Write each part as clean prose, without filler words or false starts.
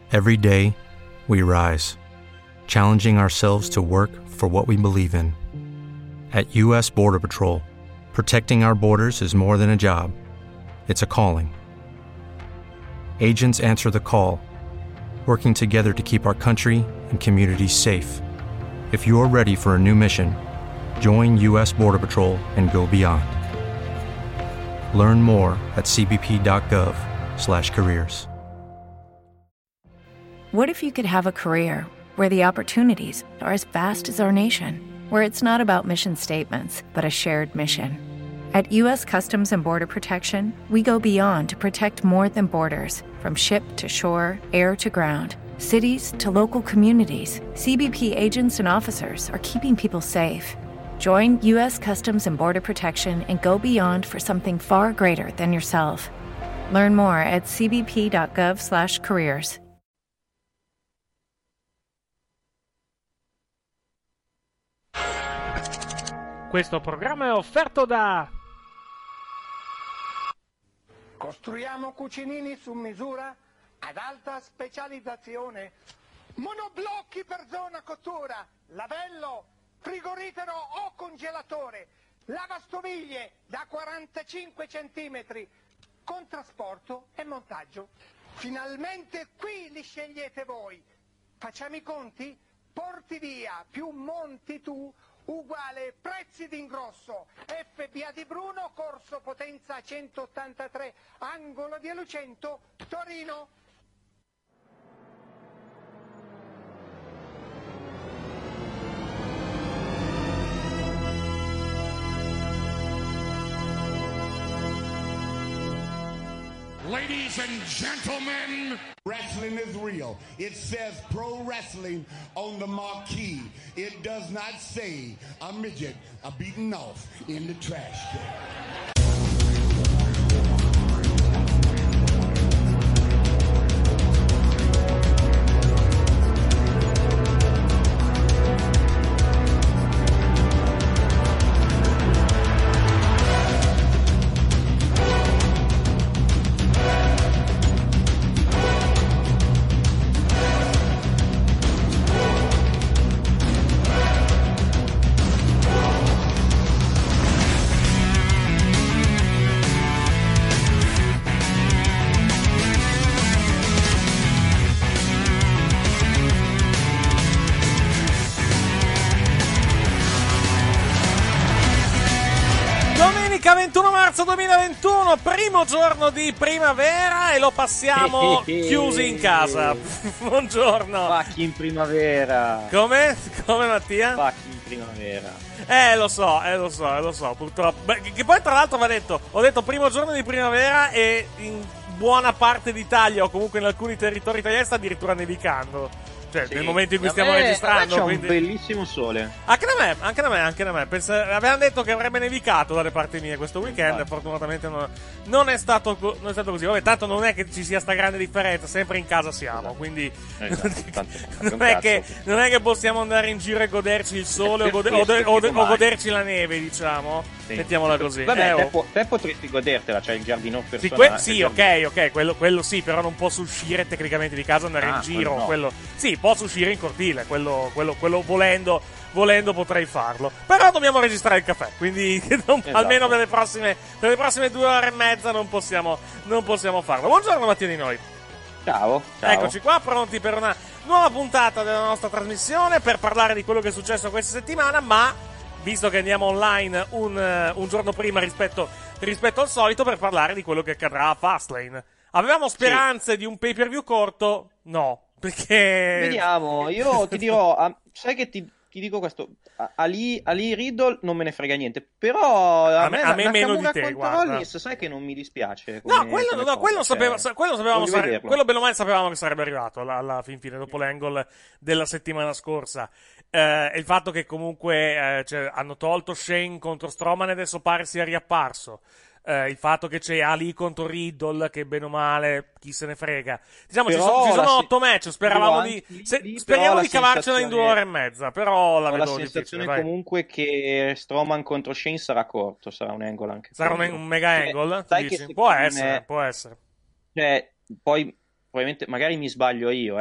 Every day, we rise, challenging ourselves to work for what we believe in. At U.S. Border Patrol, protecting our borders is more than a job. It's a calling. Agents answer the call, working together to keep our country and communities safe. If you're ready for a new mission, join U.S. Border Patrol and go beyond. Learn more at cbp.gov/careers. What if you could have a career where the opportunities are as vast as our nation, where it's not about mission statements, but a shared mission? At U.S. Customs and Border Protection, we go beyond to protect more than borders. From ship to shore, air to ground, cities to local communities, CBP agents and officers are keeping people safe. Join U.S. Customs and Border Protection and go beyond for something far greater than yourself. Learn more at cbp.gov/careers. Questo programma è offerto da Costruiamo cucinini su misura ad alta specializzazione, monoblocchi per zona cottura, lavello, frigorifero o congelatore, lavastoviglie da 45 cm, con trasporto e montaggio. Finalmente qui li scegliete voi. Facciamo i conti? Porti via più monti tu uguale prezzi d'ingrosso. FBA di Bruno, corso Potenza 183, angolo di Lucento, Torino. Ladies and gentlemen, wrestling is real. It says pro wrestling on the marquee. It does not say a midget a beaten off in the trash can. Domenica 21 marzo 2021, primo giorno di primavera e lo passiamo chiusi in casa. Buongiorno. Pacchi in primavera. Come? Come Mattia? Pacchi in primavera. Lo so, purtroppo. Beh, che poi tra l'altro ho detto primo giorno di primavera e in buona parte d'Italia o comunque in alcuni territori italiani sta addirittura nevicando. Cioè, sì, nel momento in cui stiamo registrando. C'è quindi un bellissimo sole. Anche da me. Avevano detto che avrebbe nevicato dalle parti mie questo weekend. Fortunatamente non è stato così. Vabbè, tanto non è che ci sia sta grande differenza. Sempre in casa siamo. Quindi non è che possiamo andare in giro e goderci il sole o goderci la neve, diciamo. Sì. Mettiamola così. Vabbè, te potresti godertela, c'è il giardino personale. Sì, ok, quello sì, però non posso uscire tecnicamente di casa, andare in giro. Quello sì, posso uscire in cortile, quello volendo potrei farlo. Però dobbiamo registrare il caffè, quindi almeno per le prossime 2 ore e mezza non possiamo farlo. Buongiorno Mattia di Noi. Ciao. Eccoci qua, pronti per una nuova puntata della nostra trasmissione per parlare di quello che è successo questa settimana, ma visto che andiamo online un giorno prima rispetto al solito, per parlare di quello che accadrà a Fastlane. Avevamo speranze di un pay-per-view corto? No. Perché vediamo, io ti dirò, sai che ti dico questo, Ali Riddle non me ne frega niente, però a me meno di te, guarda. Rollins, sai che non mi dispiace quello sapevamo, quello bene o male sapevamo che sarebbe arrivato alla fine dopo l'angle della settimana scorsa. E il fatto che comunque hanno tolto Shane contro Strowman e adesso pare sia riapparso. Il fatto che c'è Ali contro Riddle, che bene o male, chi se ne frega. Diciamo, ci sono 8 match, speriamo di cavarcela in 2 ore e mezza, però la vedo difficile. La sensazione comunque che Strowman contro Shane sarà corto, sarà un angle anche. Sarà un mega angle? Può essere. Cioè, poi probabilmente, magari mi sbaglio io,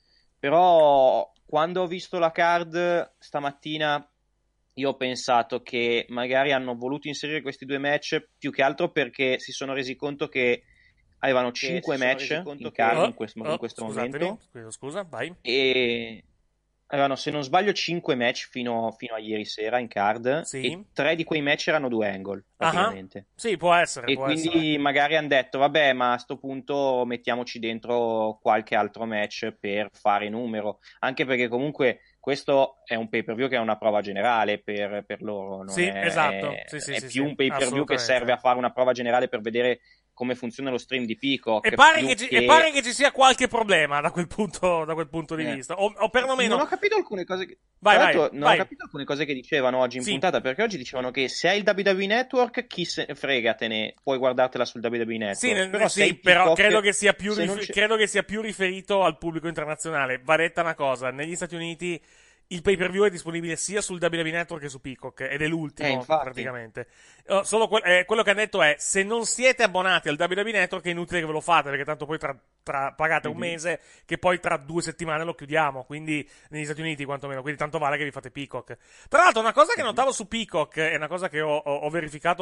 però quando ho visto la card stamattina io ho pensato che magari hanno voluto inserire questi 2 match più che altro perché si sono resi conto che avevano 5 match in card in questo momento. Scusa, vai. E avevano, se non sbaglio, 5 match fino a ieri sera in card, sì. E 3 di quei match erano 2 angle, praticamente. Sì, può essere. E quindi magari hanno detto, vabbè, ma a sto punto mettiamoci dentro qualche altro match per fare numero, anche perché comunque questo è un pay-per-view che è una prova generale per loro, non sì, è, esatto. è più un pay-per-view che serve a fare una prova generale per vedere come funziona lo stream di Peacock. E pare che ci sia qualche problema da quel punto di vista. O perlomeno. Non ho capito alcune cose che. Vai. Ho capito alcune cose che dicevano oggi in puntata, perché oggi dicevano che se hai il WWE Network, chi se fregatene, puoi guardartela sul WWE Network. Però credo che sia più riferito al pubblico internazionale. Va detta una cosa, negli Stati Uniti il pay-per-view è disponibile sia sul WWE Network che su Peacock, ed è l'ultimo praticamente. Solo quello che hanno detto è: se non siete abbonati al WWE Network è inutile che ve lo fate, perché tanto poi pagate un mese, che poi tra 2 settimane lo chiudiamo, quindi negli Stati Uniti quantomeno, quindi tanto vale che vi fate Peacock. Tra l'altro, una cosa che notavo su Peacock è una cosa che ho verificato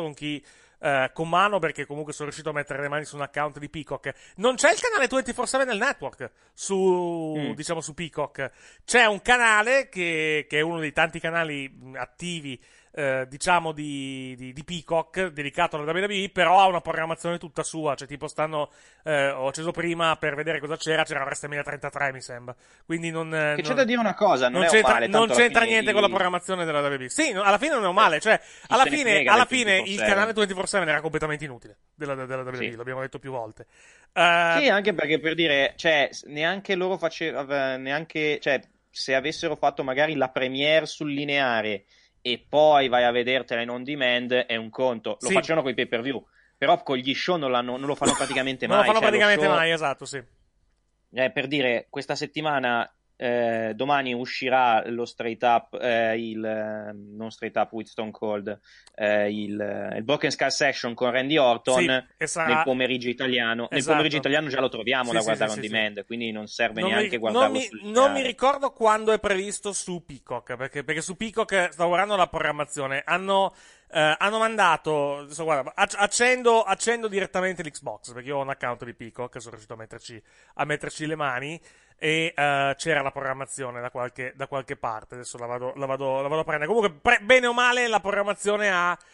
con mano, perché comunque sono riuscito a mettere le mani su un account di Peacock. Non c'è il canale 24/7 nel network diciamo su Peacock. C'è un canale che è uno dei tanti canali attivi diciamo di Peacock, dedicato alla WWE, però ha una programmazione tutta sua, cioè tipo ho acceso prima per vedere cosa c'era WrestleMania 33 mi sembra, quindi c'è da dire una cosa, non c'entra niente con la programmazione della WWE. Sì, alla fine non è un male, cioè alla fine il canale 24/7 era completamente inutile della WWE, sì. L'abbiamo detto più volte. Sì, anche perché, per dire, cioè neanche loro cioè se avessero fatto magari la premiere sul lineare e poi vai a vedertela in on demand è un conto, lo facevano con i pay per view, però con gli show non lo fanno praticamente mai. Non lo fanno praticamente mai, esatto, sì. Per dire, questa settimana domani uscirà lo straight up, non straight up with Stone Cold, il Broken Skull Session con Randy Orton, nel pomeriggio italiano. Esatto. Nel pomeriggio italiano già lo troviamo da guardare on demand, quindi non serve neanche guardarlo non mi ricordo quando è previsto su Peacock, perché su Peacock sta lavorando la programmazione. Hanno mandato, adesso guarda, accendo direttamente l'Xbox, perché io ho un account di Peacock, sono riuscito a metterci le mani, e c'era la programmazione da qualche parte. Adesso la vado a prendere. Comunque, bene o male, la programmazione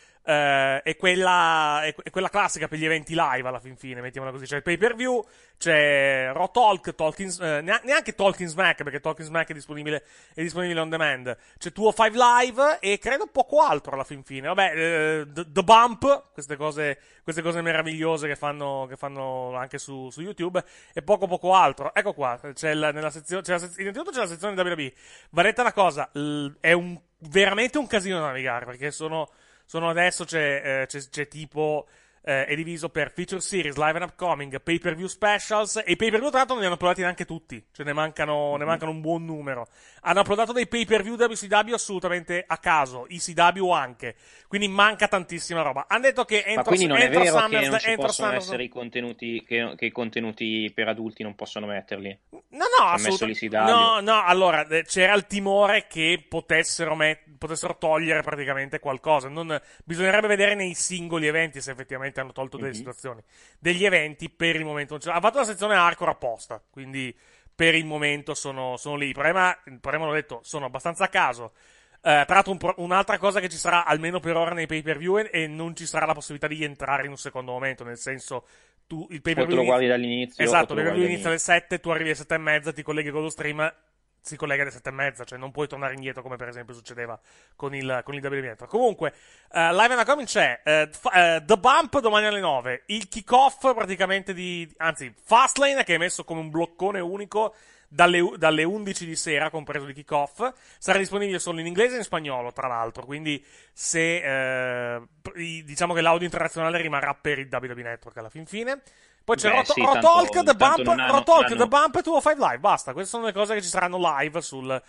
è quella classica per gli eventi live, alla fin fine, mettiamola così. C'è il pay per view, c'è Raw Talk, neanche Talking Smack, perché Talking Smack è disponibile on demand. C'è 205 Live e credo poco altro alla fin fine. Vabbè, The Bump, queste cose meravigliose che fanno anche su YouTube, e poco altro. Ecco qua, innanzitutto c'è la sezione WWE. Va detta una cosa, è veramente un casino da navigare, perché sono adesso c'è tipo è diviso per feature series, live and upcoming, pay per view specials, e i pay per view tra l'altro non li hanno uploadati neanche tutti, cioè ne mancano un buon numero. Hanno uploadato dei pay per view WCW assolutamente a caso, ECW anche, quindi manca tantissima roba. Hanno detto che ma quindi non è vero che non ci possono essere i contenuti, che i contenuti per adulti non possono metterli? No, assolutamente. No, allora c'era il timore che potessero togliere praticamente qualcosa. Bisognerebbe vedere nei singoli eventi se effettivamente hanno tolto delle situazioni. Degli eventi per il momento non ce l'ha. Ha fatto la sezione hardcore apposta, quindi per il momento sono lì. Il problema, l'ho detto, sono abbastanza a caso. Tra l'altro un'altra cosa che ci sarà almeno per ora nei pay per view e non ci sarà la possibilità di entrare in un secondo momento, nel senso, tu il pay per view lo guardi dall'inizio, esatto, il pay per view inizia alle 7, tu arrivi alle 7:30, ti colleghi con lo stream, si collega alle 7:30, cioè non puoi tornare indietro come per esempio succedeva con il WWE Network. Comunque, live and upcoming c'è The Bump domani alle 9, il kick-off praticamente Fastlane, che è messo come un bloccone unico dalle 11 di sera, compreso il kick-off, sarà disponibile solo in inglese e in spagnolo, tra l'altro, quindi diciamo che l'audio internazionale rimarrà per il WWE Network alla fin fine. Poi c'è Rotalk, The Bump, Rotalk, The Bump e 205 Live. Basta, queste sono le cose che ci saranno live sul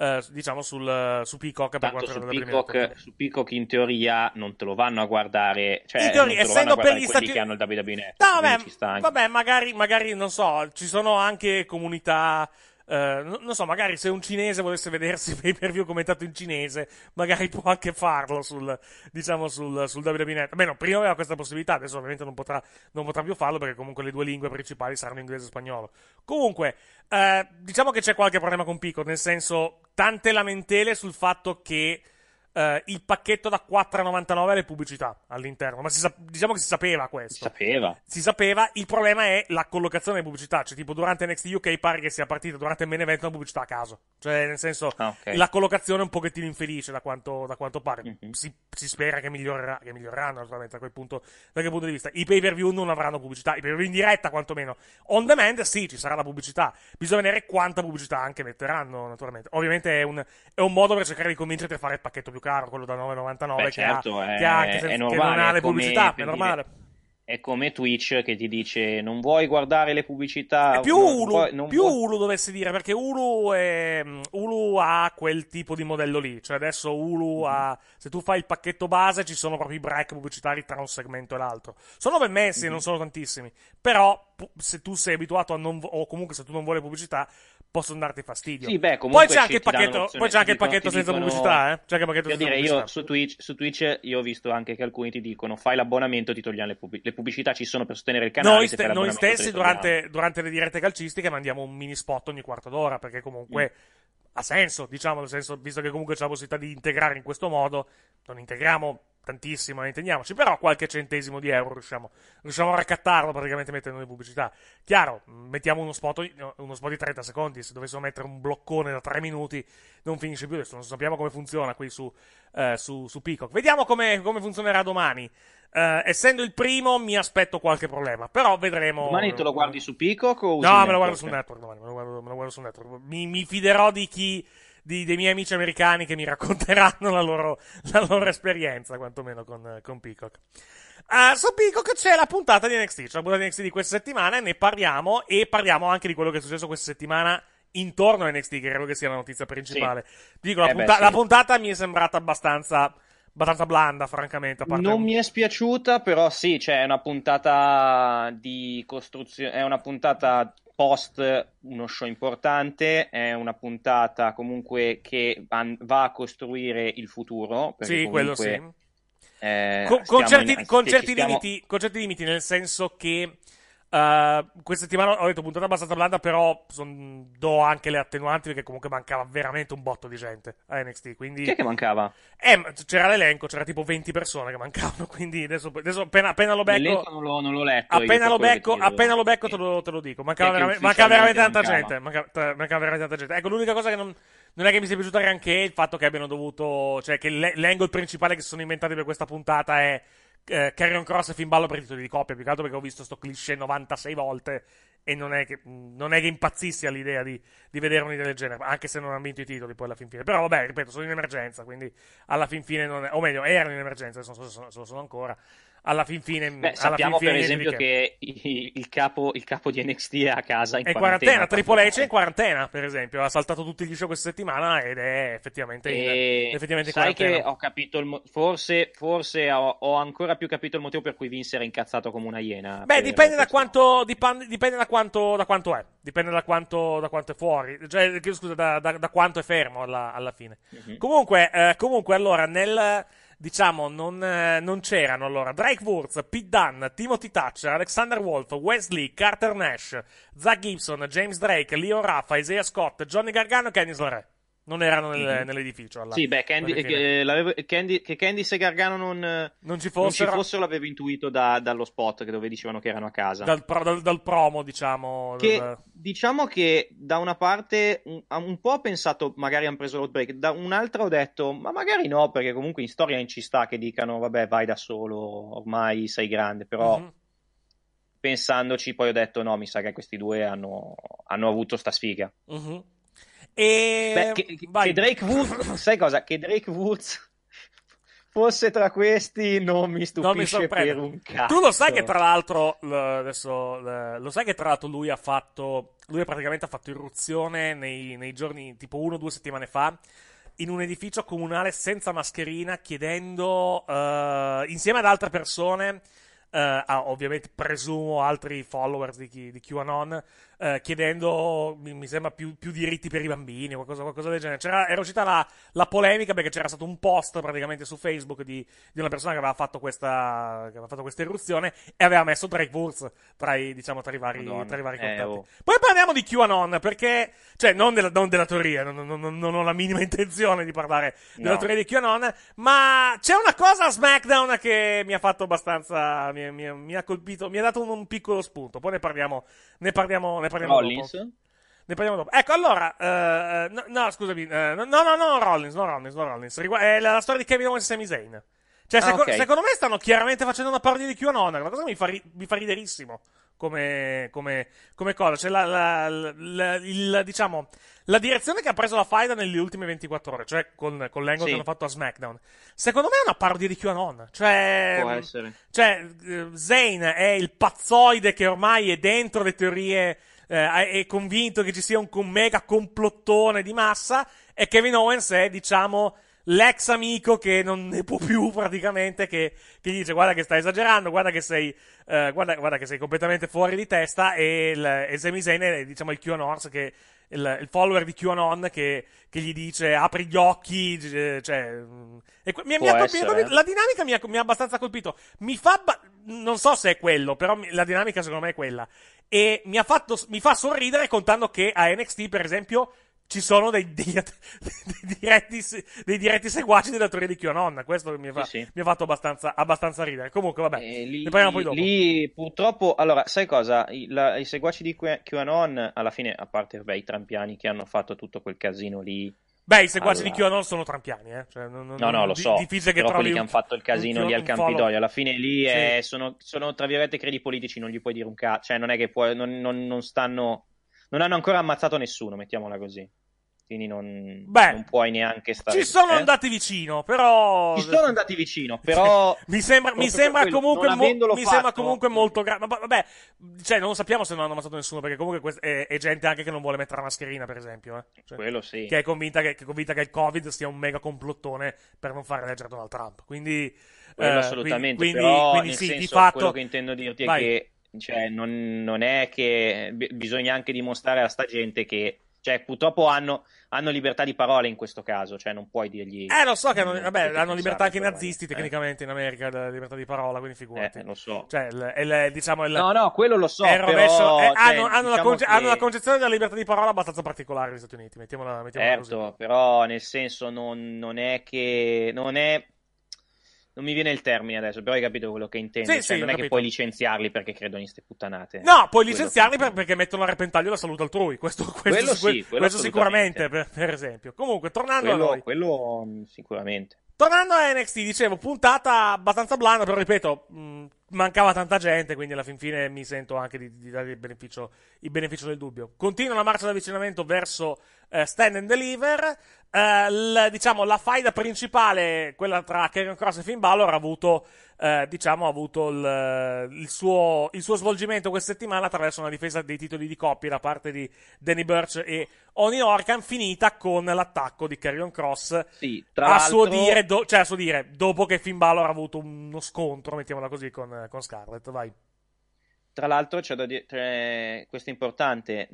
Peacock. Tanto su Peacock in teoria non te lo vanno a guardare, cioè in teoria, essendo per gli Stati che hanno il WWE Network. No, vabbè, magari non so, ci sono anche comunità. Non so, magari se un cinese volesse vedersi pay per view commentato in cinese, magari può anche farlo sul WWE Net. Beh, no, prima aveva questa possibilità, adesso ovviamente non potrà più farlo perché comunque le due lingue principali saranno inglese e spagnolo. Comunque, diciamo che c'è qualche problema con Peacock, nel senso, tante lamentele sul fatto che il pacchetto da $4,99 le pubblicità all'interno, ma diciamo che si sapeva questo. Si sapeva, il problema è la collocazione delle pubblicità, cioè tipo durante NXT UK pare che sia partita durante il main event una pubblicità a caso, cioè nel senso la collocazione è un pochettino infelice da quanto pare. Si spera che miglioreranno naturalmente da quel punto di vista. I pay per view non avranno pubblicità, i pay per view in diretta quantomeno. On demand sì, ci sarà la pubblicità, bisogna vedere quanta pubblicità anche metteranno naturalmente. Ovviamente è un modo per cercare di convincerti a fare il pacchetto più caro, quello da $9,99. Beh, certo, che non ha le pubblicità, è normale. È come Twitch che ti dice non vuoi guardare le pubblicità. È più Hulu dovessi dire, perché Hulu ha quel tipo di modello lì, cioè adesso Hulu ha, se tu fai il pacchetto base ci sono proprio i break pubblicitari tra un segmento e l'altro, sono ben messi, non sono tantissimi, però se tu sei abituato o comunque se tu non vuoi pubblicità possono darti fastidio. Sì, beh, comunque poi c'è anche il pacchetto senza pubblicità, eh? C'è anche il pacchetto senza pubblicità. Io su Twitch io ho visto anche che alcuni ti dicono fai l'abbonamento, ti togliamo le pubblicità, ci sono per sostenere il canale. Noi stessi durante le dirette calcistiche mandiamo un mini spot ogni quarto d'ora, perché comunque ha senso, diciamo, nel senso, visto che comunque c'è la possibilità di integrare in questo modo, non integriamo tantissimo, non intendiamoci, però qualche centesimo di euro riusciamo a raccattarlo praticamente mettendo le pubblicità. Chiaro, mettiamo uno spot di 30 secondi, se dovessimo mettere un bloccone da 3 minuti non finisce più, adesso non sappiamo come funziona qui su Peacock. Vediamo come funzionerà domani. Essendo il primo mi aspetto qualche problema, però vedremo. Domani te lo guardi su Peacock o No, me lo guardo sul network domani, me lo guardo sul network. Mi fiderò dei miei amici americani che mi racconteranno la loro esperienza, quantomeno con Peacock. Su Peacock c'è la puntata di NXT, c'è la puntata di NXT di questa settimana, ne parliamo, e parliamo anche di quello che è successo questa settimana intorno a NXT, che credo che sia la notizia principale. Sì. Dico, la puntata mi è sembrata abbastanza blanda, francamente. Non mi è spiaciuta, però sì, c'è una puntata di costruzione, è una puntata post uno show importante, è una puntata comunque che va a costruire il futuro. Sì, quello sì. Con certi limiti, nel senso che questa settimana ho detto puntata abbastanza blanda, però do anche le attenuanti perché comunque mancava veramente un botto di gente a NXT, quindi... Chi è che mancava? C'era l'elenco, c'era tipo 20 persone che mancavano, quindi adesso appena lo becco... L'elenco non l'ho letto. Appena lo becco te lo dico. Mancava veramente tanta gente. Mancava veramente tanta gente. Ecco, l'unica cosa che non è che mi sia piaciuta granché il fatto che abbiano dovuto... Cioè che l'angle principale che si sono inventati per questa puntata è Karrion Kross e Finn Balor per i titoli di coppia, più che altro perché ho visto sto cliché 96 volte e non è che impazzissi all'idea di vedere un'idea del genere, anche se non hanno vinto i titoli poi alla fin fine. Però vabbè, ripeto, sono in emergenza, quindi alla fin fine non è, o meglio, erano in emergenza, adesso non so se lo sono ancora. Alla fin fine sappiamo per esempio che il capo di NXT è a casa in quarantena. Triple H è in quarantena, per esempio, ha saltato tutti gli show questa settimana ed è effettivamente in sai quarantena. Che ho capito forse ho ancora più capito il motivo per cui Vince era incazzato come una iena. Beh, dipende da quanto è, dipende da quanto è fuori, cioè scusa, da quanto è fermo alla fine. Comunque allora diciamo, non c'erano allora Drake Wurz, Pete Dunne, Timothy Thatcher, Alexander Wolf, Wesley, Carter Nash, Zach Gibson, James Drake, Leon Raffa, Isaiah Scott, Johnny Gargano e Candice LeRae. Non erano nell'edificio. Sì, beh, Candice e Gargano non ci fossero, l'avevo intuito dallo spot dove dicevano che erano a casa. Dal promo, diciamo. Diciamo che da una parte un po' ho pensato magari hanno preso l'outbreak, da un'altra ho detto ma magari no, perché comunque in storia ci sta che dicano vabbè vai da solo, ormai sei grande, però pensandoci poi ho detto no, mi sa che questi due hanno avuto sta sfiga. Che Drake Woods sai cosa? Che Drake Woods fosse tra questi non mi stupisce per un cazzo. Tu lo sai che tra l'altro lo sai che tra l'altro lui praticamente ha fatto irruzione nei giorni tipo 1 o 2 settimane fa in un edificio comunale senza mascherina, chiedendo insieme ad altre persone, ovviamente presumo altri followers di QAnon, chiedendo, mi sembra, più diritti per i bambini, qualcosa del genere. Era uscita la polemica perché c'era stato un post praticamente su Facebook di una persona che aveva fatto questa irruzione e aveva messo Drake Wurz tra i vari contatti. Poi parliamo di QAnon, perché, cioè, non della teoria, non ho la minima intenzione di parlare della teoria di QAnon, ma c'è una cosa a SmackDown che mi ha fatto abbastanza, mi ha colpito, mi ha dato un piccolo spunto. Poi ne parliamo Rollins? dopo. Ne parliamo dopo. Ecco, allora, no, scusami, no, Rollins. È la storia di Kevin Owens e Sami Zayn. Cioè, secondo me stanno chiaramente facendo una parodia di QAnon, la cosa mi fa riderissimo come cosa. Cioè, diciamo, la direzione che ha preso la faida nelle ultime 24 ore, cioè con l'angle che hanno fatto a SmackDown, secondo me è una parodia di QAnon. Cioè, può essere. Cioè, Zayn è il pazzoide che ormai è dentro le teorie, è convinto che ci sia un mega complottone di massa, e Kevin Owens è, diciamo, l'ex amico che non ne può più praticamente, che gli dice: guarda che stai esagerando, guarda che sei completamente fuori di testa. E Sami Zayn è, diciamo, il QAnon, che il follower di QAnon che gli dice: apri gli occhi, cioè, la dinamica mi ha abbastanza colpito. Non so se è quello, però la dinamica secondo me è quella, e mi fa sorridere, contando che a NXT, per esempio, ci sono dei diretti seguaci della teoria di QAnon. Questo mi ha fatto abbastanza ridere. Comunque, vabbè, ne parliamo poi dopo. Lì, purtroppo, allora, sai cosa? I seguaci di QAnon, alla fine, a parte i trampiani che hanno fatto tutto quel casino lì. Beh, i seguaci di QAnon sono trampiani, Cioè, no, lo so. Difficile che però trovi quelli che hanno fatto il casino lì al Campidoglio, alla fine lì sono, tra virgolette, credi politici, non gli puoi dire un cazzo. Cioè, non è che non hanno ancora ammazzato nessuno, mettiamola così. Quindi non puoi neanche stare. Ci sono andati vicino, però. mi sembra comunque molto grave. Ma vabbè, cioè, non lo sappiamo se non hanno ammazzato nessuno, perché comunque è gente anche che non vuole mettere la mascherina, per esempio. Cioè, quello sì. Che è convinta che il Covid sia un mega complottone per non far eleggere Donald Trump. Quindi. Quello assolutamente. Quindi nel sì, senso, di fatto. Quello che intendo dirti è che, cioè, non è che bisogna anche dimostrare a sta gente che, cioè, purtroppo hanno libertà di parola in questo caso, cioè non puoi dirgli. Lo so che hanno libertà anche i nazisti, tecnicamente, in America, la libertà di parola, quindi figurati. Lo so. Cioè, diciamo, no, quello lo so, però, hanno diciamo la concezione della libertà di parola abbastanza particolare negli Stati Uniti, mettiamola certo, così. Però, nel senso, non è che. Non mi viene il termine adesso, però hai capito quello che intendo. Sì, non è che puoi licenziarli perché credono in ste puttanate. No, puoi licenziarli perché mettono a repentaglio la salute altrui. Questo sicuramente, per esempio. Comunque, tornando a noi. Quello sicuramente. Tornando a NXT, dicevo, puntata abbastanza blanda, però ripeto, mancava tanta gente, quindi alla fin fine mi sento anche di dare il beneficio del dubbio. Continua la marcia d'avvicinamento verso Stand and Deliver. Diciamo, la faida principale, quella tra Karrion Kross e Finn Balor, ha avuto il suo svolgimento questa settimana attraverso una difesa dei titoli di coppia da parte di Danny Burch e Oney Lorcan, finita con l'attacco di Karrion Kross, a suo dire, dopo che Finn Balor ha avuto uno scontro, mettiamola così, con Scarlett. Vai. Tra l'altro c'è da dire, questo è importante,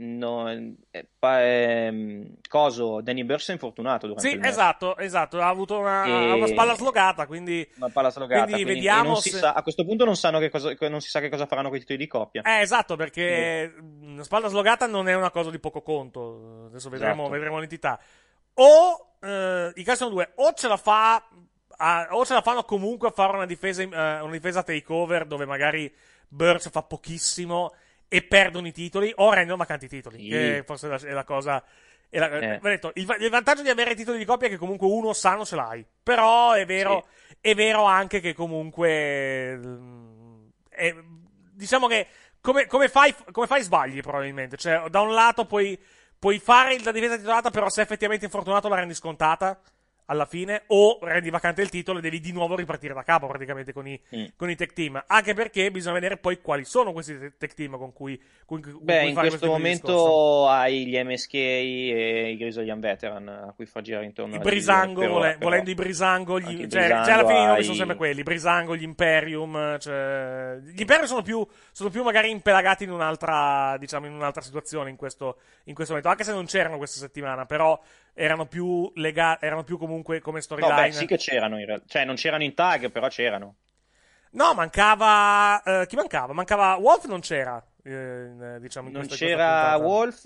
Danny Burch è infortunato durante il match. Esatto, ha avuto una spalla slogata, quindi una palla slogata, quindi vediamo a questo punto non si sa che cosa faranno con i titoli di coppia. Esatto, perché una spalla slogata non è una cosa di poco conto. Adesso vedremo l'entità. O i casi sono due: o ce la fanno comunque a fare una difesa takeover dove magari Burch fa pochissimo e perdono i titoli, o rendono vacanti i titoli, che forse è la cosa. Detto, il vantaggio di avere i titoli di coppia è che comunque uno sano ce l'hai, però è vero anche che comunque diciamo che come fai sbagli probabilmente. Cioè, da un lato puoi fare la difesa titolata, però se effettivamente infortunato la rendi scontata alla fine, o rendi vacante il titolo e devi di nuovo ripartire da capo praticamente con i tech team, anche perché bisogna vedere poi quali sono questi tech team con cui in questo momento hai gli MSK e i Grizzly Veteran a cui far girare intorno i Brisango, volendo i Brisango, cioè alla fine i nomi sono sempre quelli, Brisango, gli Imperium, cioè gli Imperium sono più magari impelagati in un'altra situazione in questo momento, anche se non c'erano questa settimana, però erano più comunque come storyline. No, beh, sì che c'erano in realtà, cioè non c'erano in tag, però c'erano. No, mancava chi mancava? Mancava Wolf, non c'era. Non c'era Wolf,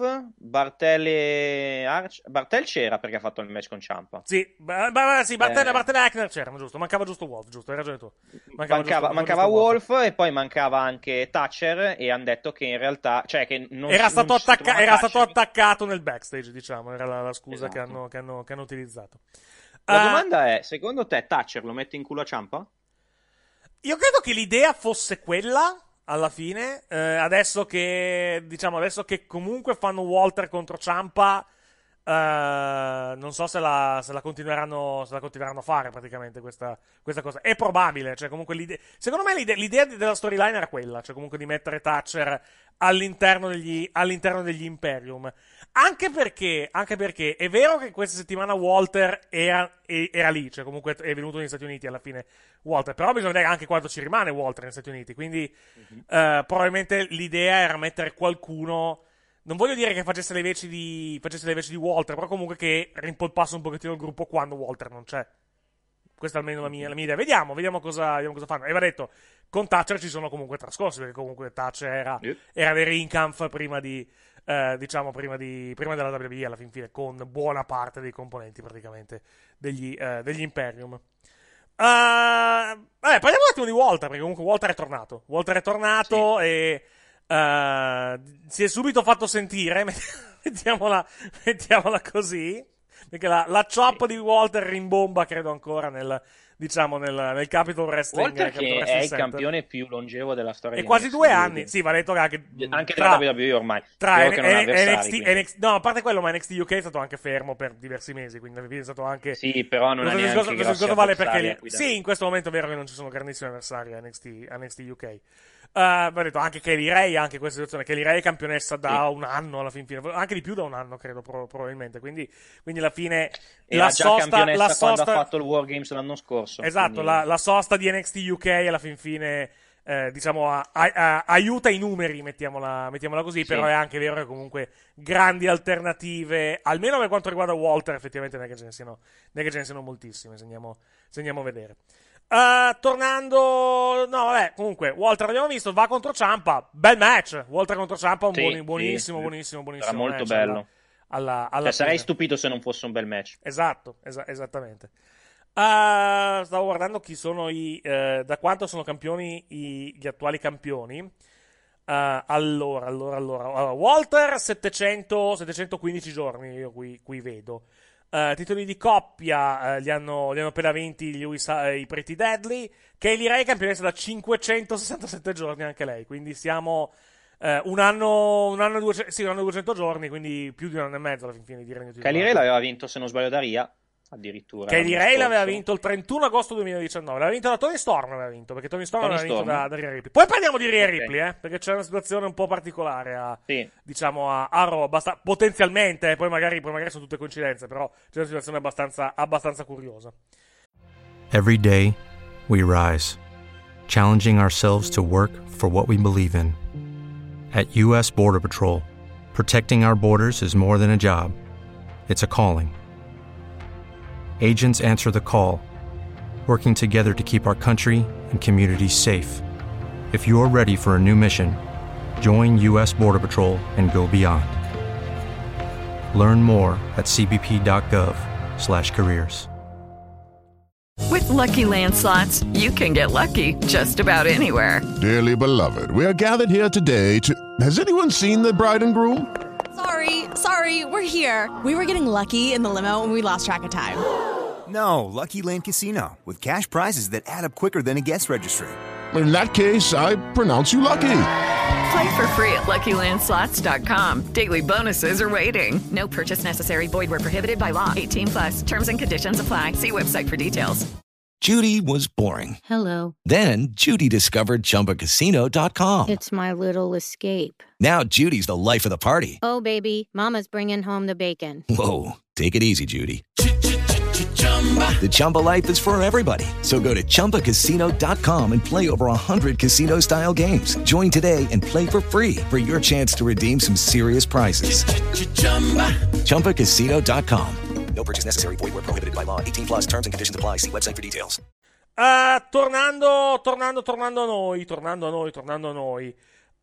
Bartel c'era perché ha fatto il match con Ciampa. Sì, Bartel e Hackner c'erano, giusto. Mancava giusto Wolf, giusto, hai ragione tu. Mancava Wolf e poi mancava anche Thatcher e hanno detto che in realtà, cioè che non era stato attaccato nel backstage, diciamo, era la scusa esatto. che hanno utilizzato. La domanda è, secondo te Thatcher lo mette in culo a Ciampa? Io credo che l'idea fosse quella alla fine, adesso che comunque fanno Walter contro Ciampa, non so se la continueranno a fare praticamente questa cosa. È probabile, cioè comunque secondo me l'idea della storyline era quella, cioè comunque di mettere Thatcher all'interno degli Imperium. Anche perché è vero che questa settimana Walter era lì, cioè comunque è venuto negli Stati Uniti alla fine Walter, però bisogna vedere anche quanto ci rimane Walter negli Stati Uniti, quindi probabilmente l'idea era mettere qualcuno, non voglio dire che facesse le veci di Walter, però comunque che rimpolpasse un pochettino il gruppo quando Walter non c'è. Questa è almeno la mia idea. Vediamo cosa fanno. E va detto, con Thatcher ci sono comunque trascorsi, perché comunque Thatcher era dei Ringkampf prima della WWE alla fin fine, con buona parte dei componenti praticamente degli Imperium. Parliamo un attimo di Walter, perché comunque Walter è tornato sì. E si è subito fatto sentire, mettiamola così, perché la chop di Walter rimbomba credo ancora nel Capitol Wrestling. Walter che è il campione più longevo della storia. E quasi 2 anni, sì, va detto che anche tra WWE ormai. Tra NXT, no, a parte quello, ma NXT UK è stato anche fermo per diversi mesi, quindi è stato anche. Sì, però non ha neanche grossi vale perché sì, in questo momento è vero che non ci sono grandissimi avversari a NXT UK. Va detto anche Kelly Ray, anche questa situazione. Kelly Ray è campionessa da un anno alla fine, anche di più da un anno, credo, probabilmente. Quindi alla fine la sosta quando ha fatto il War Games l'anno scorso. Esatto, quindi la sosta di NXT UK alla fine aiuta i numeri, mettiamola così, sì. Però è anche vero che comunque grandi alternative, almeno per quanto riguarda Walter, effettivamente non è che ce ne siano moltissime, se andiamo a vedere. Tornando, no vabbè, comunque Walter l'abbiamo visto, va contro Ciampa, bel match. Walter contro Ciampa, buonissimo era molto match, bello. Alla sarei stupito se non fosse un bel match. Esatto, esattamente. Stavo guardando chi sono da quanto sono campioni gli attuali campioni. Allora, Walter 715 giorni, io qui vedo. Titoli di coppia li hanno appena vinti i Pretty Deadly. Kaylee Ray campionessa da 567 giorni anche lei, quindi siamo un anno e 200 giorni, quindi più di un anno e mezzo alla fine di Regno Unito. Kaylee Ray l'aveva vinto, se non sbaglio, da Rhea addirittura. Kaylee Ray l'aveva vinto il 31 agosto 2019, l'aveva vinto da Tony Storm, perché Tony Storm l'aveva vinto da Rhea Ripley. Poi parliamo di Rhea Ripley, perché c'è una situazione un po' particolare a Raw, potenzialmente, poi magari sono tutte coincidenze, però c'è una situazione abbastanza curiosa. Every day we rise, challenging ourselves to work for what we believe in. At US Border Patrol, protecting our borders is more than a job, it's a calling. Agents answer the call, working together to keep our country and communities safe. If you're ready for a new mission, join U.S. Border Patrol and go beyond. Learn more at cbp.gov/careers. With Lucky Land Slots, you can get lucky just about anywhere. Dearly beloved, we are gathered here today to... Has anyone seen the bride and groom? Sorry, we're here. We were getting lucky in the limo and we lost track of time. No, Lucky Land Casino, with cash prizes that add up quicker than a guest registry. In that case, I pronounce you lucky. Play for free at LuckyLandSlots.com. Daily bonuses are waiting. No purchase necessary. Void where prohibited by law. 18+. Terms and conditions apply. See website for details. Judy was boring. Hello. Then Judy discovered ChumbaCasino.com. It's my little escape. Now Judy's the life of the party. Oh, baby, mama's bringing home the bacon. Whoa, take it easy, Judy. The Chumba life is for everybody. So go to ChumbaCasino.com and play over 100 casino-style games. Join today and play for free for your chance to redeem some serious prizes. ChumbaCasino.com. No purchase necessary. Void where prohibited by law. 18+. Terms and conditions apply. See website for details. Tornando a noi.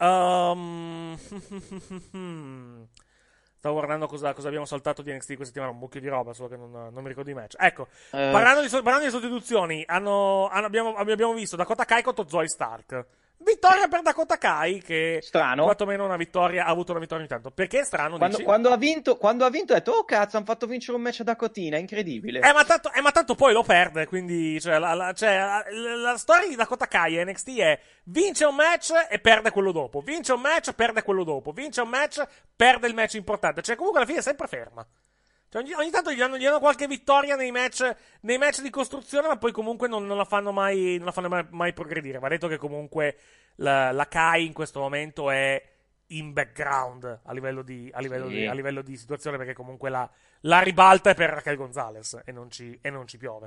Stavo guardando cosa abbiamo saltato di NXT questa settimana, un mucchio di roba, solo che non mi ricordo i match. Ecco, parlando di sostituzioni, abbiamo visto Dakota Kai contro Zoe Stark. Vittoria per Dakota Kai, che strano. Quantomeno ha avuto una vittoria ogni tanto. Perché è strano? Quando ha vinto, ho detto, oh cazzo, hanno fatto vincere un match a Dakotina, incredibile. Ma tanto poi lo perde, quindi la storia di Dakota Kai a NXT è: vince un match e perde quello dopo, vince un match, perde quello dopo, vince un match, perde il match importante. Cioè, comunque alla fine è sempre ferma. Cioè, ogni tanto gli danno qualche vittoria nei match di costruzione, ma poi comunque non la fanno mai progredire. Va detto che comunque la Kai in questo momento è in background a livello di situazione, perché comunque la ribalta è per Raquel Gonzalez e non ci piove.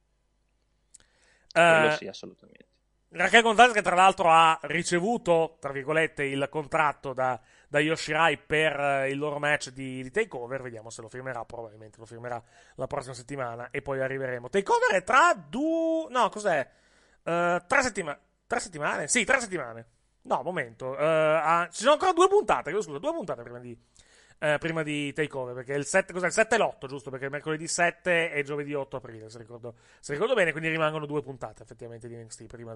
Quello sì, assolutamente. Raquel Gonzalez, che tra l'altro ha ricevuto, tra virgolette, il contratto da Yoshirai per il loro match di Takeover. Vediamo se lo firmerà. Probabilmente lo firmerà la prossima settimana e poi arriveremo. Takeover è tra 3 settimane. 3 settimane? Sì, 3 settimane. No, momento. Ci sono ancora 2 puntate. Scusa, 2 puntate prima di Takeover, perché il 7 e l'8, giusto? Perché mercoledì 7 e giovedì 8 aprile, se ricordo bene, quindi rimangono 2 puntate effettivamente di NXT prima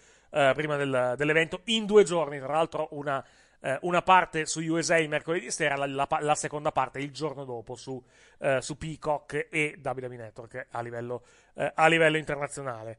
dell'evento, in 2 giorni. Tra l'altro una parte su USA il mercoledì sera, la seconda parte il giorno dopo su Peacock e WWE Network a livello internazionale.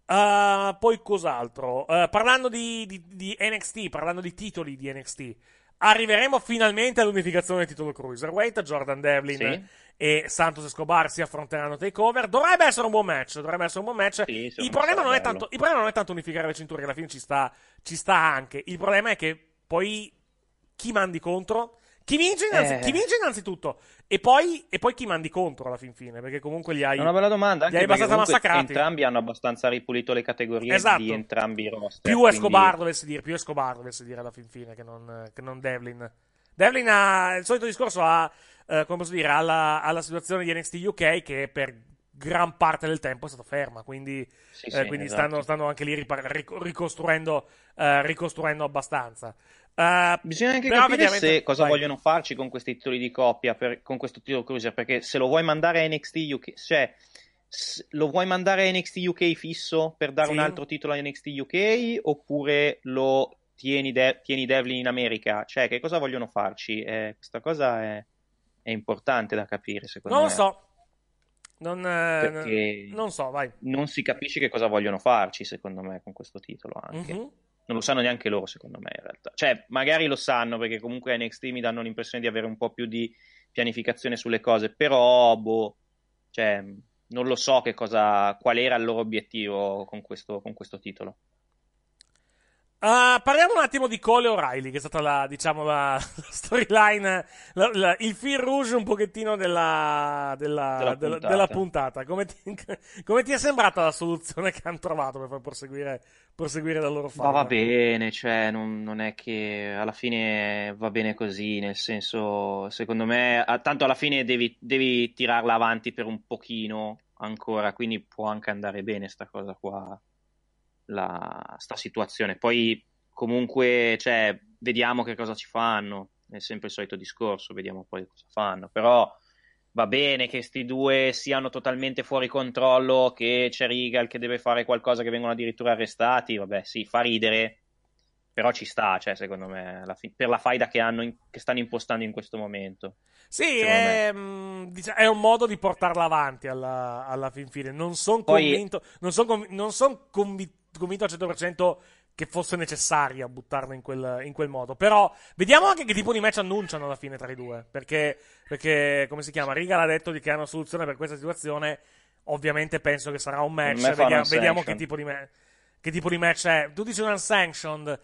Poi cos'altro? Parlando di NXT, parlando di titoli di NXT, arriveremo finalmente all'unificazione del titolo Cruiserweight. Jordan Devlin e Santos Escobar si affronteranno Takeover. Dovrebbe essere un buon match. Sì, il problema non è tanto unificare le cinture, che alla fine ci sta anche. Il problema è che poi chi mandi contro? Chi vince innanzitutto? E poi chi mandi contro alla fin fine? Perché comunque è una bella domanda. Li hai abbastanza massacrati. Entrambi hanno abbastanza ripulito le categorie di entrambi i roster. Più Escobar dovesse dire alla fin fine che non Devlin. Devlin ha il solito discorso, come posso dire, alla situazione di NXT UK, che per gran parte del tempo è stata ferma, quindi esatto. stanno anche lì ricostruendo abbastanza. Bisogna anche capire vogliono farci con questi titoli di coppia, con questo titolo Cruiser, perché se lo vuoi mandare a NXT UK, cioè lo vuoi mandare a NXT UK fisso per dare un altro titolo a NXT UK, oppure lo tieni Devlin in America? Cioè, che cosa vogliono farci? Questa cosa è importante da capire, secondo me. Non lo so. Non so, vai. Non si capisce che cosa vogliono farci, secondo me, con questo titolo anche. Mm-hmm. Non lo sanno neanche loro, secondo me, in realtà. Cioè, magari lo sanno, perché comunque NXT mi danno l'impressione di avere un po' più di pianificazione sulle cose, però, cioè, non lo so qual era il loro obiettivo con questo titolo. Parliamo un attimo di Cole O'Reilly, che è stata la storyline, il fil rouge un pochettino della puntata. Come ti è sembrata la soluzione che hanno trovato per far proseguire la loro fase? Va bene, cioè non è che alla fine va bene così, nel senso, secondo me, tanto alla fine devi tirarla avanti per un pochino ancora, quindi può anche andare bene sta cosa qua. Sta situazione, poi comunque, cioè, vediamo che cosa ci fanno, è sempre il solito discorso, vediamo poi cosa fanno, però va bene che sti due siano totalmente fuori controllo, che c'è Regal che deve fare qualcosa, che vengono addirittura arrestati, vabbè, sì, fa ridere, però ci sta, cioè, secondo me, per la faida che stanno impostando in questo momento. Sì, è un modo di portarla avanti alla fin fine. Non sono convinto al 100% che fosse necessaria buttarla in quel modo. Però vediamo anche che tipo di match annunciano alla fine tra i due, perché come si chiama, Regal ha detto che ha una soluzione per questa situazione. Ovviamente penso che sarà un match, vediamo che tipo di match è. Tu dici un unsanctioned,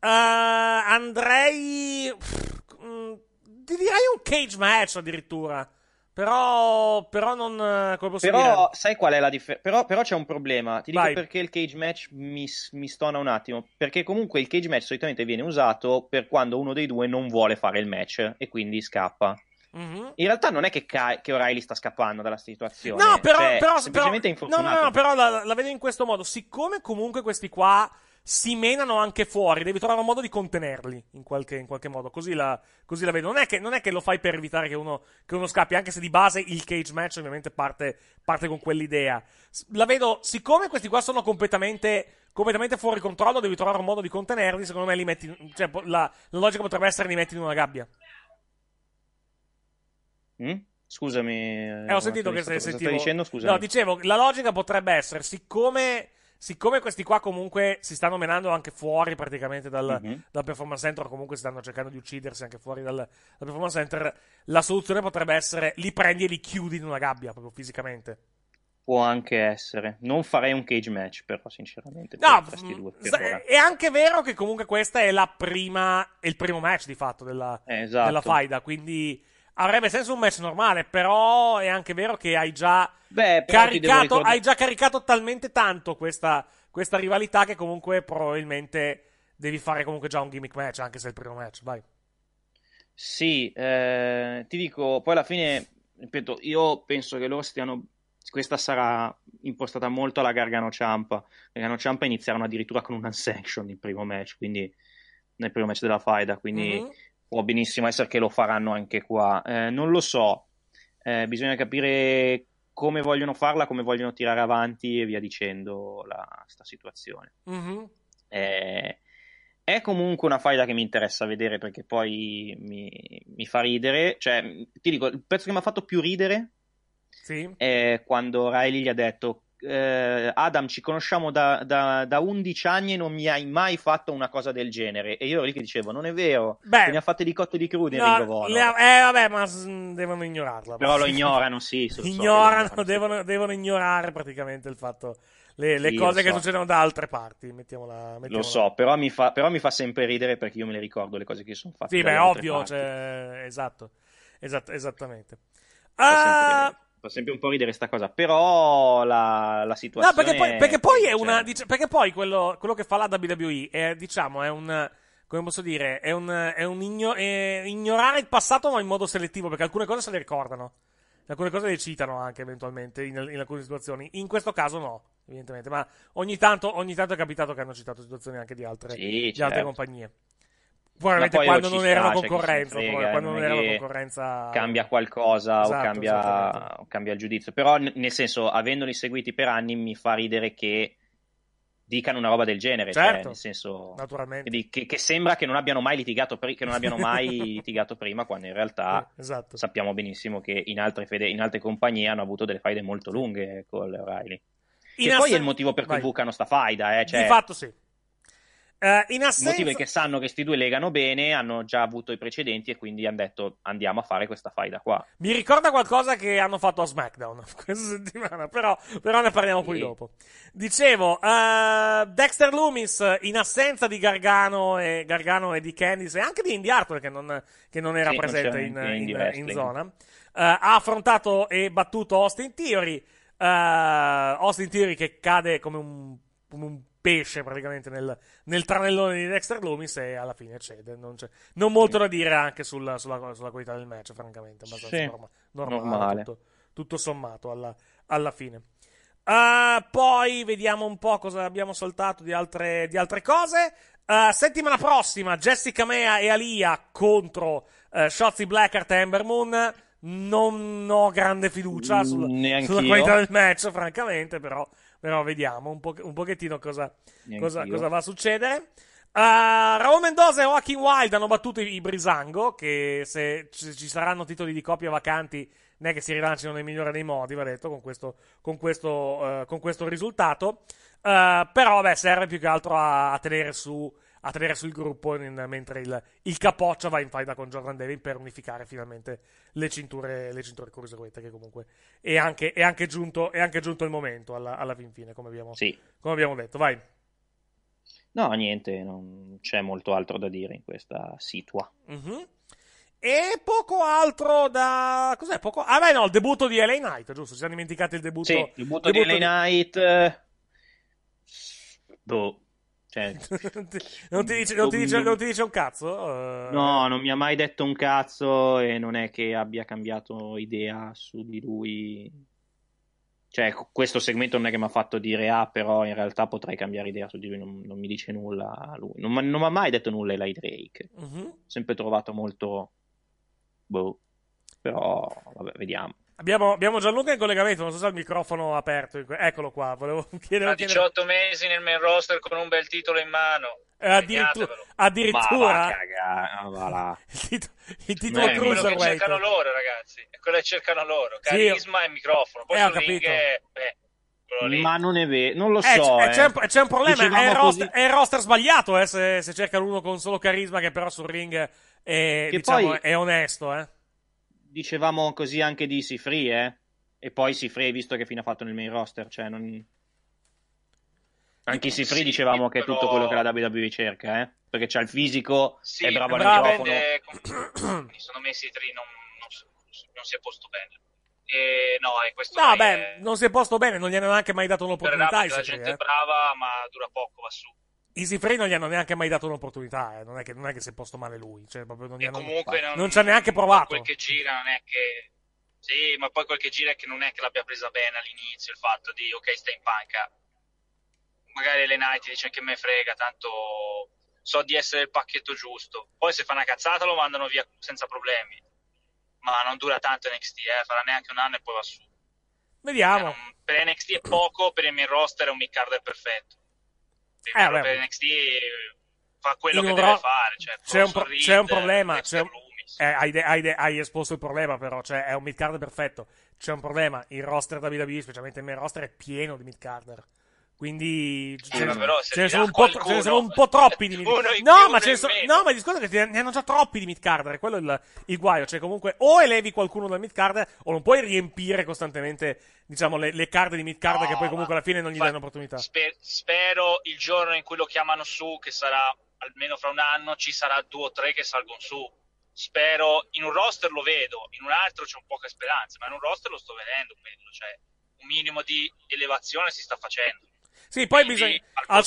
andrei ti direi un cage match addirittura. Però non, come posso dire? Sai qual è la differenza? Però c'è un problema. Ti dico perché il cage match mi stona un attimo. Perché comunque il cage match solitamente viene usato per quando uno dei due non vuole fare il match e quindi scappa. Mm-hmm. In realtà non è che O'Reilly sta scappando dalla situazione. No, però semplicemente è infortunato. No, però la vedo in questo modo. Siccome comunque questi qua si menano anche fuori, devi trovare un modo di contenerli in qualche modo. Così la vedo. Non è che lo fai per evitare che uno scappi, anche se di base il cage match ovviamente parte con quell'idea. La vedo, siccome questi qua sono completamente fuori controllo, devi trovare un modo di contenerli. Secondo me li metti, cioè la logica potrebbe essere li metti in una gabbia. Scusami. Ho sentito che sentivo. Stai dicendo, scusami. No, dicevo, la logica potrebbe essere, siccome questi qua comunque si stanno menando anche fuori praticamente dal Performance Center, o comunque stanno cercando di uccidersi anche fuori dal Performance Center, la soluzione potrebbe essere li prendi e li chiudi in una gabbia, proprio fisicamente. Può anche essere. Non farei un cage match, però, sinceramente. No, è anche vero che comunque questa è il primo match, di fatto, della faida, quindi avrebbe senso un match normale, però è anche vero che hai già caricato talmente tanto questa rivalità che comunque probabilmente devi fare comunque già un gimmick match, anche se è il primo match, vai. Sì, ti dico, poi alla fine, ripeto, io penso che loro questa sarà impostata molto alla Gargano Ciampa. Gargano Ciampa iniziarono addirittura con un unsanctioned il primo match, quindi nel primo match della faida, quindi può benissimo essere che lo faranno anche qua. Non lo so, bisogna capire come vogliono farla, come vogliono tirare avanti e via dicendo sta situazione. È comunque una faida che mi interessa vedere, perché poi mi fa ridere. Cioè, ti dico, il pezzo che mi ha fatto più ridere è quando Riley gli ha detto: Adam, ci conosciamo da 11 anni e non mi hai mai fatto una cosa del genere. E io ero lì che dicevo: non è vero, ne ha fatte di cotte di crudi in Ring of Honor. Vabbè, ma devono ignorarla. Però lo ignorano, sì. Devono ignorare praticamente il fatto, le cose che succedono da altre parti. Mettiamola. Lo so, però mi fa sempre ridere, perché io me le ricordo le cose che sono fatte. Sì, beh, ovvio, cioè, esattamente. Fa sempre un po' ridere sta cosa, però la situazione... No, perché poi è una... Perché poi quello che fa la WWE è, diciamo, è un... Come posso dire? È un ignorare il passato, ma in modo selettivo, perché alcune cose se le ricordano. Alcune cose le citano anche, eventualmente, in alcune situazioni. In questo caso no, evidentemente. Ma ogni tanto è capitato che hanno citato situazioni anche di altre compagnie. Probabilmente quando non erano concorrenza, cambia qualcosa, esatto, o cambia il giudizio. Però, nel senso, avendoli seguiti per anni, mi fa ridere che dicano una roba del genere, certo, cioè, nel senso, naturalmente, che sembra che non abbiano mai litigato prima, quando in realtà esatto, sappiamo benissimo che in altre compagnie hanno avuto delle faide molto lunghe con O'Reilly. Che poi è il motivo per cui bucano sta faida, cioè, di fatto sì. Il motivo è che sanno che sti due legano bene, hanno già avuto i precedenti e quindi hanno detto: andiamo a fare questa faida qua. Mi ricorda qualcosa che hanno fatto a SmackDown questa settimana, però ne parliamo poi dopo. Dicevo, Dexter Lumis in assenza di Gargano e di Candice, e anche di Indy Hartwell che non era presente in zona, ha affrontato e battuto Austin Theory. Austin Theory che cade come un pesce praticamente nel tranellone di Dexter Lumis, e alla fine cede. Non molto da dire anche sulla qualità del match, francamente, abbastanza normale. Tutto sommato alla fine. Poi vediamo un po' cosa abbiamo saltato di altre cose. Settimana prossima Jessica Mea e Aliyah contro Shotzi Blackheart e Ember Moon. Non ho grande fiducia sulla qualità del match, francamente, però vediamo un pochettino cosa va a succedere. Raul Mendoza e Joaquin Wilde hanno battuto i Breezango, che se ci saranno titoli di coppia vacanti non è che si rilancino nel migliore dei modi, va detto, con questo risultato. Però vabbè, serve più che altro a tenere su il gruppo mentre il capoccia va in faida con Jordan Devlin per unificare finalmente le cinture cruiserweight, che comunque è anche giunto il momento alla fin fine, come abbiamo detto. Vai. No, niente, non c'è molto altro da dire in questa situa. Mm-hmm. E poco altro da... Cos'è? Il debutto di LA Knight, giusto? Si sono dimenticati il debutto. Sì, il debutto di LA Knight. Cioè, non ti dice un cazzo? No, non mi ha mai detto un cazzo e non è che abbia cambiato idea su di lui. Cioè, questo segmento non è che mi ha fatto dire però in realtà potrei cambiare idea su di lui, non mi dice nulla lui. Non mi ha mai detto nulla Eli Drake. Sempre trovato molto però vabbè, vediamo. Abbiamo Gianluca in collegamento, non so se ha il microfono aperto. Eccolo qua, volevo chiedere. 18 mesi nel main roster con un bel titolo in mano. Addirittura va là. il titolo cruiserweight. Quello che cercano loro, ragazzi. È quello che cercano loro. Carisma e microfono. Poi sul ring ma non è vero, non lo so. C'è un problema. È il roster sbagliato, se cercano uno con solo carisma che però sul ring è onesto, Dicevamo così anche di C-Free, e poi C-Free visto che fine ha fatto nel main roster, cioè non... Anche C-Free dicevamo che è tutto quello che la WWE cerca, perché c'ha il fisico, è bravo al microfono. Mi sono messi tre, non si è posto bene. Questo non si è posto bene, non gli hanno neanche mai dato un'opportunità. La gente è brava, ma dura poco, va su. Easy Free non gli hanno neanche mai dato un'opportunità, non è che si è posto male lui, cioè proprio non ci ha neanche provato. Quel che gira non è che sì, ma poi quel che gira è che non è che l'abbia presa bene all'inizio, il fatto di ok, stai in panca. Magari le Knight dice che me frega, tanto so di essere il pacchetto giusto. Poi se fa una cazzata lo mandano via senza problemi. Ma non dura tanto NXT, farà neanche un anno e poi va su. Vediamo. Per NXT è poco, per il main roster è un mid-card perfetto. Per NXT fa quello che deve fare, c'è un problema, hai esposto il problema, però, cioè è un mid-card perfetto. C'è un problema, il roster da WWE, specialmente il main roster, è pieno di mid-carder. Quindi ce ne sono un po' troppi di mid-carder. Ma il discorso è che ne hanno già troppi di mid-carder, quello è il guaio, cioè comunque o elevi qualcuno dal mid-carder o non puoi riempire costantemente, diciamo, le card di mid-carder che poi comunque alla fine non gli danno opportunità. Spero il giorno in cui lo chiamano su, che sarà almeno fra un anno, ci sarà 2 o 3 che salgono su. Spero, in un roster lo vedo, in un altro c'è un poca speranza, ma in un roster lo sto vedendo quello, cioè un minimo di elevazione si sta facendo. Sì, poi bisogna, al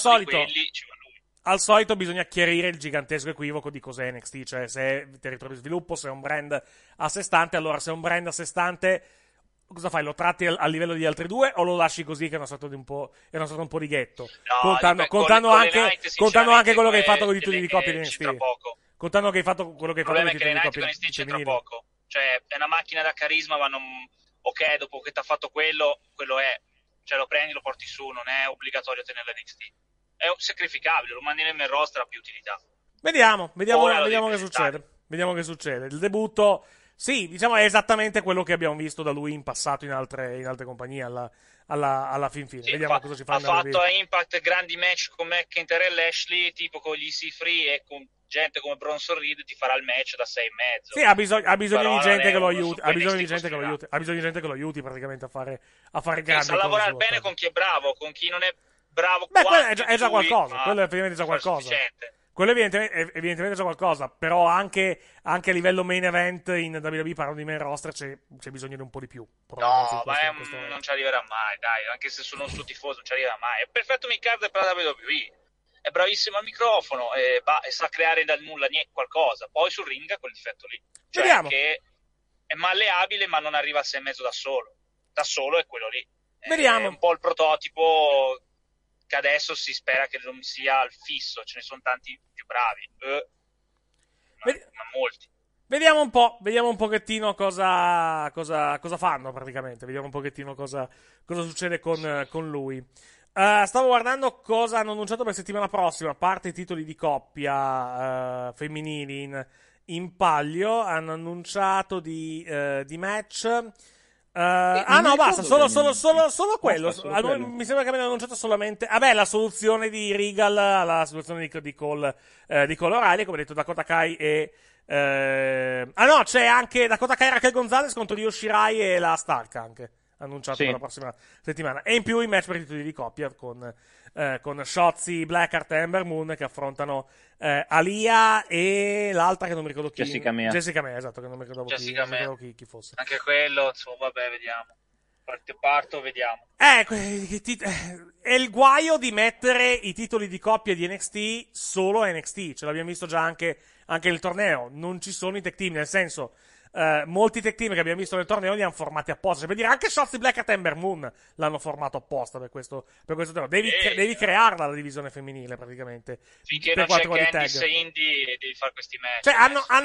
solito bisogna chiarire il gigantesco equivoco di cos'è NXT, cioè se è territorio di sviluppo, se è un brand a sé stante. Allora, se è un brand a sé stante, cosa fai? Lo tratti a livello di altri due o lo lasci così che è una sorta di un po' di ghetto? Contando anche quello che hai fatto con i titoli di coppia di NXT. Contando che hai fatto quello che hai fatto con i titoli di coppia di NXT c'entra poco. Cioè, è una macchina da carisma, ma non... Ok, dopo che ti ha fatto quello è... Cioè lo prendi, lo porti su, non è obbligatorio tenerlo NXT. È sacrificabile, lo mandi nel main roster, ha più utilità. Vediamo che succede. Vediamo che succede. Il debutto, sì, diciamo è esattamente quello che abbiamo visto da lui in passato in altre compagnie alla fin fine. Sì, vediamo cosa ci fa. Ha fatto a Impact grandi match con McIntyre e Lashley, tipo con gli Easy Free e con gente come Bronson Reed, ti farà il match da 6,5. Sì, ha bisogno di gente che lo aiuti. Ha bisogno di gente che lo aiuti praticamente a fare grandi cose. Sa lavorare bene con chi è bravo, con chi non è bravo. È già qualcosa. Quello effettivamente è già qualcosa. Quello evidentemente è già qualcosa. Però anche a livello main event in WWE, parlando di main roster, c'è bisogno di un po' di più. No, ma non ci arriverà mai, dai. Anche se sono un suo tifoso, non ci arriverà mai. È perfetto mid-card per la WWE. È bravissimo al microfono e sa creare dal nulla qualcosa. Poi sul ring ha quel difetto lì. Cioè vediamo. Che è malleabile, ma non arriva a 6,5 da solo. Da solo è quello lì. Vediamo. È un po' il prototipo che adesso si spera che non sia al fisso. Ce ne sono tanti più bravi. Ma molti. Vediamo un pochettino cosa fanno praticamente. Vediamo un pochettino cosa succede con lui. Stavo guardando cosa hanno annunciato per settimana prossima, a parte i titoli di coppia femminili in palio, hanno annunciato di match. No, basta, solo quello. Mi sembra che abbiano annunciato solamente. La soluzione di Regal alla soluzione di Cole O'Reilly, come detto, Dakota Kai e. No, c'è anche Dakota Kai e Raquel Gonzalez contro Io Shirai e la Stark anche. Annunciato per la prossima settimana. E in più i match per i titoli di coppia con Shotzi Blackheart e Ember Moon che affrontano Aliyah e l'altra che non mi ricordo chi. Jessica Mea, esatto, che non mi ricordavo chi fosse. Anche quello, insomma, vabbè, vediamo. Parto, vediamo. È il guaio di mettere i titoli di coppia di NXT solo a NXT. Ce l'abbiamo visto già anche nel torneo. Non ci sono i tag team, nel senso. Molti tag team che abbiamo visto nel torneo li hanno formati apposta. Cioè, per dire, anche Shotzi Blackheart e Ember Moon l'hanno formato apposta per questo torneo. Devi crearla la divisione femminile, praticamente. Finché non c'è Candice e Indy, devi fare questi match. Cioè,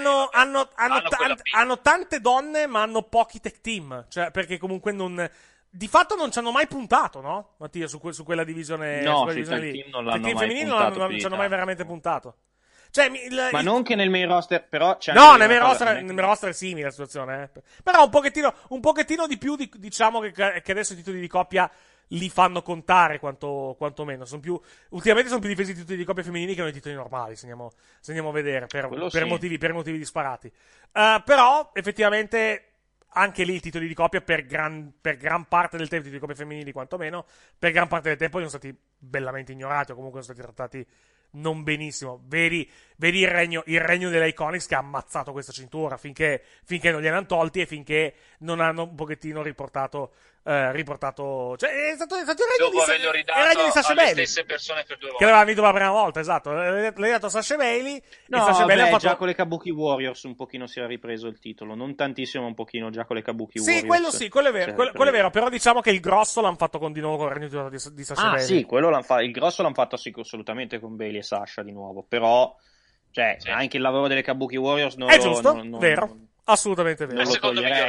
hanno tante donne, ma hanno pochi tag team. Cioè, perché comunque di fatto non ci hanno mai puntato, no? Mattia, su quella divisione. No, su quella divisione tag lì. team non l'hanno mai femminili puntato. Non ci hanno mai veramente puntato. Cioè, ma non che nel main roster, però c'è nel main roster è simile la situazione, Però un pochettino di più, diciamo che adesso i titoli di coppia li fanno contare quantomeno. Ultimamente sono più difesi i titoli di coppia femminili che non i titoli normali, se andiamo a vedere, per motivi disparati. Però, effettivamente, anche lì i titoli di coppia per gran parte del tempo, i titoli di coppia femminili quantomeno, per gran parte del tempo sono stati bellamente ignorati o comunque sono stati trattati non benissimo. Vedi il regno delle Iconics che ha ammazzato questa cintura finché non gliene hanno tolti e finché non hanno un pochettino riportato cioè è stato il regno di Sasha Bailey, stesse persone per 2 volte che l'aveva vinto per la prima volta, esatto. L'hai dato a Sasha Bailey. No, e Sasha Bailey ha fatto... già con le Kabuki Warriors un pochino si era ripreso il titolo, non tantissimo, un pochino già con le Kabuki Warriors. Quello è vero, quello è vero, però diciamo che il grosso l'hanno fatto di nuovo con il regno di Sasha Bailey. Sì, quello il grosso l'hanno fatto assolutamente con Bailey e Sasha di nuovo, però anche il lavoro delle Kabuki Warriors è giusto, vero. Assolutamente vero. Secondo me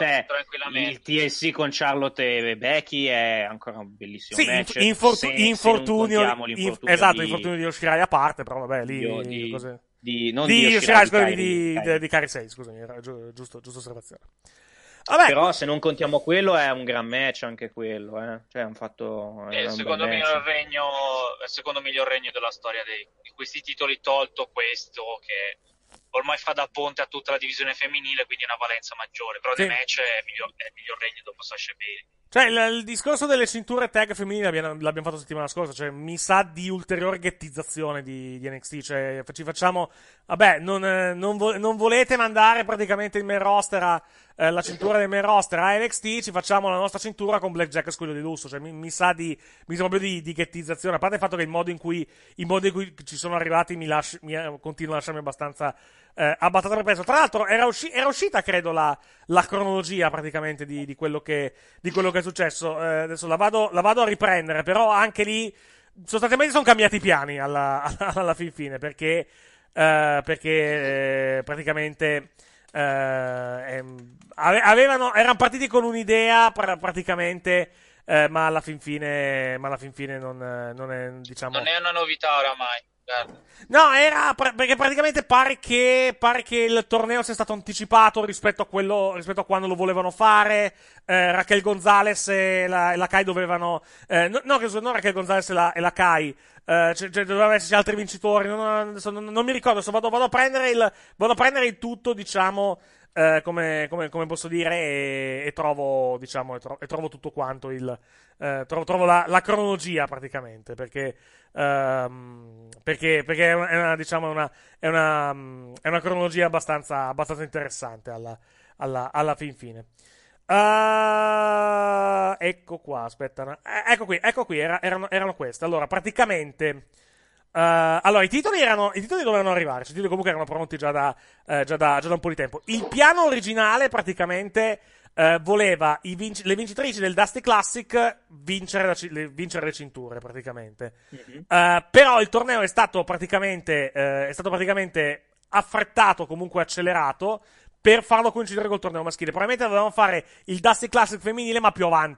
il TLC con Charlotte e Becky è ancora un bellissimo match. Infortunio di Yoshirai a parte, però vabbè, lì di Yoshirai, di Kairi Sane, scusami, era giusto osservazione. Vabbè. Però se non contiamo quello è un gran match anche quello, Cioè hanno fatto il secondo miglior regno della storia di questi titoli, tolto questo che ormai fa da ponte a tutta la divisione femminile, quindi una valenza maggiore, però il match è il miglior regno dopo Sasha Bailey. Cioè, il discorso delle cinture tag femminili l'abbiamo fatto settimana scorsa, cioè mi sa di ulteriore ghettizzazione di NXT, cioè ci facciamo, vabbè, non volete mandare praticamente il main roster la cintura del main roster a NXT, ci facciamo la nostra cintura con Blackjack e Squillo di Lusso, cioè mi sa proprio di ghettizzazione, a parte il fatto che il modo in cui ci sono arrivati continua a lasciarmi abbastanza perplesso. Tra l'altro era uscita credo la cronologia praticamente di quello che è successo. Adesso la vado a riprendere, però anche lì sostanzialmente sono cambiati i piani alla fine, perché praticamente erano partiti con un'idea praticamente, ma alla fin fine non è, diciamo, non è una novità oramai. No, perché praticamente pare che il torneo sia stato anticipato rispetto a quando lo volevano fare. Raquel Gonzalez e la Kai dovevano non Raquel Gonzalez e la Kai, dovevano esserci altri vincitori. Non mi ricordo. Vado a prendere il tutto, diciamo, come posso dire, e trovo, diciamo, trovo tutto quanto trovo la cronologia praticamente, perché è una, diciamo, è una cronologia abbastanza interessante alla fin fine. Ecco qua, aspetta, ecco qui, erano queste. Allora, praticamente, allora, i titoli dovevano arrivare, i titoli comunque erano pronti già da un po' di tempo. Il piano originale, praticamente, voleva le vincitrici del Dusty Classic vincere le cinture, praticamente. Mm-hmm. Però il torneo è stato praticamente affrettato, comunque accelerato, per farlo coincidere col torneo maschile. Probabilmente dovevamo fare il Dusty Classic femminile, ma più avanti.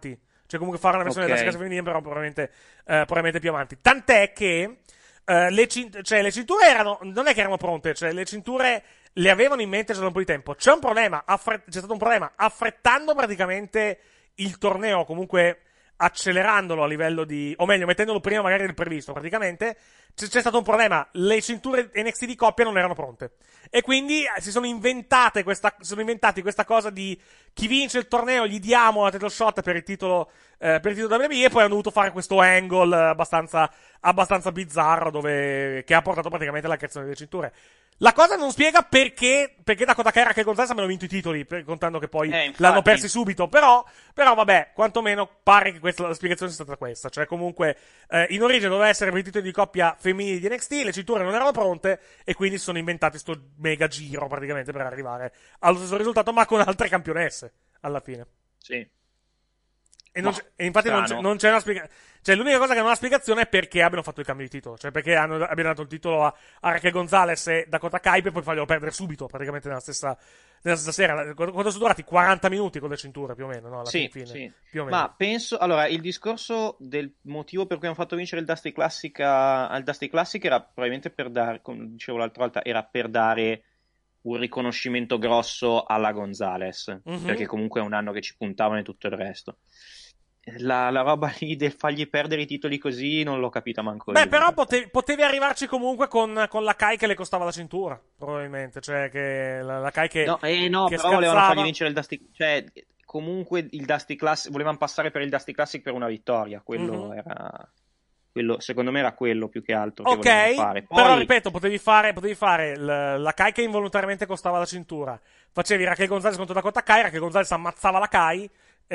Cioè comunque fare una versione della scherza femminile, però probabilmente più avanti. Tant'è che le cinture erano, non è che erano pronte, cioè le cinture le avevano in mente già da un po' di tempo. C'è stato un problema affrettando praticamente il torneo, comunque accelerandolo a livello di, o meglio, mettendolo prima magari del previsto, praticamente. C'è stato un problema, le cinture NXT di coppia non erano pronte. E quindi si sono inventati questa cosa di chi vince il torneo gli diamo la title shot per il titolo WWE, e poi hanno dovuto fare questo angle abbastanza bizzarro che ha portato praticamente alla creazione delle cinture. La cosa non spiega perché Dakota Kai e Raquel Gonzalez abbiano vinto i titoli, contando che poi l'hanno persi subito, però vabbè, quantomeno pare che la spiegazione sia stata questa, cioè comunque in origine doveva essere per i titoli di coppia femminili di NXT, le cinture non erano pronte e quindi si sono inventati sto mega giro praticamente per arrivare allo stesso risultato, ma con altre campionesse alla fine. Sì. E infatti non c'è una spiegazione. Cioè, l'unica cosa che non ha spiegazione è perché abbiano fatto il cambio di titolo. Cioè, perché abbiano dato il titolo a Raquel Gonzalez e Dakota Kai per poi farglielo perdere subito, praticamente nella stessa sera. Quando sono durati 40 minuti con le cinture, più o meno, no? Alla fine. Sì. Più o meno. Ma penso, allora, il discorso del motivo per cui hanno fatto vincere il Dusty Classic al Dusty Classic era probabilmente per dare, come dicevo l'altra volta, era per dare un riconoscimento grosso alla Gonzalez, perché comunque è un anno che ci puntavano e tutto il resto. La roba lì del fargli perdere i titoli così non l'ho capita manco io. Però potevi arrivarci comunque con la Kai che le costava la cintura, probabilmente, cioè che la Kai che però scazzava. Volevano fargli vincere il Dusty, cioè comunque il Dusty Classic, volevano passare per il Dusty Classic per una vittoria, quello era secondo me era quello più che altro che volevano fare. Poi... Però ripeto, potevi fare la Kai che involontariamente costava la cintura, facevi Raquel Gonzalez contro Dakota Kai, Raquel Gonzalez ammazzava la Kai,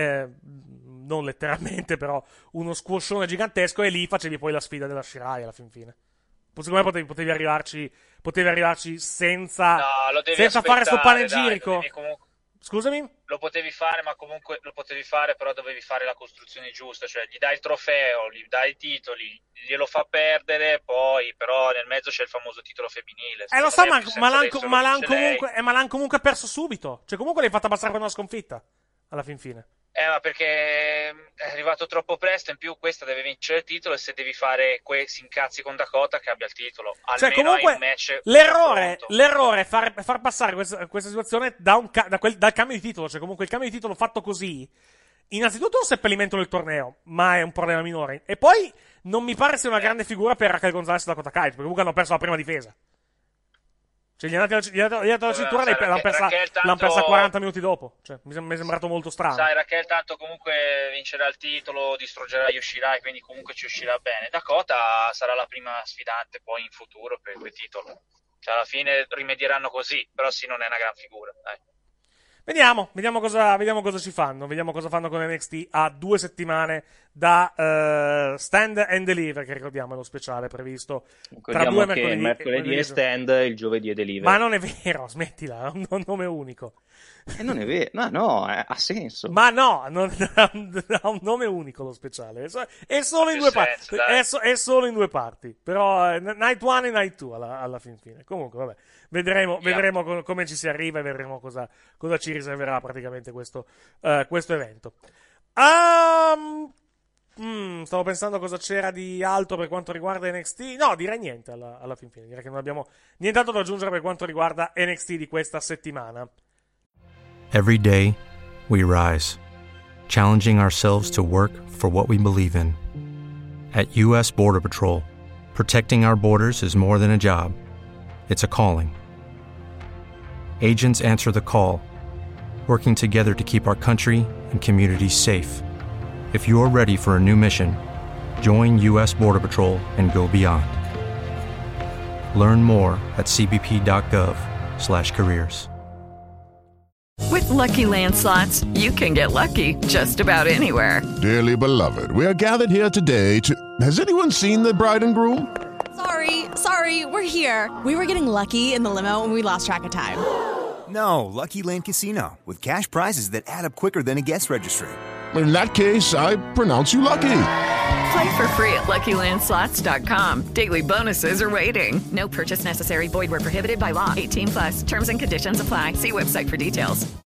non letteralmente, però uno squoscione gigantesco, e lì facevi poi la sfida della Shirai alla fin fine. Secondo me potevi arrivarci senza fare sto panegirico. Scusami? Lo potevi fare, ma comunque lo potevi fare, però dovevi fare la costruzione giusta, cioè gli dai il trofeo, gli dai i titoli, glielo fa perdere, poi però nel mezzo c'è il famoso titolo femminile. Lo so, ma l'hanno comunque perso subito, cioè comunque l'hai fatta passare per una sconfitta alla fin fine. Ma perché è arrivato troppo presto, in più questa deve vincere il titolo, e se devi fare si incazzi con Dakota che abbia il titolo. Almeno cioè comunque hai un match l'errore è far passare questa situazione dal cambio di titolo, cioè comunque il cambio di titolo fatto così, innanzitutto è un seppellimento del torneo, ma è un problema minore, e poi non mi pare sia una grande figura per Raquel Gonzalez e Dakota Kai, perché comunque hanno perso la prima difesa. Cioè, gli hanno dato la cintura e l'hanno persa 40 minuti dopo. Cioè, mi è sembrato molto strano. Sai, Raquel tanto comunque vincerà il titolo, distruggerà Yoshirai, quindi comunque ci uscirà bene. Dakota sarà la prima sfidante poi in futuro per quel titolo. Cioè, alla fine rimedieranno così, però sì, non è una gran figura. Dai. Vediamo cosa ci fanno. Vediamo cosa fanno con NXT a 2 settimane da Stand and Deliver, che ricordiamo è lo speciale previsto tra 2 mercoledì. Il mercoledì è Stand, il giovedì è Deliver. Ma non è vero, smettila, è un nome unico. Non è vero, ha senso. Ma no, non ha un nome unico lo speciale. È solo in 2 parti. È solo in 2 parti. Però Night 1 e Night 2 alla fin fine. Comunque, vabbè. Vedremo come ci si arriva e vedremo cosa ci riserverà praticamente questo evento. Stavo pensando cosa c'era di altro per quanto riguarda NXT. No, direi niente alla fin fine. Direi che non abbiamo nient'altro da aggiungere per quanto riguarda NXT di questa settimana. Every day, we rise, challenging ourselves to work for what we believe in. At U.S. Border Patrol, protecting our borders is more than a job. It's a calling. Agents answer the call, working together to keep our country and communities safe. If you're ready for a new mission, join U.S. Border Patrol and go beyond. Learn more at cbp.gov/careers. With Lucky Land Slots, you can get lucky just about anywhere. Dearly beloved, we are gathered here today to... Has anyone seen the bride and groom? Sorry, we're here. We were getting lucky in the limo and we lost track of time. No, Lucky Land Casino, with cash prizes that add up quicker than a guest registry. In that case, I pronounce you lucky. Play for free at LuckyLandSlots.com. Daily bonuses are waiting. No purchase necessary. Void where prohibited by law. 18+. Terms and conditions apply. See website for details.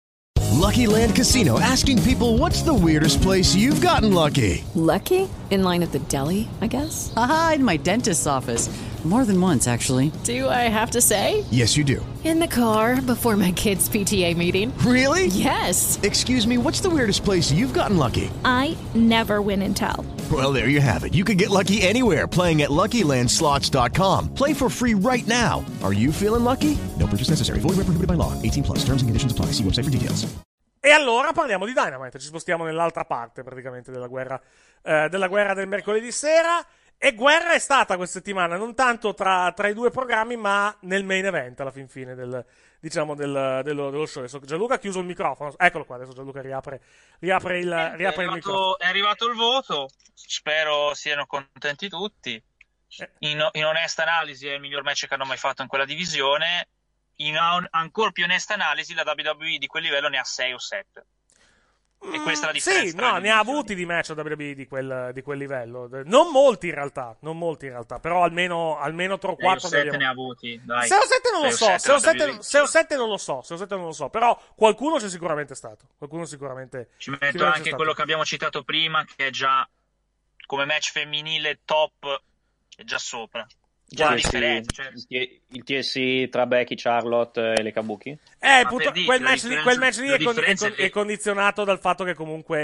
Lucky Land Casino, asking people, what's the weirdest place you've gotten lucky? Lucky? In line at the deli, I guess? Aha, in my dentist's office. More than once, actually. Do I have to say? Yes, you do. In the car before my kids' PTA meeting. Really? Yes. Excuse me, what's the weirdest place you've gotten lucky? I never win and tell. Well, there you have it. You can get lucky anywhere, playing at LuckyLandSlots.com. Play for free right now. Are you feeling lucky? No purchase necessary. Void where prohibited by law. 18+. Terms and conditions apply. See website for details. E allora parliamo di Dynamite. Ci spostiamo nell'altra parte, praticamente, della guerra del mercoledì sera. E guerra è stata questa settimana, non tanto tra i due programmi, ma nel main event, alla fin fine, dello show. Adesso Gianluca ha chiuso il microfono. Eccolo qua, adesso Gianluca riapre il microfono. È arrivato il voto, spero siano contenti tutti. In onesta analisi è il miglior match che hanno mai fatto in quella divisione. In ancora più onesta analisi, la WWE di quel livello ne ha 6 o 7. E questa è la differenza. Sì, no, ne ha avuti di match a WWE di quel livello. Non molti in realtà, però almeno 3 o 4 ne ha avuti, dai. 6 o 7 non lo so, 6 o 7 non lo so, però qualcuno c'è sicuramente stato. Ci metto anche quello che abbiamo citato prima, che è già come match femminile top, è già sopra. Già differenza, il TLC tra Becky, Charlotte e le Kabuki. Quel match lì è condizionato dal fatto che comunque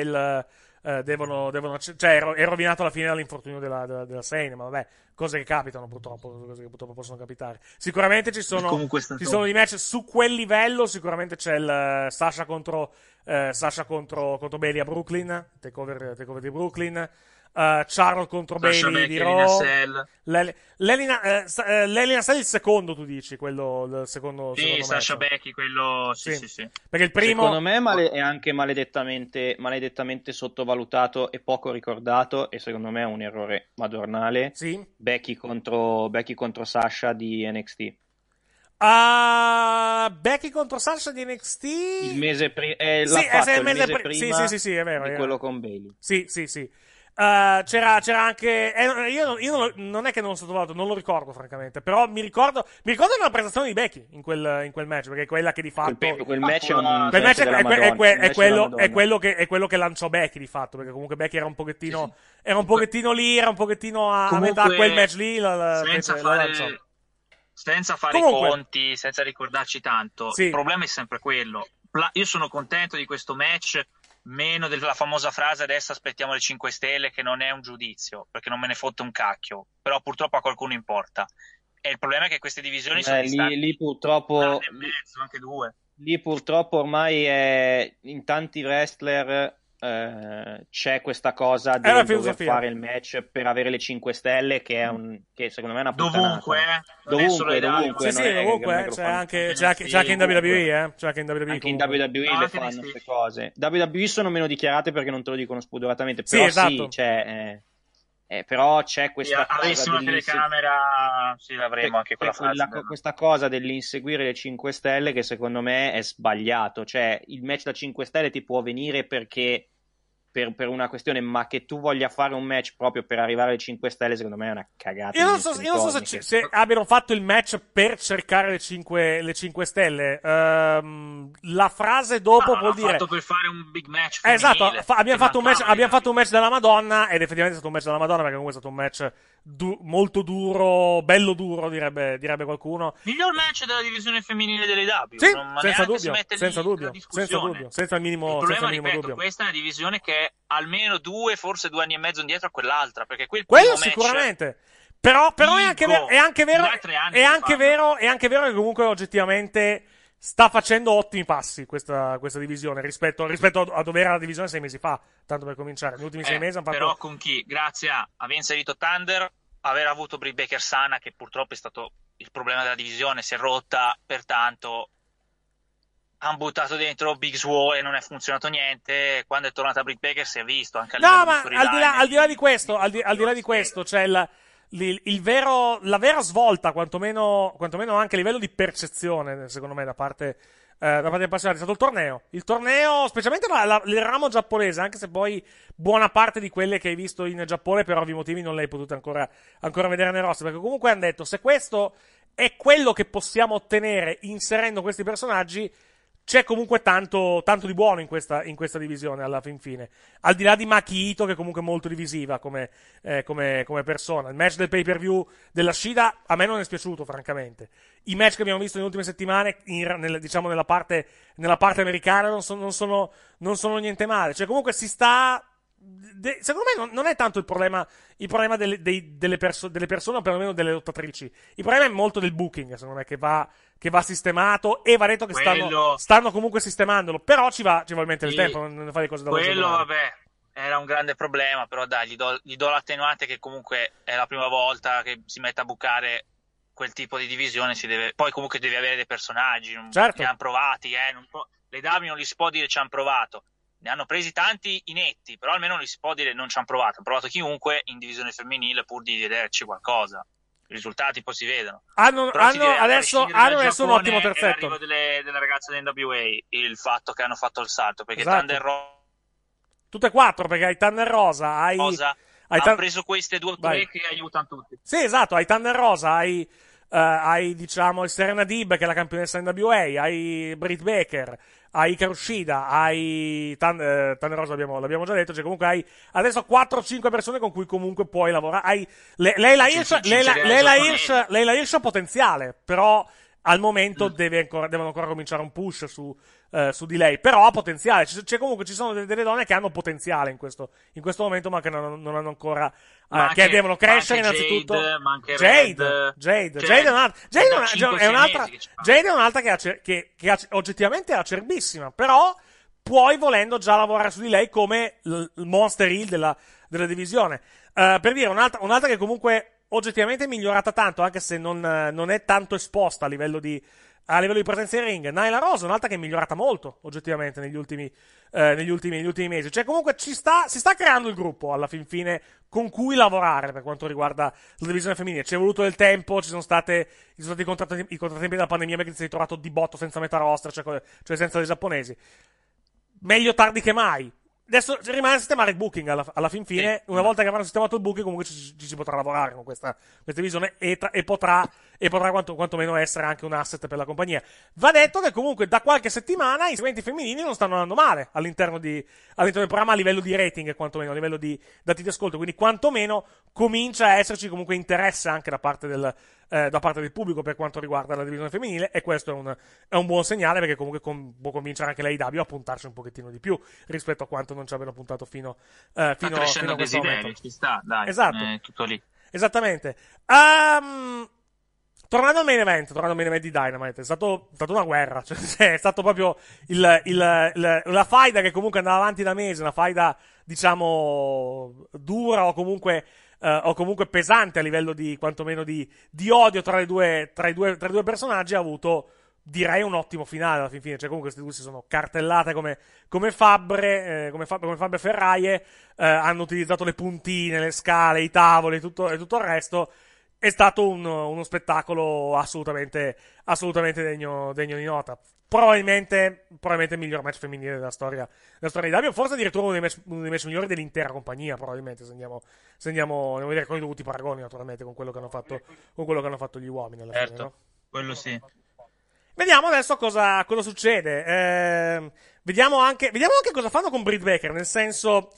è rovinato alla fine dall'infortunio della Sane, ma vabbè, cose che capitano purtroppo, possono capitare. Sicuramente ci sono i match su quel livello, sicuramente c'è il Sasha contro Bayley a Brooklyn, takeover di Brooklyn. Charlotte contro Bayley di Raw. L'Elina Sell il secondo, tu dici, quello il secondo. Sì, Sasha Becky, quello sì. Perché il primo, secondo me, è anche maledettamente sottovalutato e poco ricordato, e secondo me è un errore madornale. Sì. Becky contro Sasha di NXT. Becky contro Sasha di NXT il mese prima. Sì, è vero. Quello con Bayley. Sì. C'era anche io non è che non lo sottovaluto, non lo ricordo francamente, però mi ricordo una prestazione di Becky in quel match, perché è quella che di fatto quel match è quello che lanciò Becky di fatto, perché comunque Becky era un pochettino lì, a metà quel match lì senza fare i conti, senza ricordarci tanto. Il problema è sempre quello. Io sono contento di questo match, meno della famosa frase adesso aspettiamo le 5 stelle, che non è un giudizio, perché non me ne fotte un cacchio, però purtroppo a qualcuno importa. E il problema è che queste divisioni sono lì purtroppo e mezzo, anche 2. Lì purtroppo ormai in tanti wrestler c'è questa cosa di dover fare il match per avere le 5 stelle, che secondo me è una puttanata. Dovunque. Sì, dovunque. C'è anche in WWE, Anche in WWE le fanno queste cose. WWE sono meno dichiarate perché non te lo dicono spudoratamente, però sì, esatto. Però c'è questa cosa. Avessimo una telecamera, sì, l'avremo anche quella frase. Questa cosa dell'inseguire le 5 stelle, che secondo me è sbagliato. Cioè, il match da 5 stelle ti può venire perché per una questione, ma che tu voglia fare un match proprio per arrivare alle 5 stelle, secondo me è una cagata. Io non so se abbiano fatto il match per cercare le 5 stelle. La frase dopo vuol dire fatto per fare un big match femminile. Esatto, abbiamo fatto un match della Madonna, ed effettivamente è stato un match della Madonna, perché comunque è stato un match molto duro, bello duro, direbbe qualcuno. Miglior match della divisione femminile delle W. Sì, senza dubbio, senza il minimo dubbio. Questa è una divisione che è almeno 2, forse 2 anni e mezzo indietro a quell'altra, perché quello sicuramente. Però è anche vero che comunque oggettivamente sta facendo ottimi passi questa divisione rispetto a dove era la divisione 6 mesi fa, tanto per cominciare. Negli ultimi 6 mesi hanno fatto. Però con chi? Grazie a aver inserito Thunder, aver avuto Britt Baker sana, che purtroppo è stato il problema della divisione, si è rotta, pertanto hanno buttato dentro Big Swole e non è funzionato niente. Quando è tornata Britt Baker si è visto anche al di là di questo c'è la vera svolta, quantomeno anche a livello di percezione, secondo me, da parte dei appassionati, è stato il torneo, specialmente il ramo giapponese, anche se poi buona parte di quelle che hai visto in Giappone per ovvi motivi non le hai potute ancora vedere nel roster, perché comunque hanno detto: se questo è quello che possiamo ottenere inserendo questi personaggi, c'è comunque tanto di buono in questa divisione alla fin fine. Al di là di Maki Ito, che è comunque molto divisiva come persona. Il match del pay-per-view della Shida a me non è spiaciuto, francamente. I match che abbiamo visto nelle ultime settimane, diciamo nella parte americana, non sono niente male. Cioè, comunque si sta... secondo me non è tanto il problema delle persone, o perlomeno delle lottatrici. Il problema è molto del booking, secondo me, che va sistemato, e va detto che stanno comunque sistemandolo, però ci va il del tempo, non fa le cose da quello, vabbè, era un grande problema, però dai, gli do l'attenuante che comunque è la prima volta che si mette a bucare quel tipo di divisione, poi comunque devi avere dei personaggi, certo. Ne hanno provati, le W non li si può dire ci hanno provato. Ne hanno presi tanti inetti, però almeno non si può dire non ci hanno provato. Hanno provato chiunque in divisione femminile pur di vederci qualcosa. I risultati poi si vedono. Adesso un ottimo terzetto. L'arrivo delle ragazze dell'NWA, il fatto che hanno fatto il salto, perché esatto. Thunder Rosa... Tutte e quattro, perché hai Thunder Rosa, ha preso queste 2 o 3 che aiutano tutti. Sì, esatto, hai Thunder Rosa, hai diciamo il Serena Deeb, che è la campionessa NWA, hai Britt Baker, hai Hikaru Shida, hai Thunder Rosa, l'abbiamo già detto, cioè comunque hai adesso 4-5 persone con cui comunque puoi lavorare. Hai Leila Hirsch ha potenziale, però al momento devono ancora cominciare un push su di lei, però ha potenziale. Comunque ci sono delle donne che hanno potenziale in questo momento, ma che non hanno ancora che devono crescere innanzitutto. Jade è un'altra che oggettivamente è acerbissima, però puoi, volendo, già lavorare su di lei come il monster heel della divisione. Per dire, un'altra che comunque oggettivamente è migliorata tanto, anche se non è tanto esposta a livello di presenza in ring. Nyla Rose è un'altra che è migliorata molto oggettivamente negli ultimi mesi. Cioè, comunque si sta creando il gruppo alla fin fine con cui lavorare per quanto riguarda la divisione femminile. Ci è voluto del tempo, ci sono stati i contrattempi della pandemia, perché ti sei trovato di botto senza metà roster, cioè senza dei giapponesi. Meglio tardi che mai. Adesso rimane a sistemare il booking alla fin fine. Una volta che avranno sistemato il booking, comunque ci si potrà lavorare con questa visione e potrà quantomeno essere anche un asset per la compagnia. Va detto che comunque da qualche settimana i segmenti femminili non stanno andando male all'interno del programma, a livello di rating, quantomeno a livello di dati di ascolto, quindi quantomeno comincia a esserci comunque interesse anche da parte del pubblico per quanto riguarda la divisione femminile, e questo è un buon segnale, perché comunque può convincere anche l'AEW a puntarsi un pochettino di più rispetto a quanto non ci avevano puntato fino a questo momento. Ci sta, dai, esatto. Tutto lì. Esattamente. Tornando al main event di Dynamite, è stato una guerra, cioè è stato proprio la faida che comunque andava avanti da mesi, una faida, diciamo, dura o comunque pesante a livello di quantomeno di odio tra i due personaggi. Ha avuto, direi, un ottimo finale alla fin fine. Cioè, comunque queste due si sono cartellate come Fabbre Ferraie, hanno utilizzato le puntine, le scale, i tavoli e tutto il resto. È stato uno spettacolo assolutamente degno di nota. Probabilmente il miglior match femminile della storia di AEW, forse addirittura uno dei match migliori dell'intera compagnia, probabilmente, se andiamo a vedere con i dovuti paragoni, naturalmente, con quello che hanno fatto gli uomini alla fine, no? Quello sì. Vediamo adesso cosa succede. Vediamo anche cosa fanno con Britt Baker, nel senso,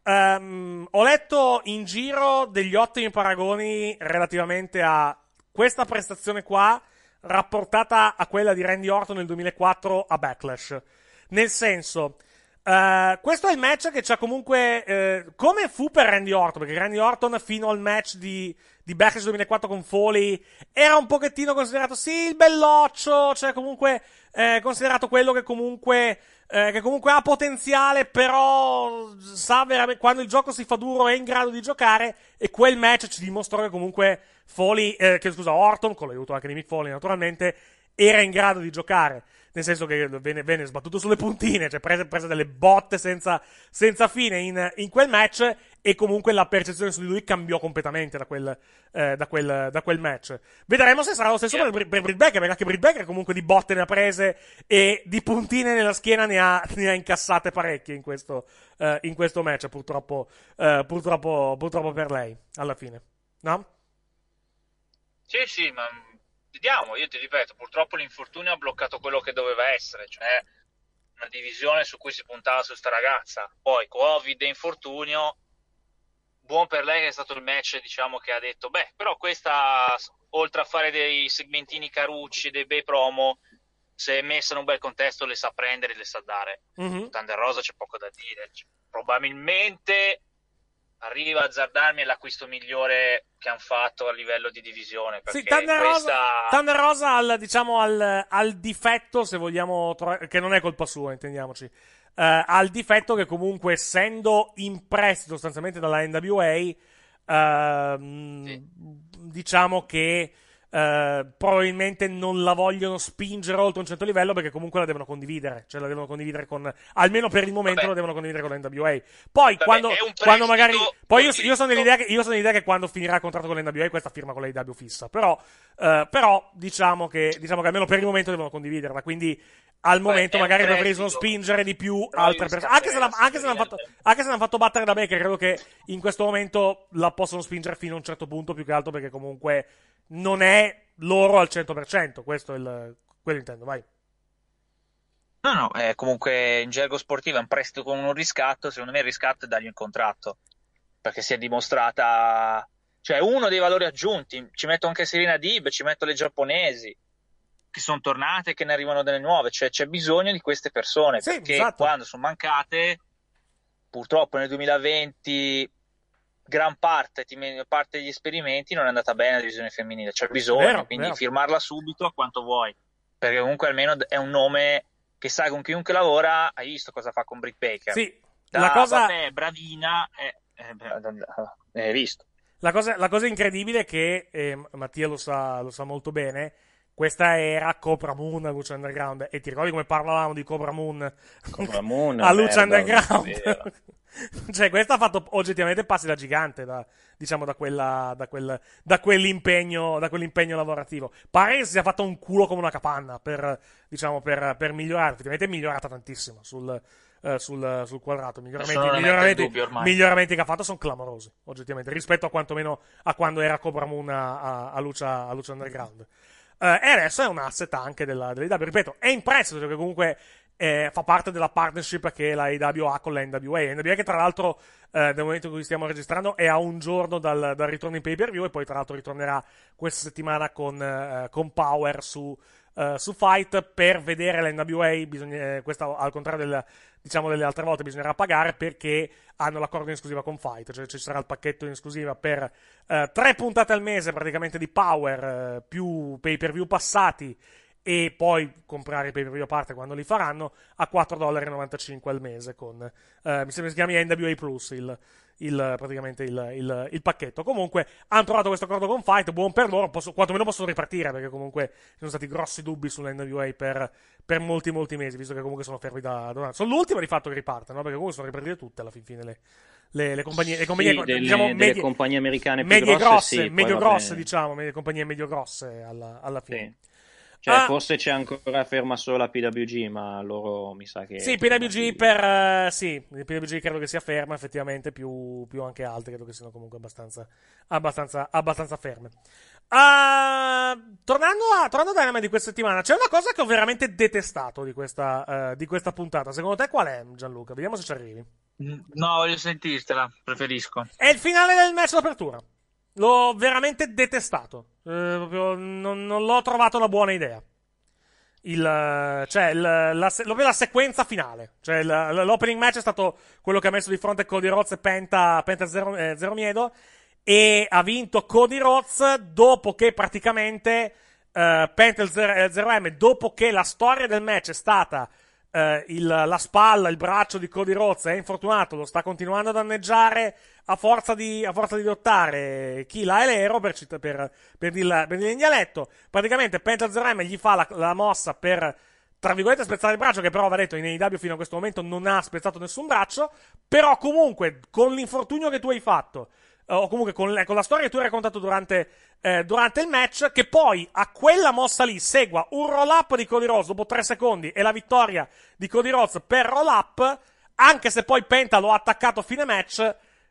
ho letto in giro degli ottimi paragoni relativamente a questa prestazione qua rapportata a quella di Randy Orton nel 2004 a Backlash. Nel senso, questo è il match che c'ha comunque, come fu per Randy Orton, perché Randy Orton fino al match di Backlash 2004 con Foley era un pochettino considerato, sì, il belloccio, cioè comunque considerato quello che comunque ha potenziale, però sa veramente, quando il gioco si fa duro è in grado di giocare, e quel match ci dimostrò che comunque Orton, con l'aiuto anche di Mick Foley naturalmente, era in grado di giocare, nel senso che venne sbattuto sulle puntine, cioè prese delle botte senza fine in quel match, e comunque la percezione su di lui cambiò completamente da quel match. Vedremo se sarà lo stesso per Britt Baker, perché anche Britt Baker comunque di botte ne ha prese e di puntine nella schiena ne ha incassate parecchie in questo match, purtroppo per lei alla fine, no? Sì, ma vediamo, io ti ripeto, purtroppo l'infortunio ha bloccato quello che doveva essere, cioè una divisione su cui si puntava su sta ragazza. Poi Covid e infortunio, buon per lei che è stato il match, diciamo, che ha detto però questa, oltre a fare dei segmentini carucci, dei bei promo, se è messa in un bel contesto le sa prendere e le sa dare. Thunder Rosa c'è poco da dire, probabilmente arriva a azzardarmi l'acquisto migliore che hanno fatto a livello di divisione, perché sì, Thunder Rosa al difetto, se vogliamo, che non è colpa sua, intendiamoci, al difetto che comunque, essendo in prestito sostanzialmente dalla NWA, diciamo che probabilmente non la vogliono spingere oltre un certo livello, perché comunque la devono condividere, cioè la devono condividere con, almeno per il momento, la devono condividere con la NWA. Poi quando magari, poi io sono dell'idea che quando finirà il contratto con la NWA questa firma con la AEW fissa, però diciamo che almeno per il momento devono condividerla, quindi al momento magari preferiscono spingere di più altre persone, anche se l'hanno fatto battere da me, che credo che in questo momento la possono spingere fino a un certo punto, più che altro perché comunque non è loro al 100%, questo è quello intendo, vai. No, comunque in gergo sportivo è un prestito con un riscatto, secondo me il riscatto è dargli un contratto, perché si è dimostrata, cioè, uno dei valori aggiunti. Ci metto anche Serena Deeb, ci metto le giapponesi, che sono tornate e che ne arrivano delle nuove, cioè c'è bisogno di queste persone, sì, perché esatto, quando sono mancate, purtroppo nel 2020 gran parte degli esperimenti non è andata bene la divisione femminile, c'è bisogno, quindi firmarla subito a quanto vuoi, perché comunque almeno è un nome che sai con chiunque lavora. Hai visto cosa fa con Britt Baker? Sì, la cosa vabbè, bravina, hai visto. La cosa incredibile è che Mattia lo sa molto bene. Questa era Cobra Moon a Lucha Underground, e ti ricordi come parlavamo di Cobra Moon a Lucha Underground? Cioè, questa ha fatto oggettivamente passi da gigante da quell'impegno lavorativo. Pare che si sia fatto un culo come una capanna per migliorare. Effettivamente è migliorata tantissimo sul quadrato. Miglioramenti che ha fatto sono clamorosi, oggettivamente, rispetto a quantomeno a quando era Cobra Moon a Lucha Underground. E adesso è un asset anche dell'AEW, ripeto, è in prestito, perché comunque fa parte della partnership che la AEW ha con la NWA. NWA che tra l'altro nel momento in cui stiamo registrando è a un giorno dal ritorno in pay-per-view, e poi tra l'altro ritornerà questa settimana con Power su Fight. Per vedere la NWA questa, al contrario delle altre volte, bisognerà pagare, perché hanno l'accordo in esclusiva con Fight, cioè ci sarà il pacchetto in esclusiva per 3 puntate al mese praticamente di Power, più pay-per-view passati, e poi comprare i pay-per-view a parte quando li faranno, a $4,95 al mese, con mi sembra si chiami NWA Plus praticamente il pacchetto. Comunque hanno trovato questo accordo con Fight, buon per loro, quantomeno possono ripartire, perché comunque ci sono stati grossi dubbi sulla NWA per molti mesi, visto che comunque sono fermi da un anno. Sono l'ultima di fatto che ripartano, no? Perché comunque sono ripartite tutte alla fin fine le compagnie, diciamo, delle compagnie americane più medie grosse, grosse, diciamo, compagnie medio grosse alla fine. Sì. Cioè, forse c'è ancora ferma solo la PWG, ma loro mi sa che... Sì, PWG il PWG credo che sia ferma, effettivamente, più anche altre, credo che siano comunque abbastanza ferme. Tornando a Dynamite di questa settimana, c'è una cosa che ho veramente detestato di questa puntata. Secondo te qual è, Gianluca? Vediamo se ci arrivi. No, voglio sentirtela, preferisco. È il finale del match d'apertura. L'ho veramente detestato. Proprio non l'ho trovato una buona idea. La sequenza finale. Cioè, l'opening match è stato quello che ha messo di fronte Cody Rhodes e Penta Zero Miedo. E ha vinto Cody Rhodes dopo che praticamente Penta e 0M, dopo che la storia del match è stata la spalla, il braccio di Cody Rhodes è infortunato, lo sta continuando a danneggiare a forza di lottare chi l'ha e l'ero, per dirla in dialetto. Praticamente Penta 0M gli fa la mossa per, tra virgolette, spezzare il braccio, che però, va detto, in AEW fino a questo momento non ha spezzato nessun braccio. Però comunque con l'infortunio che tu hai fatto, o comunque con la storia che tu hai raccontato durante il match, che poi a quella mossa lì segua un roll up di Cody Rhodes dopo 3 secondi e la vittoria di Cody Rhodes per roll up, anche se poi Penta lo ha attaccato a fine match,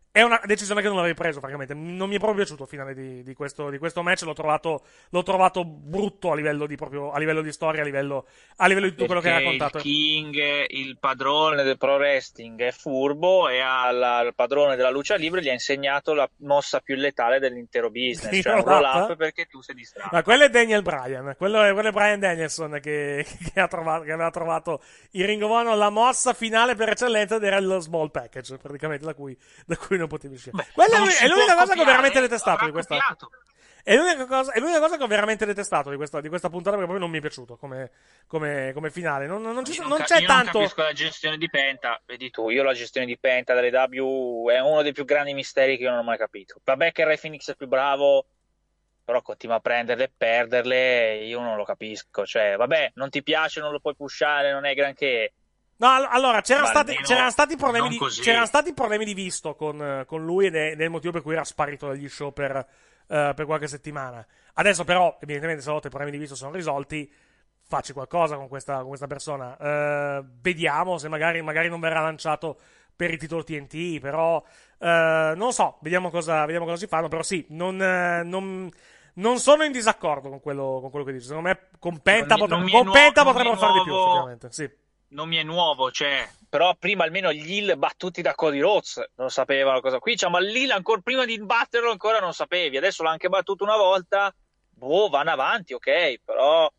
È una decisione che non avevi preso, francamente. Non mi è proprio piaciuto il finale di questo match. L'ho trovato brutto a livello di storia, a livello di tutto quello che hai raccontato. Il King, il padrone del pro wrestling, è furbo e al padrone della lucha libre gli ha insegnato la mossa più letale dell'intero business, cioè un roll up perché tu sei distratto. Ma quello è Daniel Bryan, quello è Bryan Danielson che aveva trovato il Ring of Honor, la mossa finale per eccellenza, ed era lo small package, praticamente, da cui non potevi uscire. Quella è l'unica cosa che ho veramente detestato di questa. È l'unica cosa che ho veramente detestato di questa puntata, perché proprio non mi è piaciuto come finale. Non c'è tanto. Non capisco la gestione di Penta. Vedi tu, io la gestione di Penta delle W è uno dei più grandi misteri che io non ho mai capito. Vabbè che Ray Phoenix è più bravo, però continua a prenderle e perderle, io non lo capisco. Cioè, vabbè, non ti piace, non lo puoi pushare, non è granché. No, allora, c'erano stati problemi di visto con lui, ed è il motivo per cui era sparito dagli show per qualche settimana. Adesso però, evidentemente, se i problemi di visto sono risolti, facci qualcosa con questa persona. Vediamo se magari non verrà lanciato per il titolo TNT, però non so, vediamo cosa si fanno, però sì, non sono in disaccordo con quello che dici. Secondo me con Penta potrebbero fare di più, effettivamente, sì. Non mi è nuovo, cioè, però prima almeno gli Hill battuti da Cody Rhodes non sapevano cosa qui, cioè, ma l'Hill ancora prima di batterlo ancora non sapevi, adesso l'ha anche battuto una volta, vanno avanti, ok, però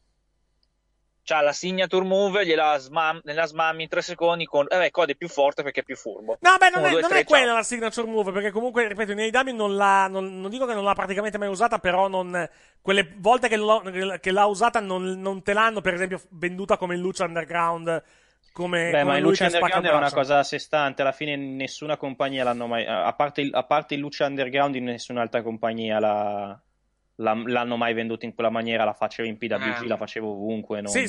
c'ha la signature move, nella smammi in 3 secondi con Cody è più forte perché è più furbo. No, beh, non è quella la signature move, perché comunque, ripeto, in AEW non dico che non l'ha praticamente mai usata, però quelle volte che l'ha usata non te l'hanno, per esempio, venduta come in Lucha Underground. Ma il Lucha Underground era una cosa a sé stante, alla fine nessuna compagnia l'hanno mai, a parte il Lucha Underground, in nessun'altra compagnia l'hanno mai venduta in quella maniera. La facevo in PWG, la facevo ovunque. Sì.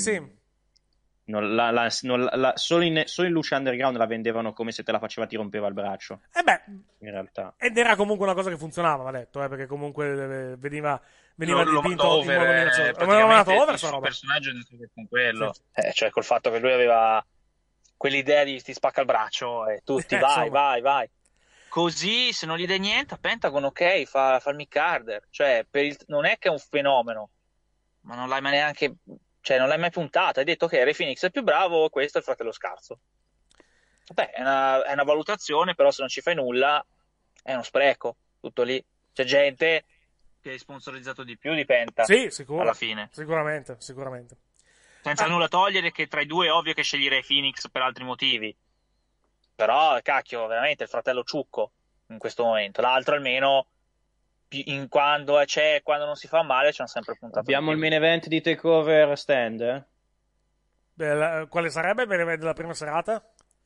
Solo in Lucha Underground la vendevano come se te la faceva ti rompeva il braccio. In realtà. Ed era comunque una cosa che funzionava, va detto, perché comunque veniva dipinto in modo over il personaggio con quello. Sì. Cioè col fatto che lui aveva quell'idea di ti spacca il braccio e tutti vai. Così, se non gli dai niente, a Pentagon, ok, fa il Mick Carter. Cioè, non è che è un fenomeno, ma non l'hai mai neanche, cioè, non l'hai mai puntato. Hai detto che Ray Phoenix è più bravo, questo è il fratello scarso. Vabbè, è una valutazione, però se non ci fai nulla, è uno spreco. Tutto lì. C'è gente che è sponsorizzato di più di Penta. Sì, sicuro. Alla fine. Sicuramente. Senza nulla togliere che tra i due è ovvio che scegli Ray Phoenix per altri motivi. Però, cacchio, veramente il fratello ciucco in questo momento. L'altro almeno, quando non si fa male, ci hanno sempre puntato. Abbiamo il main event di TakeOver Stand? Quale sarebbe il main event della prima serata?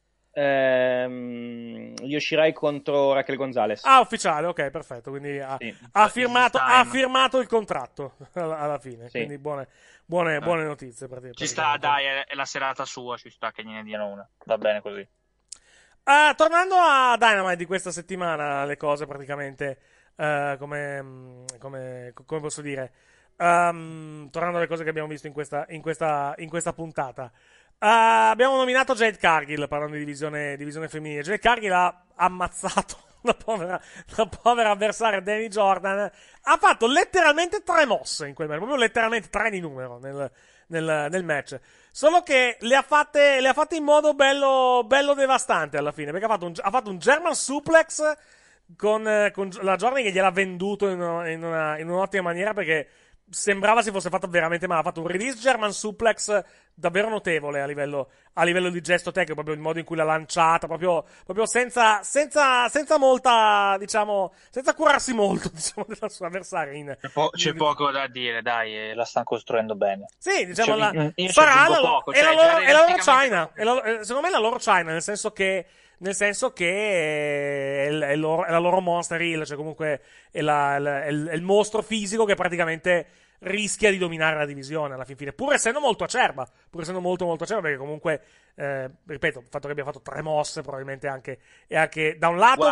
Yoshirai contro Raquel Gonzalez. Ufficiale, ok, perfetto. Quindi ha firmato il contratto alla fine. Sì. Quindi buone notizie. Ci sta, dai, è la serata sua, ci sta che gliene diano una. Va bene così. Tornando a Dynamite di questa settimana, le cose praticamente come posso dire, tornando alle cose che abbiamo visto in questa puntata, abbiamo nominato Jade Cargill, parlando di divisione femminile. Jade Cargill ha ammazzato la povera avversaria Danny Jordan, ha fatto letteralmente 3 mosse in quel match, proprio letteralmente 3 di numero nel match. Solo che le ha fatte in modo bello devastante alla fine, perché ha fatto un German suplex con la Jordan che gliel'ha venduto in un'ottima maniera, perché sembrava si fosse fatto veramente male. Ha fatto un release German suplex davvero notevole a livello di gesto tecnico, proprio il modo in cui l'ha lanciata, proprio senza molta, diciamo, senza curarsi molto, diciamo, della sua avversaria. C'è poco da dire, dai, la stanno costruendo bene. Sì, diciamo, sarà la loro China. Secondo me è la loro China, nel senso che è la loro Monster Hill, cioè comunque è il mostro fisico che praticamente rischia di dominare la divisione alla fin fine, pur essendo molto acerba, molto acerba, perché comunque, ripeto, il fatto che abbia fatto 3 mosse probabilmente anche da un lato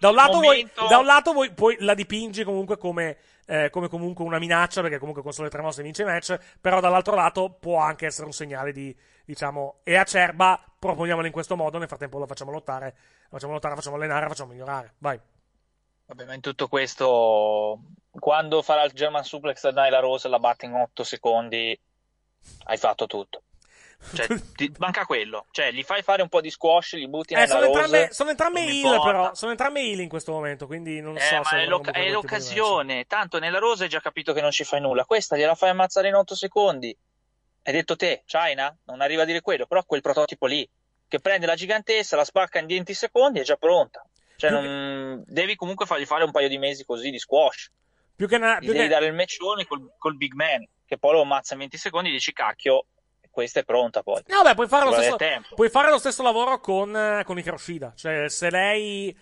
voi poi la dipingi comunque come comunque una minaccia, perché comunque con sole 3 mosse vince i match, però dall'altro lato può anche essere un segnale di, diciamo, è acerba, proponiamolo in questo modo, nel frattempo lo facciamo lottare, facciamo allenare, facciamo migliorare, vai. Vabbè, ma in tutto questo, quando farà il German Suplex a Nyla Rose la batte in 8 secondi, hai fatto tutto. Cioè, ti manca quello. Cioè, gli fai fare un po' di squash, li butti nella Rose. Sono entrambe heel, però. Sono entrambe heel in questo momento, quindi non so ma se è l'occasione. Tanto nella Rose hai già capito che non ci fai nulla. Questa gliela fai ammazzare in 8 secondi. Hai detto te, China? Non arriva a dire quello. Però quel prototipo lì, che prende la gigantessa, la spacca in 20 secondi, è già pronta. Cioè, devi comunque fargli fare un paio di mesi così di squash. Devi dare il matchone col big man, che poi lo ammazza in 20 secondi e dici, cacchio, questa è pronta poi. No, beh, puoi fare lo stesso lavoro con Hikaru Shida. Cioè, se lei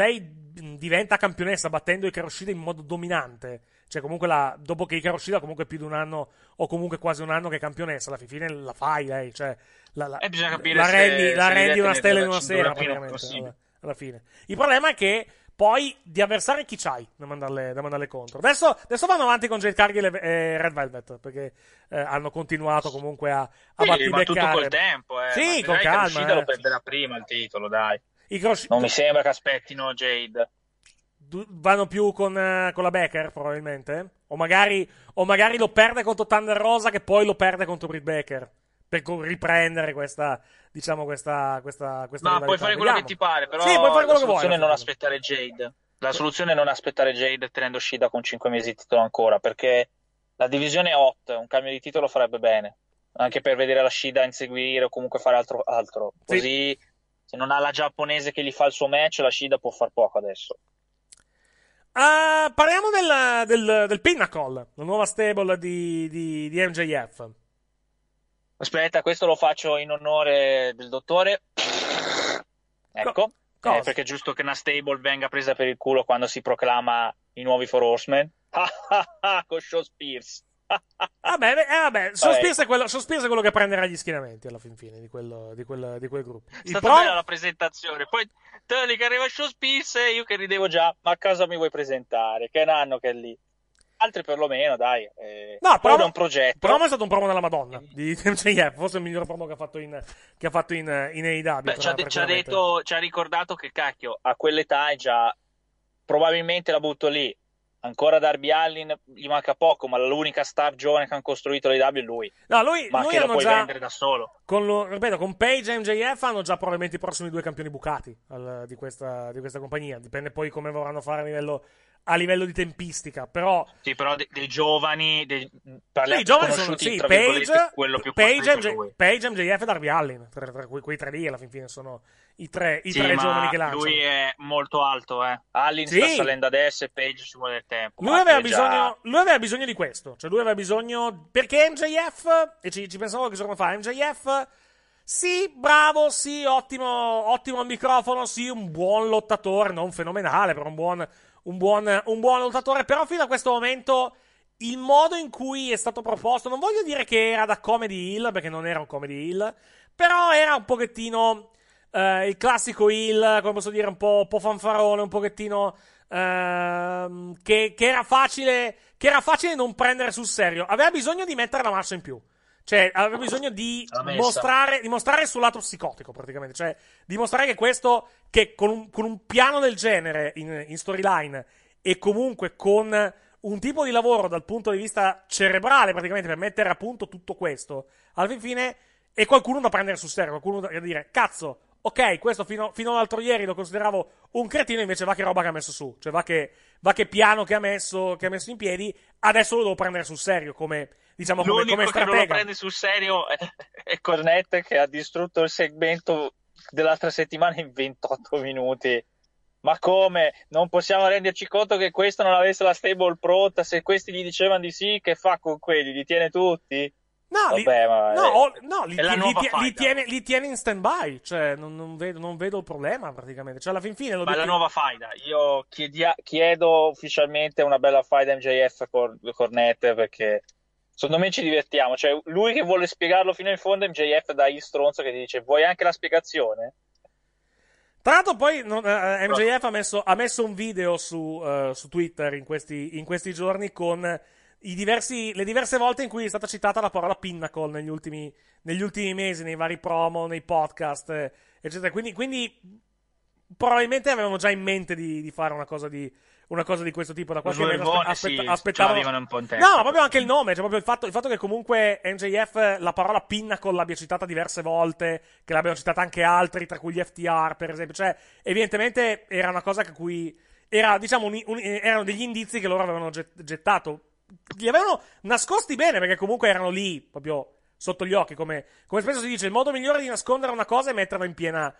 diventa campionessa battendo Hikaru Shida in modo dominante, cioè comunque dopo che Hikaru Shida comunque più di un anno o comunque quasi un anno che è campionessa, alla fine la fai lei, cioè bisogna capire la rendi una stella in una sera praticamente alla fine. Il problema è che poi di avversari chi c'hai da mandarle contro. Adesso vanno avanti con Jade Cargill e Red Velvet, perché hanno continuato comunque a battibeccare. Ma tutto col tempo, Sì, con calma. Lo perderà prima il titolo, dai. Non mi sembra che aspettino Jade. Vanno più con la Becker, probabilmente? O magari lo perde contro Thunder Rosa, che poi lo perde contro Britt Baker, per riprendere questa No, rivalità. puoi fare quello che ti pare, però sì, puoi fare quello la soluzione è non aspettare Jade. La soluzione è non aspettare Jade tenendo Shida con 5 mesi di titolo ancora, perché la divisione è hot, un cambio di titolo farebbe bene, anche per vedere la Shida inseguire o comunque fare altro. Così, se non ha la giapponese che gli fa il suo match, la Shida può far poco adesso. Parliamo del Pinnacle, la nuova stable di MJF. Aspetta, questo lo faccio in onore del dottore. Ecco, perché è giusto che una stable venga presa per il culo quando si proclama i nuovi Four Horsemen. Con Shawn Spears. Vabbè, Shawn Spears è quello che prenderà gli schieramenti alla fin fine di quel gruppo. È stata bella la presentazione. Poi te che arriva Shawn Spears e io che ridevo già, ma a cosa mi vuoi presentare? Che nanno che è lì. Altri perlomeno, dai. No, però è un progetto. Però è stato un promo della Madonna di MJF, forse il miglior promo che ha fatto in AEW. Beh, ci ha ricordato che cacchio, a quell'età è già probabilmente la butto lì. Ancora Darby Allin gli manca poco, ma l'unica star giovane che hanno costruito l'AEW è lui. No, lui che lo puoi già vendere da solo. Con Page e MJF hanno già probabilmente i prossimi 2 campioni bucati di questa compagnia. Dipende poi come vorranno fare a livello di tempistica, però sì, però dei giovani i giovani sono Page, MJF e Darby Allin, quei 3 lì alla fin fine sono i tre giovani che lanciano. Lui è molto alto, Allin sta salendo adesso e Page ci vuole del tempo. Lui aveva bisogno di questo, cioè lui aveva bisogno, perché MJF, e ci pensavo che giorno fa, MJF sì, bravo, sì, ottimo al microfono, sì, un buon lottatore, non fenomenale, però un buon lottatore, però fino a questo momento il modo in cui è stato proposto, non voglio dire che era da comedy heel, perché non era un comedy heel, però era un pochettino il classico heel, come posso dire, un po' fanfarone, un pochettino che era facile non prendere sul serio. Aveva bisogno di mettere la marcia in più. Cioè, aveva bisogno di mostrare il suo lato psicotico, praticamente. Cioè, dimostrare che questo, che con un piano del genere in storyline e comunque con un tipo di lavoro dal punto di vista cerebrale, praticamente, per mettere a punto tutto questo, alla fine è qualcuno da prendere sul serio, qualcuno da dire, cazzo, ok, questo fino all'altro ieri lo consideravo un cretino, invece va che roba che ha messo su. Cioè, va che piano che ha messo in piedi, adesso lo devo prendere sul serio, come L'unico stratega. Che non lo prende sul serio è Cornette, che ha distrutto il segmento dell'altra settimana in 28 minuti. Ma come? Non possiamo renderci conto che questo non avesse la stable pronta? Se questi gli dicevano di sì, che fa con quelli? Li tiene tutti? Li tiene in stand-by, cioè non vedo il problema praticamente, cioè alla fin fine ma la nuova faida, io chiedo ufficialmente una bella faida MJF Cornette, perché Secondo me ci divertiamo, cioè lui che vuole spiegarlo fino in fondo, MJF dà il stronzo che ti dice vuoi anche la spiegazione? Tra l'altro poi MJF ha messo un video su Twitter in questi giorni con le diverse volte in cui è stata citata la parola Pinnacle negli ultimi mesi, nei vari promo, nei podcast, eccetera. Quindi probabilmente avevano già in mente di fare una cosa di questo tipo da qualche mese. Aspettavano un po' in testa. No, proprio anche il nome, cioè proprio il fatto che comunque MJF la parola Pinnacle l'abbia citata diverse volte, che l'abbiano citata anche altri, tra cui gli FTR, per esempio. Cioè, evidentemente era una cosa che era, diciamo, erano degli indizi che loro avevano gettato. Li avevano nascosti bene, perché comunque erano lì, proprio sotto gli occhi, come spesso si dice, il modo migliore di nascondere una cosa è metterla in piena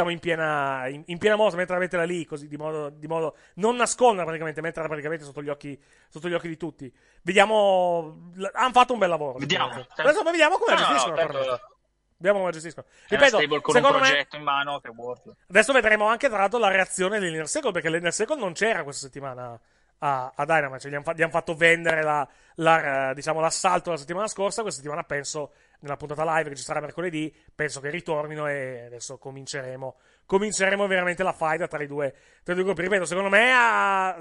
mostra, metterla lì, così, di modo non nasconderla praticamente, metterla praticamente sotto gli occhi di tutti. Vediamo, hanno fatto un bel lavoro. Adesso vediamo come la gestiscono. Vediamo come la gestiscono. Ripeto, con un progetto in mano che work. Adesso vedremo anche, tra l'altro, la reazione dell'Inner Circle, perché l'Inner Circle non c'era questa settimana a Dynamite, cioè gli hanno fatto vendere l'assalto la settimana scorsa. Questa settimana penso, nella puntata live che ci sarà mercoledì, penso che ritornino e adesso cominceremo veramente la fight tra i due gruppi. Ripeto, secondo me a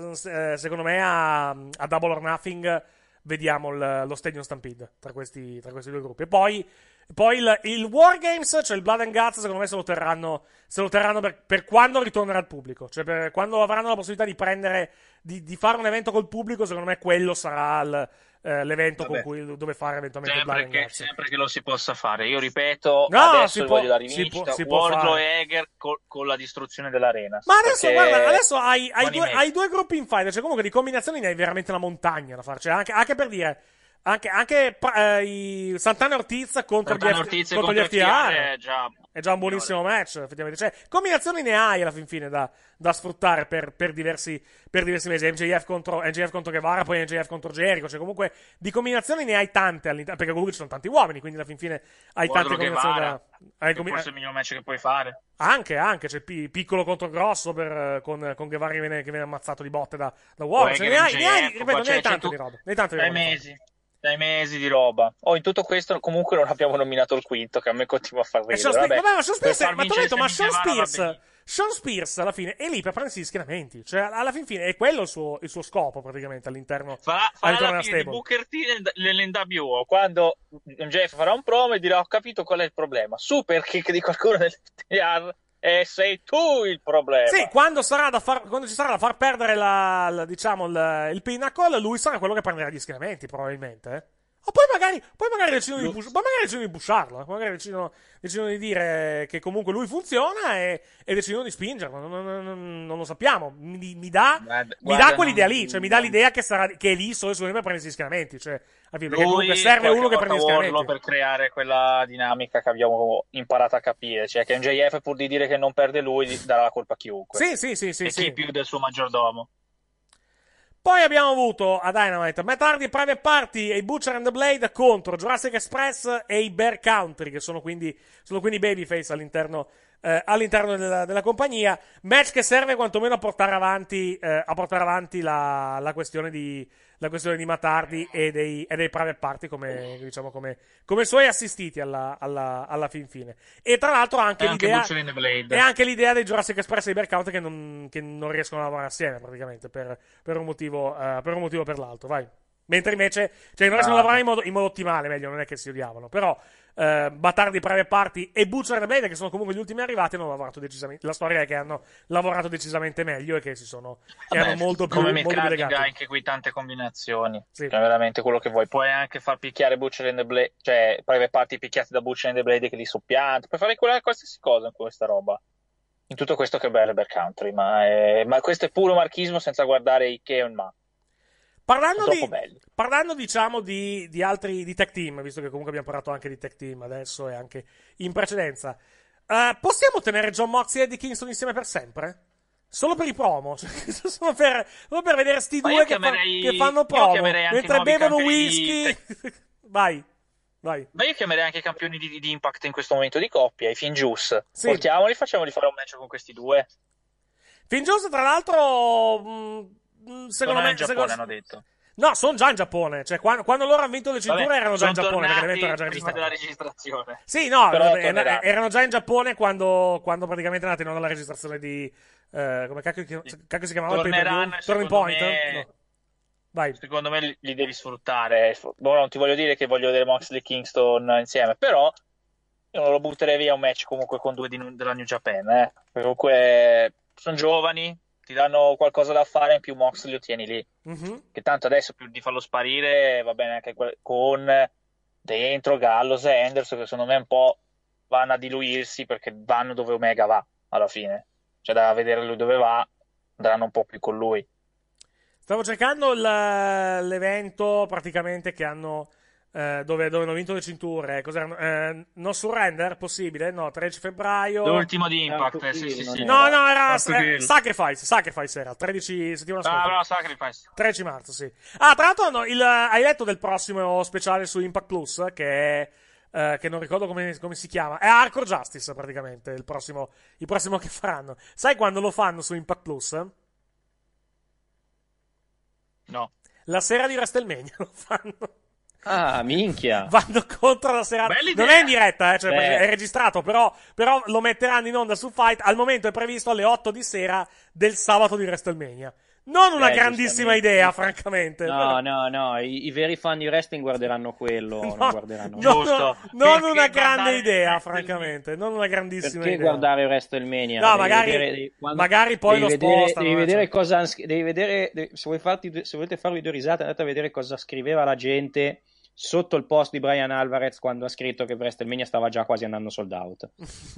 Double or Nothing vediamo lo Stadium Stampede tra questi due gruppi. E poi il War Games, cioè il Blood and Guts, secondo me se lo terranno per quando ritornerà al pubblico, cioè per quando avranno la possibilità di fare un evento col pubblico. Secondo me quello sarà l'evento dove fare eventualmente il Blood and Guts. Sempre che lo si possa fare. Io ripeto, adesso voglio la rivincita Wardlow e Hager con la distruzione dell'arena. Ma adesso guarda, adesso hai due gruppi in fight, cioè comunque di combinazioni ne hai veramente una montagna da fare, cioè anche per dire anche i Santana Ortiz contro gli FTR è già un buonissimo match, effettivamente. Cioè, combinazioni ne hai alla fin fine da sfruttare per diversi mesi. MJF contro Guevara, poi MJF contro Jericho. Cioè, comunque, di combinazioni ne hai tante all'interno, perché comunque ci sono tanti uomini, quindi alla fin fine hai tante combinazioni forse è il miglior match che puoi fare. Anche, cioè, piccolo contro grosso con Guevara che viene ammazzato di botte da uomo. Cioè, ne hai tante di roba. Ne hai tante di roba. 6 mesi di roba. In tutto questo comunque non abbiamo nominato il quinto, che a me continua a far ridere. Sean Spears alla fine è lì per prendersi gli schieramenti, cioè alla fine è quello il suo scopo praticamente all'interno farà la fine di Booker T nell'NWO, quando Jeff farà un promo e dirà ho capito qual è il problema, super kick di qualcuno dell'FTR e sei tu il problema. Sì, quando ci sarà da far perdere il Pinnacle, lui sarà quello che prenderà gli schieramenti, probabilmente. O poi magari decidono di pusharlo, magari decidono di dire che comunque lui funziona e decidono di spingerlo. Non lo sappiamo. Mi dà quell'idea lì, cioè mi dà l'idea che è lì solo per prendersi gli schieramenti, cioè perché comunque serve uno che prende gli schieramenti per creare quella dinamica che abbiamo imparato a capire, cioè che MJF, pur di dire che non perde lui, darà la colpa a chiunque. Sì. Chi più del suo maggiordomo. Poi abbiamo avuto a Dynamite Matt Hardy, Private Party e i Butcher and the Blade contro Jurassic Express e i Bear Country, che sono quindi babyface all'interno della compagnia. Match che serve quantomeno a portare avanti la questione di Matt Hardy e dei Private Party come suoi assistiti alla fin fine. E tra l'altro anche l'idea dei Jurassic Express e i Bear Country che non riescono a lavorare assieme praticamente per un motivo o per l'altro, vai. Mentre invece, cioè, non riescono a lavorare in modo ottimale, meglio, non è che si odiavano, però Batardi, Private Party e Butcher and the Blade, che sono comunque gli ultimi arrivati, hanno lavorato decisamente. La storia è che hanno lavorato decisamente meglio e che erano molto più legati. Anche qui tante combinazioni, sì. È veramente quello che vuoi. Puoi anche far picchiare Butcher and the Blade, cioè Private Party picchiati da Butcher and the Blade che li soppianta, puoi fare qualsiasi cosa in questa roba. In tutto questo che bello Bear Country, ma questo è puro marchismo senza guardare i che o il ma. Parlando diciamo di altri di tag team, visto che comunque abbiamo parlato anche di tag team adesso e anche in precedenza, possiamo tenere Jon Moxley e Eddie Kingston insieme per sempre? Solo per i promo, cioè, solo per vedere sti due che fanno promo mentre bevono whisky. Vai. Ma io chiamerei anche i campioni di Impact in questo momento di coppia, i Finn Juice. Sì. Portiamoli, facciamoli fare un match con questi due. Finn Juice, tra l'altro, secondo me, in Giappone hanno detto. No, sono già in Giappone. Cioè, quando loro hanno vinto le cinture erano già in Giappone, perché l'evento era già prima registrato. della registrazione. Sì, no, Però erano già in Giappone quando praticamente è nata in onda la registrazione di... come cacchio si chiamava? Torneranno, Turning Point? No. Vai. Secondo me li devi sfruttare. Non ti voglio dire che voglio vedere Moxley e Kingston insieme, però io non lo butterei via un match comunque con due della New Japan. Comunque sono giovani, ti danno qualcosa da fare, in più Moxley lo tieni lì. Mm-hmm. Che tanto adesso più di farlo sparire va bene anche con dentro Gallows e Anderson, che secondo me un po' vanno a diluirsi perché vanno dove Omega va alla fine. Cioè da vedere lui dove va, andranno un po' più con lui. Stavo cercando l'evento praticamente che hanno dove hanno vinto le cinture. Cos'erano? No Surrender, possibile? No, 13 febbraio. L'ultimo di Impact, sì. No, era Sacrifice era, 13 settimane scorsa. No, Sacrifice. 13 marzo, sì. Tra l'altro hai letto del prossimo speciale su Impact Plus, che non ricordo come si chiama. È Hardcore Justice, praticamente, il prossimo che faranno. Sai quando lo fanno su Impact Plus? No. La sera di WrestleMania lo fanno. Ah, minchia. Vanno contro la serata. Non è in diretta, cioè è registrato, però lo metteranno in onda su Fight. Al momento è previsto alle 8 di sera del sabato di WrestleMania. Non una grandissima idea, francamente. No, i veri fan di wrestling guarderanno quello, non guarderanno. Giusto. Non una grande idea, francamente. Non una grandissima idea. Perché guardare WrestleMania? No, magari poi lo spostano. Devi vedere cosa... Devi vedere... Se volete farvi due risate, andate a vedere cosa scriveva la gente sotto il post di Brian Alvarez quando ha scritto che WrestleMania stava già quasi andando sold out.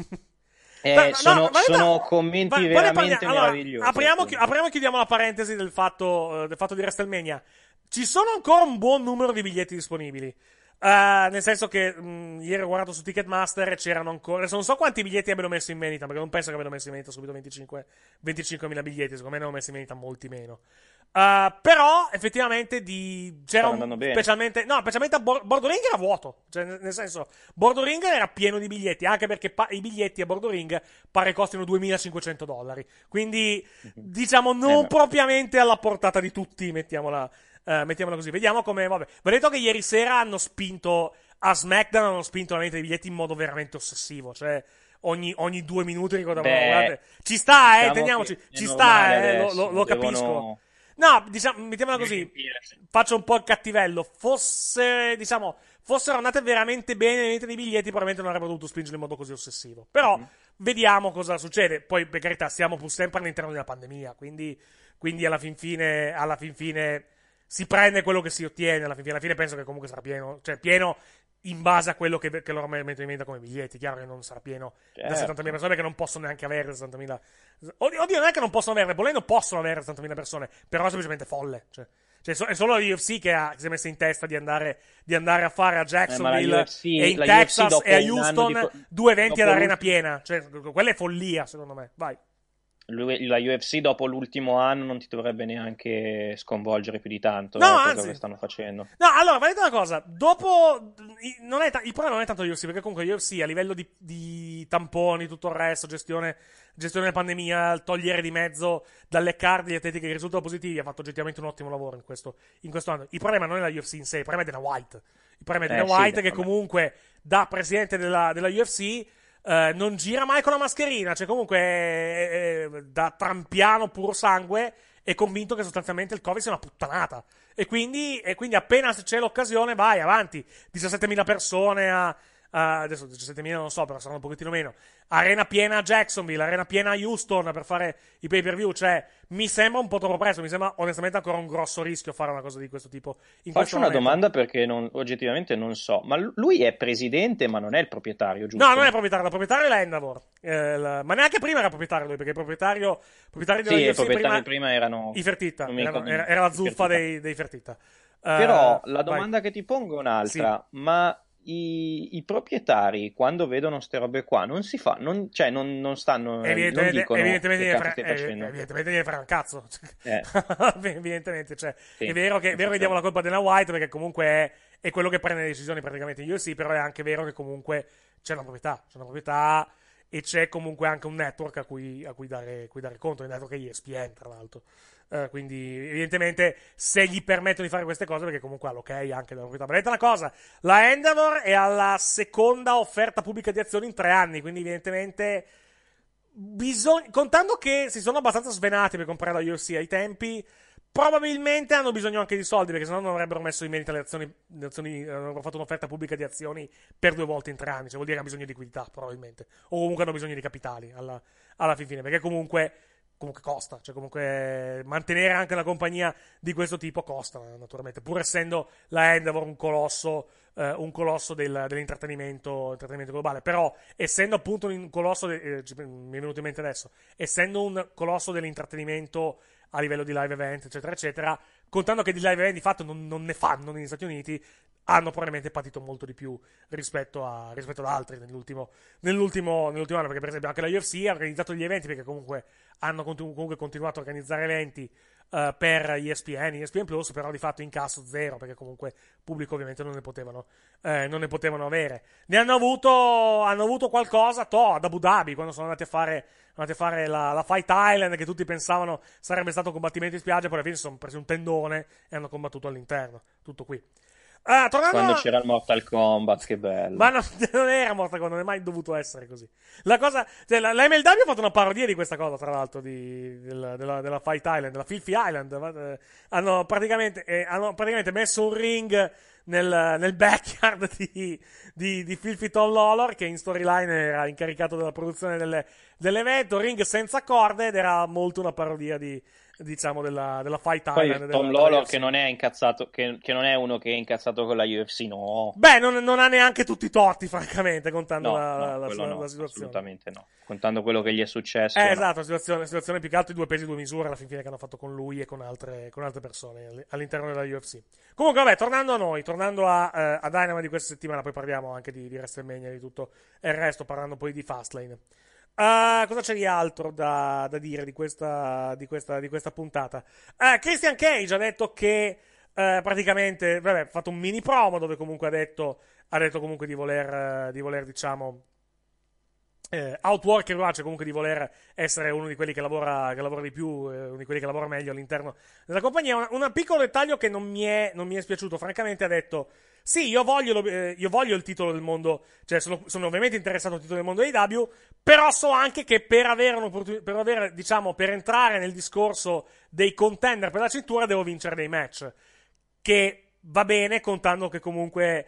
Sono commenti veramente meravigliosi. Apriamo e chiudiamo la parentesi del fatto di WrestleMania. Ci sono ancora un buon numero di biglietti disponibili. Nel senso che ieri ho guardato su Ticketmaster e c'erano ancora. Adesso non so quanti biglietti abbiano messo in vendita, perché non penso che abbiano messo in vendita subito 25.000 biglietti. Secondo me ne hanno messi in vendita molti meno. Però effettivamente specialmente a Bordo Ring era vuoto, cioè nel senso Bordo Ring era pieno di biglietti, anche perché i biglietti a Bordo Ring pare costino $2.500, quindi diciamo non propriamente alla portata di tutti, mettiamola così. Vediamo come, vabbè, va detto che ieri sera hanno spinto a SmackDown, hanno spinto la vendita di biglietti in modo veramente ossessivo, cioè ogni 2 minuti ricordavano, guardate, ci sta, intendiamoci, ci sta, lo capisco. No, mettiamola così, faccio un po' il cattivello. Fossero andate veramente bene le vendite dei biglietti, probabilmente non avrebbero dovuto spingere in modo così ossessivo. Però vediamo cosa succede. Poi, per carità, siamo pur sempre all'interno della pandemia, quindi alla fin fine si prende quello che si ottiene. Alla fine penso che comunque sarà pieno, cioè pieno in base a quello che loro mettono in vendita come biglietti. Chiaro che non sarà pieno da 70.000 persone, perché non possono neanche avere 60.000. Oddio, non è che non possono averne, volendo possono avere 60.000 persone, però è semplicemente folle. Cioè è solo la UFC che si è messa in testa di andare a fare a Jacksonville e in Texas e a Houston 2 eventi all'arena piena. Cioè, quella è follia, secondo me. Vai. La UFC dopo l'ultimo anno non ti dovrebbe neanche sconvolgere più di tanto quello che stanno facendo. No, allora, vedete una cosa, dopo il problema non è tanto UFC, perché comunque UFC a livello di tamponi, tutto il resto, gestione della pandemia, togliere di mezzo dalle card gli atleti che risultano positivi, ha fatto oggettivamente un ottimo lavoro in questo anno. Il problema non è la UFC in sé, il problema è Dana White. Il problema è Dana White che comunque da presidente della UFC non gira mai con la mascherina, cioè comunque da trampiano puro sangue è convinto che sostanzialmente il Covid sia una puttanata e quindi appena c'è l'occasione vai avanti. 17.000 persone adesso 17.000 non so, però saranno un pochettino meno. Arena piena a Jacksonville, arena piena a Houston per fare i pay per view. Cioè, mi sembra un po' troppo presto. Mi sembra onestamente ancora un grosso rischio fare una cosa di questo tipo. Faccio una domanda perché oggettivamente non so. Ma lui è presidente, ma non è il proprietario, giusto? No, non è il proprietario. Il proprietario è l'Endeavor. Ma neanche prima era proprietario lui, perché il proprietario della UFC prima erano i Fertitta. Era la zuffa dei Fertitta. Però la domanda che ti pongo è un'altra. Sì. Ma i proprietari quando vedono ste robe qua non si fa, non stanno, evidentemente, non dicono evidentemente gli frega un cazzo. Evidentemente, cioè, sì, è vero che diamo la colpa a Dana White, perché comunque è quello che prende le decisioni praticamente in UFC, però è anche vero che comunque c'è una proprietà e c'è comunque anche un network a cui dare conto, il network è ESPN tra l'altro. Quindi evidentemente se gli permettono di fare queste cose, perché comunque ha l'ok anche dalla proprietà. Ma vedete una cosa, la Endeavor è alla seconda offerta pubblica di azioni in 3 anni, quindi evidentemente contando che si sono abbastanza svenati per comprare la UFC ai tempi, probabilmente hanno bisogno anche di soldi, perché sennò non avrebbero messo in vendita le azioni, avrebbero fatto un'offerta pubblica di azioni per 2 volte in 3 anni, cioè vuol dire che hanno bisogno di liquidità probabilmente, o comunque hanno bisogno di capitali alla fine, perché comunque costa, cioè comunque mantenere anche una compagnia di questo tipo costa, naturalmente, pur essendo la Endeavor un colosso dell'intrattenimento globale, però essendo appunto un colosso, mi è venuto in mente adesso, essendo un colosso dell'intrattenimento a livello di live event, eccetera, eccetera, contando che di live event di fatto non ne fanno negli Stati Uniti, hanno probabilmente patito molto di più rispetto ad altri nell'ultimo anno, perché per esempio anche la UFC ha organizzato gli eventi, perché comunque hanno comunque continuato a organizzare eventi per ESPN Plus, però di fatto incasso zero, perché comunque pubblico ovviamente non ne potevano avere. Ne hanno avuto qualcosa ad Abu Dhabi, quando sono andati a fare la Fight Island, che tutti pensavano sarebbe stato un combattimento in spiaggia, poi alla fine si sono presi un tendone e hanno combattuto all'interno. Tutto qui. Quando c'era il Mortal Kombat, che bello. Ma non era Mortal Kombat, non è mai dovuto essere così. La cosa, cioè, la MLW ha fatto una parodia di questa cosa, tra l'altro, della Fight Island, della Filthy Island. Hanno praticamente messo un ring nel backyard di Filthy Tom Lawlor, che in storyline era incaricato della produzione dell'evento, ring senza corde, ed era molto una parodia della Fight Island. Poi Tom Lawlor che non è incazzato, che non è uno che è incazzato con la UFC, no. Beh, non ha neanche tutti i torti, francamente, contando la situazione. Assolutamente no. Contando quello che gli è successo. Esatto, situazione più che altro di 2 pesi 2 misure alla fine che hanno fatto con lui e con altre persone all'interno della UFC. Comunque, vabbè, tornando a Dynamite di questa settimana, poi parliamo anche di WrestleMania e di tutto il resto, parlando poi di Fastlane. Cosa c'è di altro da dire di questa puntata? Christian Cage ha detto che praticamente, ha fatto un mini promo dove comunque ha detto comunque di voler diciamo outworker, cioè comunque di voler essere uno di quelli che lavora di più, uno di quelli che lavora meglio all'interno della compagnia. Un piccolo dettaglio che non mi è spiaciuto, francamente. Ha detto: sì, io voglio il titolo del mondo, cioè sono ovviamente interessato al titolo del mondo AEW, però so anche che per entrare nel discorso dei contender per la cintura devo vincere dei match, che va bene contando che comunque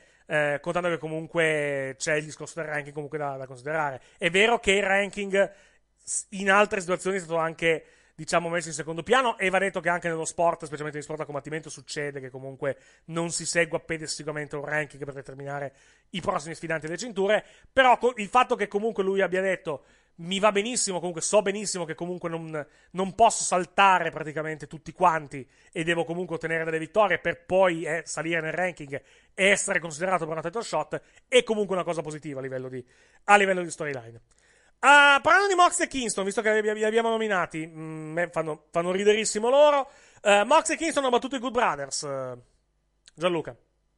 c'è il discorso del ranking comunque da considerare. È vero che il ranking in altre situazioni è stato anche, diciamo, messo in secondo piano, e va detto che anche nello sport, specialmente in sport a combattimento, succede che comunque non si segua pedissequamente un ranking per determinare i prossimi sfidanti delle cinture. Però il fatto che comunque lui abbia detto: mi va benissimo, comunque so benissimo che comunque non posso saltare praticamente tutti quanti e devo comunque ottenere delle vittorie per poi salire nel ranking e essere considerato per una title shot, è comunque una cosa positiva a livello di storyline. Parlando di Mox e Kingston, visto che li abbiamo nominati, fanno riderissimo loro. Mox e Kingston hanno battuto i Good Brothers. Gianluca.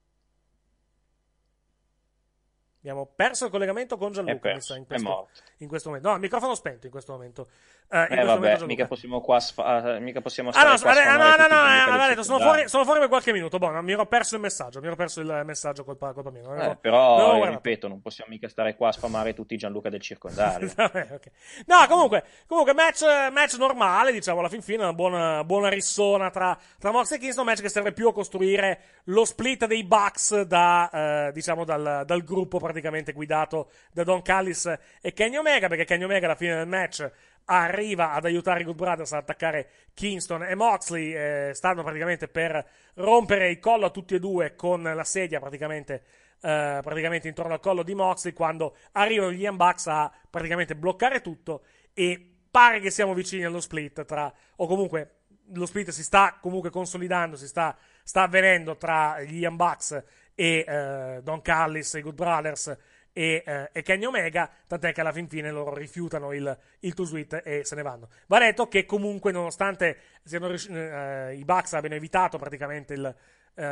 Abbiamo perso il collegamento con Gianluca. In questo momento. No, il microfono spento in questo momento. Mica possiamo stare qua. Sono fuori per qualche minuto. Mi ero perso il messaggio. Colpa mia. Però, ripeto, non possiamo mica stare qua a spamare tutti Gianluca del circondario. Okay. No, comunque match normale, diciamo, alla fin fine, una buona rissona tra Mox e Kingston, match che serve più a costruire lo split dei Bucks dal gruppo praticamente guidato da Don Callis e Kenny Omega, perché Kenny Omega alla fine del match arriva ad aiutare i Good Brothers ad attaccare Kingston e Moxley. Stanno praticamente per rompere il collo a tutti e due con la sedia praticamente intorno al collo di Moxley, quando arrivano gli Young Bucks a praticamente bloccare tutto, e pare che siamo vicini allo split o comunque lo split si sta comunque consolidando, sta avvenendo tra gli Young Bucks e Don Callis, i Good Brothers e Kenny Omega, tant'è che alla fin fine loro rifiutano il Too Sweet e se ne vanno. Va detto che comunque, nonostante i Bucks abbiano evitato praticamente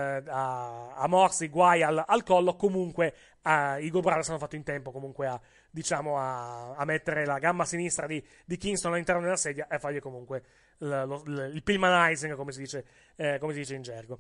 a Moxley guai al collo, comunque i Good Brothers hanno fatto in tempo comunque a diciamo, a mettere la gamba sinistra di Kingston all'interno della sedia e fargli comunque il Pillmanizing, come si dice in gergo.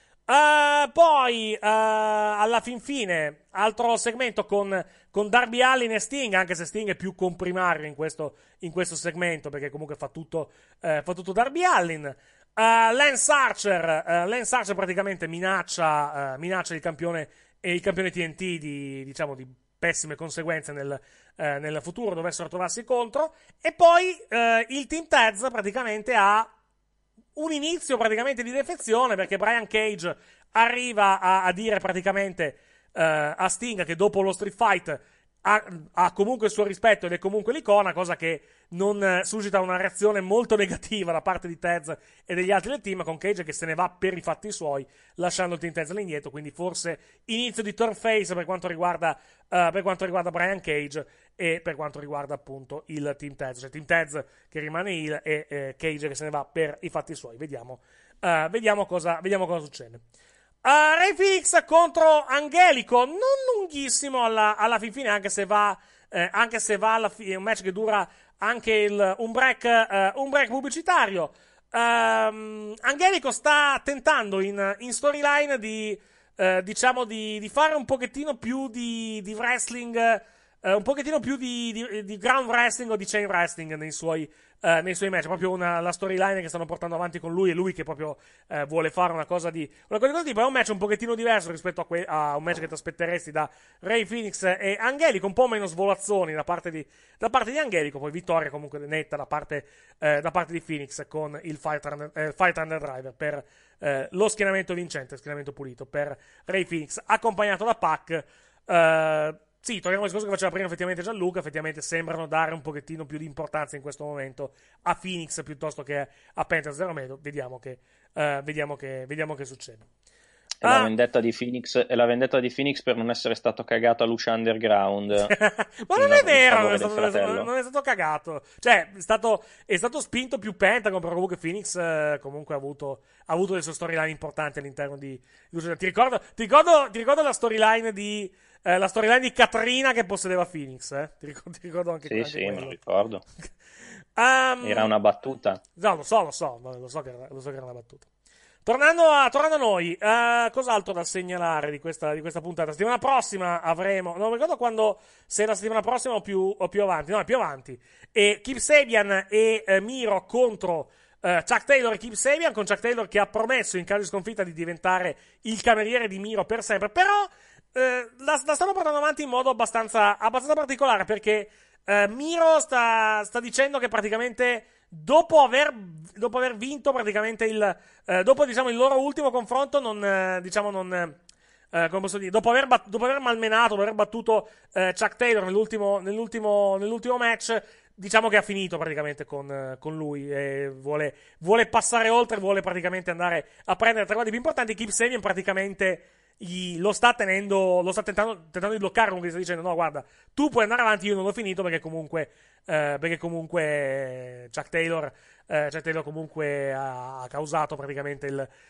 Poi alla fin fine altro segmento con Darby Allin e Sting, anche se Sting è più comprimario in questo segmento, perché comunque fa tutto Darby Allin. Lance Archer praticamente minaccia il campione TNT di pessime conseguenze nel futuro, dovessero trovarsi contro. E poi il Team Taz praticamente ha un inizio praticamente di defezione, perché Brian Cage arriva a dire praticamente a Sting che dopo lo Street Fight ha comunque il suo rispetto ed è comunque l'icona, cosa che non suscita una reazione molto negativa da parte di Taz e degli altri del team, con Cage che se ne va per i fatti suoi, lasciando il Team Taz all'indietro. Quindi forse inizio di turn face per quanto riguarda Brian Cage e per quanto riguarda appunto il Team Taz, cioè Team Taz che rimane heel e Cage che se ne va per i fatti suoi. Vediamo cosa succede. Ray Phoenix contro Angelico, non lunghissimo alla fin fine, anche se va alla fine, un match che dura anche un break pubblicitario. Angelico sta tentando in storyline di fare un pochettino più di wrestling, un pochettino più di ground wrestling o di chain wrestling nei suoi match, proprio la storyline che stanno portando avanti con lui, e lui che proprio vuole fare una cosa di tipo. È un match un pochettino diverso rispetto a un match che ti aspetteresti da Ray Phoenix e Angelico, un po' meno svolazzoni da parte di Angelico, poi vittoria comunque netta da parte di Phoenix con il Fight Under Driver per lo schienamento vincente, schienamento pulito per Ray Phoenix, accompagnato da Pac. Sì, torniamo al discorso che faceva prima effettivamente Gianluca. Effettivamente sembrano dare un pochettino più di importanza in questo momento a Phoenix piuttosto che a Penta Zero Melo. Vediamo che succede. La vendetta di Phoenix per non essere stato cagato a Lucha Underground. Ma non è vero, non è stato cagato. Cioè, è stato spinto più Pentagon, però comunque Phoenix comunque ha avuto le sue storyline importanti all'interno di Lucha. Ti ricordo la storyline di Katrina che possedeva Phoenix, Ti ricordo anche quello. Sì, me lo ricordo. Era una battuta. No, lo so che era una battuta. Tornando a noi, cos'altro da segnalare di questa puntata? Settimana prossima avremo, non ricordo quando, se la settimana prossima o più avanti, no, è più avanti. E Kip Sabian e Miro contro Chuck Taylor e Kip Sabian, con Chuck Taylor che ha promesso in caso di sconfitta di diventare il cameriere di Miro per sempre, però la stanno portando avanti in modo abbastanza particolare, perché Miro sta dicendo che praticamente dopo aver vinto praticamente dopo il loro ultimo confronto, come posso dire, dopo aver malmenato, dopo aver battuto Chuck Taylor nell'ultimo match, diciamo che ha finito praticamente con lui e vuole passare oltre, vuole praticamente andare a prendere traguardi più importanti. Kip Sabian praticamente lo sta tentando di bloccare, comunque sta dicendo: no, guarda, tu puoi andare avanti, io non l'ho finito, perché comunque Chuck Taylor comunque ha causato praticamente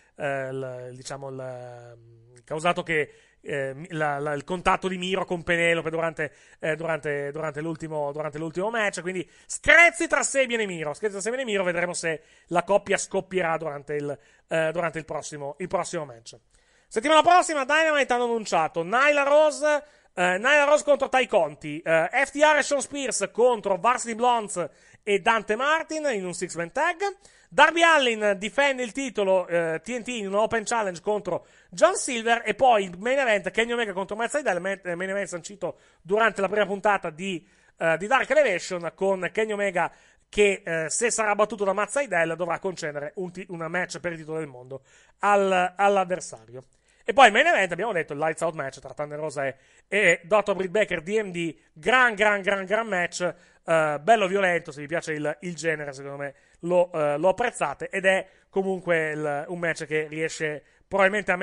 causato che il contatto di Miro con Penelope durante l'ultimo match. Quindi screzi tra Sabian e Miro, vedremo se la coppia scoppierà durante il prossimo match. Settimana prossima Dynamite hanno annunciato Nyla Rose contro Ty Conti, FTR e Shawn Spears contro Varsity Blondes e Dante Martin in un six-man tag. Darby Allin difende il titolo TNT in un Open Challenge contro John Silver, e poi il main event Kenny Omega contro Matt Sydal, main event sancito durante la prima puntata di Dark Elevation, con Kenny Omega che se sarà battuto da Matt Sydal dovrà concedere un match per il titolo del mondo all'avversario. E poi il main event, abbiamo detto, il Lights Out match tra Thunder Rosa e Dr. Britt Baker, DMD, gran match, bello violento, se vi piace il genere, secondo me lo apprezzate, ed è comunque un match che riesce probabilmente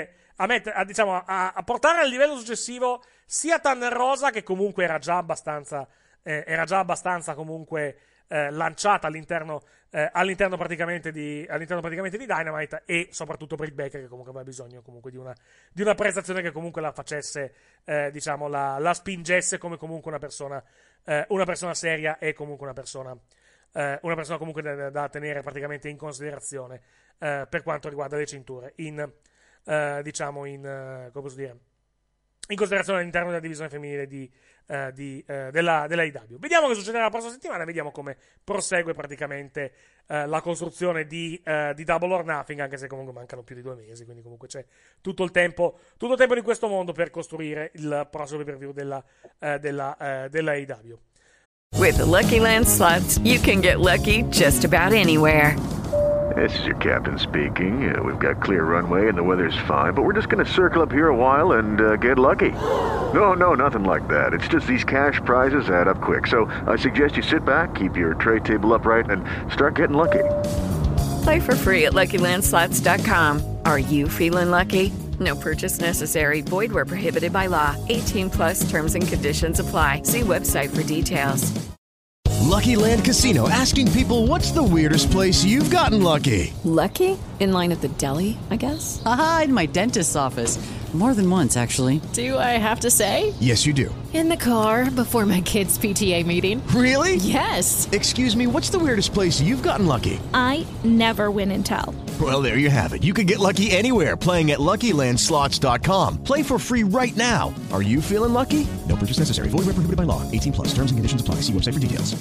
a portare al livello successivo sia Thunder Rosa, che comunque era già abbastanza comunque lanciata all'interno praticamente di Dynamite, e soprattutto Britt Baker, che comunque aveva bisogno comunque di una prestazione che comunque la facesse, diciamo, la spingesse come comunque una persona seria, e comunque una persona comunque da tenere praticamente in considerazione per quanto riguarda le cinture come posso dire, in considerazione all'interno della divisione femminile della AEW. Vediamo che succederà la prossima settimana, vediamo come prosegue praticamente la costruzione di Double or Nothing, anche se comunque mancano più di 2 mesi, quindi comunque c'è tutto il tempo di questo mondo per costruire il prossimo pay-per-view della AEW. With the Lucky Land Slots, you can get lucky just about anywhere. This is your captain speaking. We've got clear runway and the weather's fine, but we're just going to circle up here a while and get lucky. No, nothing like that. It's just these cash prizes add up quick. So I suggest you sit back, keep your tray table upright, and start getting lucky. Play for free at LuckyLandSlots.com. Are you feeling lucky? No purchase necessary. Void where prohibited by law. 18+ terms and conditions apply. See website for details. Lucky Land Casino, asking people, what's the weirdest place you've gotten lucky? Lucky? In line at the deli, I guess? Aha, in my dentist's office. More than once, actually. Do I have to say? Yes, you do. In the car before my kids' PTA meeting. Really? Yes. Excuse me, what's the weirdest place you've gotten lucky? I never win and tell. Well, there you have it. You can get lucky anywhere, playing at LuckyLandSlots.com. Play for free right now. Are you feeling lucky? No purchase necessary. Void where prohibited by law. 18+. Terms and conditions apply. See website for details.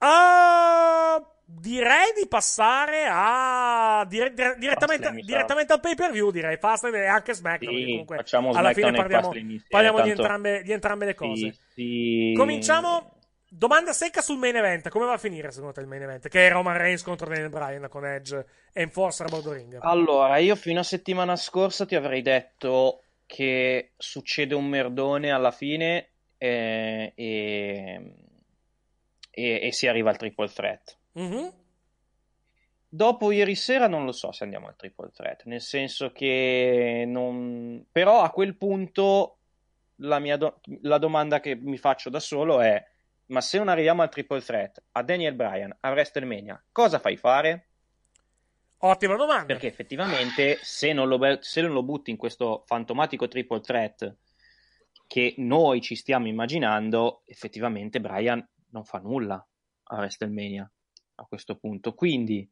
Direi di passare direttamente al pay-per-view, direi. Fastlane e anche SmackDown. Sì, comunque facciamo alla fine SmackDown parliamo di tanto... entrambe le cose. Sì. Cominciamo. Domanda secca sul main event. Come va a finire secondo te il main event? Che è Roman Reigns contro Daniel Bryan con Edge e Enforcer a bordo ring. Allora, io fino a settimana scorsa ti avrei detto che succede un merdone alla fine e si arriva al triple threat. Mm-hmm. Dopo ieri sera non lo so se andiamo al triple threat, nel senso che non... Però a quel punto la domanda che mi faccio da solo è: ma se non arriviamo al triple threat a Daniel Bryan a WrestleMania, cosa fai fare? Ottima domanda. Perché effettivamente se non lo butti in questo fantomatico triple threat che noi ci stiamo immaginando, effettivamente Bryan non fa nulla a WrestleMania a questo punto. Quindi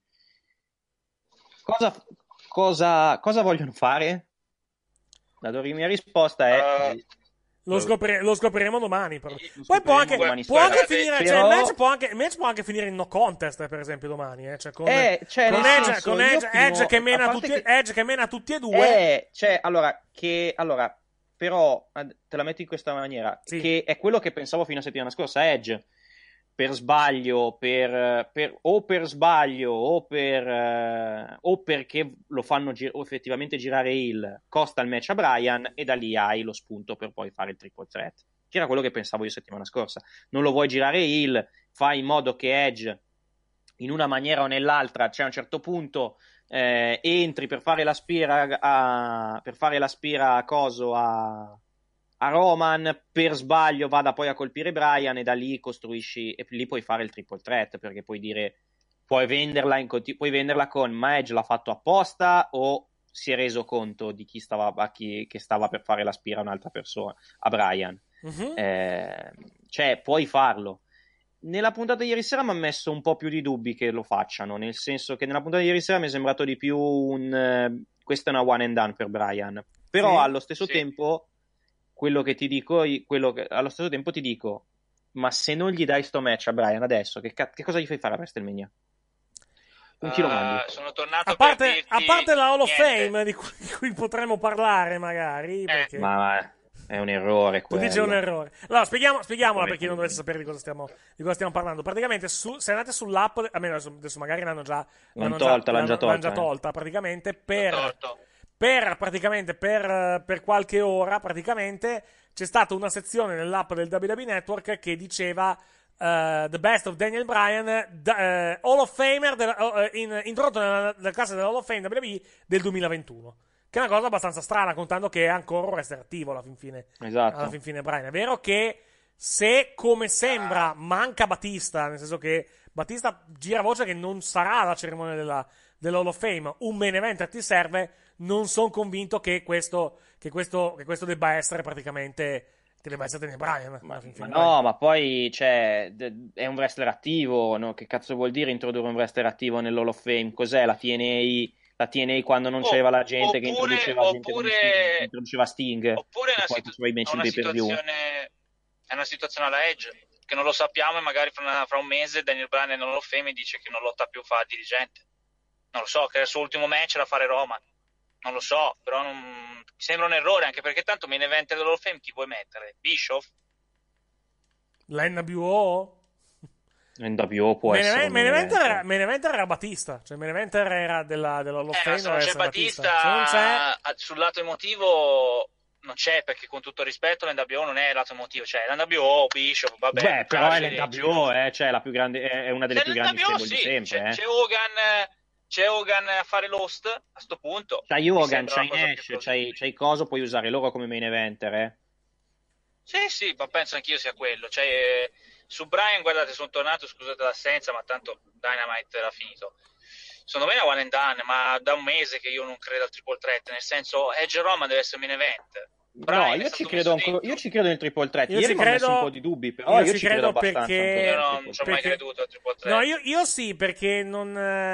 cosa vogliono fare? La mia risposta è lo scopriremo domani. Però. Poi può anche finire. Però... Cioè, il match può anche finire in no contest, per esempio, domani. Cioè, con Edge che mena tutti e due. Allora, però te la metto in questa maniera, sì, che è quello che pensavo fino a settimana scorsa. Edge per sbaglio, o perché lo fanno effettivamente girare heel, costa il match a Bryan, e da lì hai lo spunto per poi fare il triple threat, che era quello che pensavo io settimana scorsa. Non lo vuoi girare heel, fai in modo che Edge in una maniera o nell'altra, cioè a un certo punto entri per fare la spira a Roman, per sbaglio vada poi a colpire Bryan, e da lì costruisci, e lì puoi fare il triple threat, perché puoi dire, puoi venderla con ma Edge l'ha fatto apposta o si è reso conto di che stava per fare la spira a un'altra persona, a Bryan. Uh-huh. Cioè puoi farlo. Nella puntata di ieri sera mi ha messo un po' più di dubbi che lo facciano, nel senso che nella puntata di ieri sera mi è sembrato di più questa è una one and done per Bryan, però sì, allo stesso tempo allo stesso tempo ti dico, ma se non gli dai sto match a Bryan adesso, che cosa gli fai fare a WrestleMania? Un chi lo mandi? Sono tornato a parte la Hall of Fame di cui potremmo parlare magari, perché... ma è un errore quello. Tu dici un errore. Allora spieghiamola per chi non dovesse sapere di cosa stiamo parlando. Praticamente se andate sull'app, almeno adesso magari l'hanno già tolta praticamente per qualche ora, praticamente c'è stata una sezione nell'app del WWE Network che diceva The Best of Daniel Bryan, Hall of Famer introdotto nella classe della Hall of Fame WWE del 2021, che è una cosa abbastanza strana, contando che è ancora un wrestler attivo alla fin fine. Esatto. Alla fin fine Bryan. È vero che se, come sembra, manca Batista, nel senso che Battista gira voce che non sarà la cerimonia dell'Hall of Fame. Un main event ti serve. Non sono convinto che questo debba essere praticamente. Che debba essere Daniel Bryan. Ma no, ma poi è un wrestler attivo, no? Che cazzo vuol dire introdurre un wrestler attivo nell'Hall of Fame? Cos'è la TNA? La TNA quando non c'era la gente che introduceva Sting, oppure è una situazione alla Edge che non lo sappiamo e magari fra un mese Daniel Bryan non lo fa e dice che non lotta più, fa dirigente, non lo so, che il suo ultimo match era fare Roman, non lo so, però mi sembra un errore, anche perché tanto main event dell'Hall of Fame chi vuoi mettere? Bischoff? La NWO? NWO può essere main eventer era Battista, cioè main eventer era dell'Hall of Fame, se non c'è Battista, se non c'è... sul lato emotivo non c'è, perché con tutto il rispetto l'NWO non è il lato emotivo, cioè l'NWO, Bishop, vabbè. Beh, però è l'NWO, cioè la più grande, è una delle più grandi stable di sempre. C'è Hogan a fare l'host a sto punto. C'hai Hogan, c'hai Nash, c'hai Coso, puoi usare loro come main eventer, Sì, ma penso anch'io sia quello. Cioè, su Bryan, guardate, sono tornato, scusate l'assenza, ma tanto Dynamite era finito. Secondo me è una one and done, ma da un mese che io non credo al triple threat, nel senso Edge e Roman deve essere main event. Bryan, io ci credo nel triple threat. Ieri mi ho messo un po' di dubbi, però io ci credo abbastanza. Perché non ci ho mai creduto al triple threat. No, io sì, perché non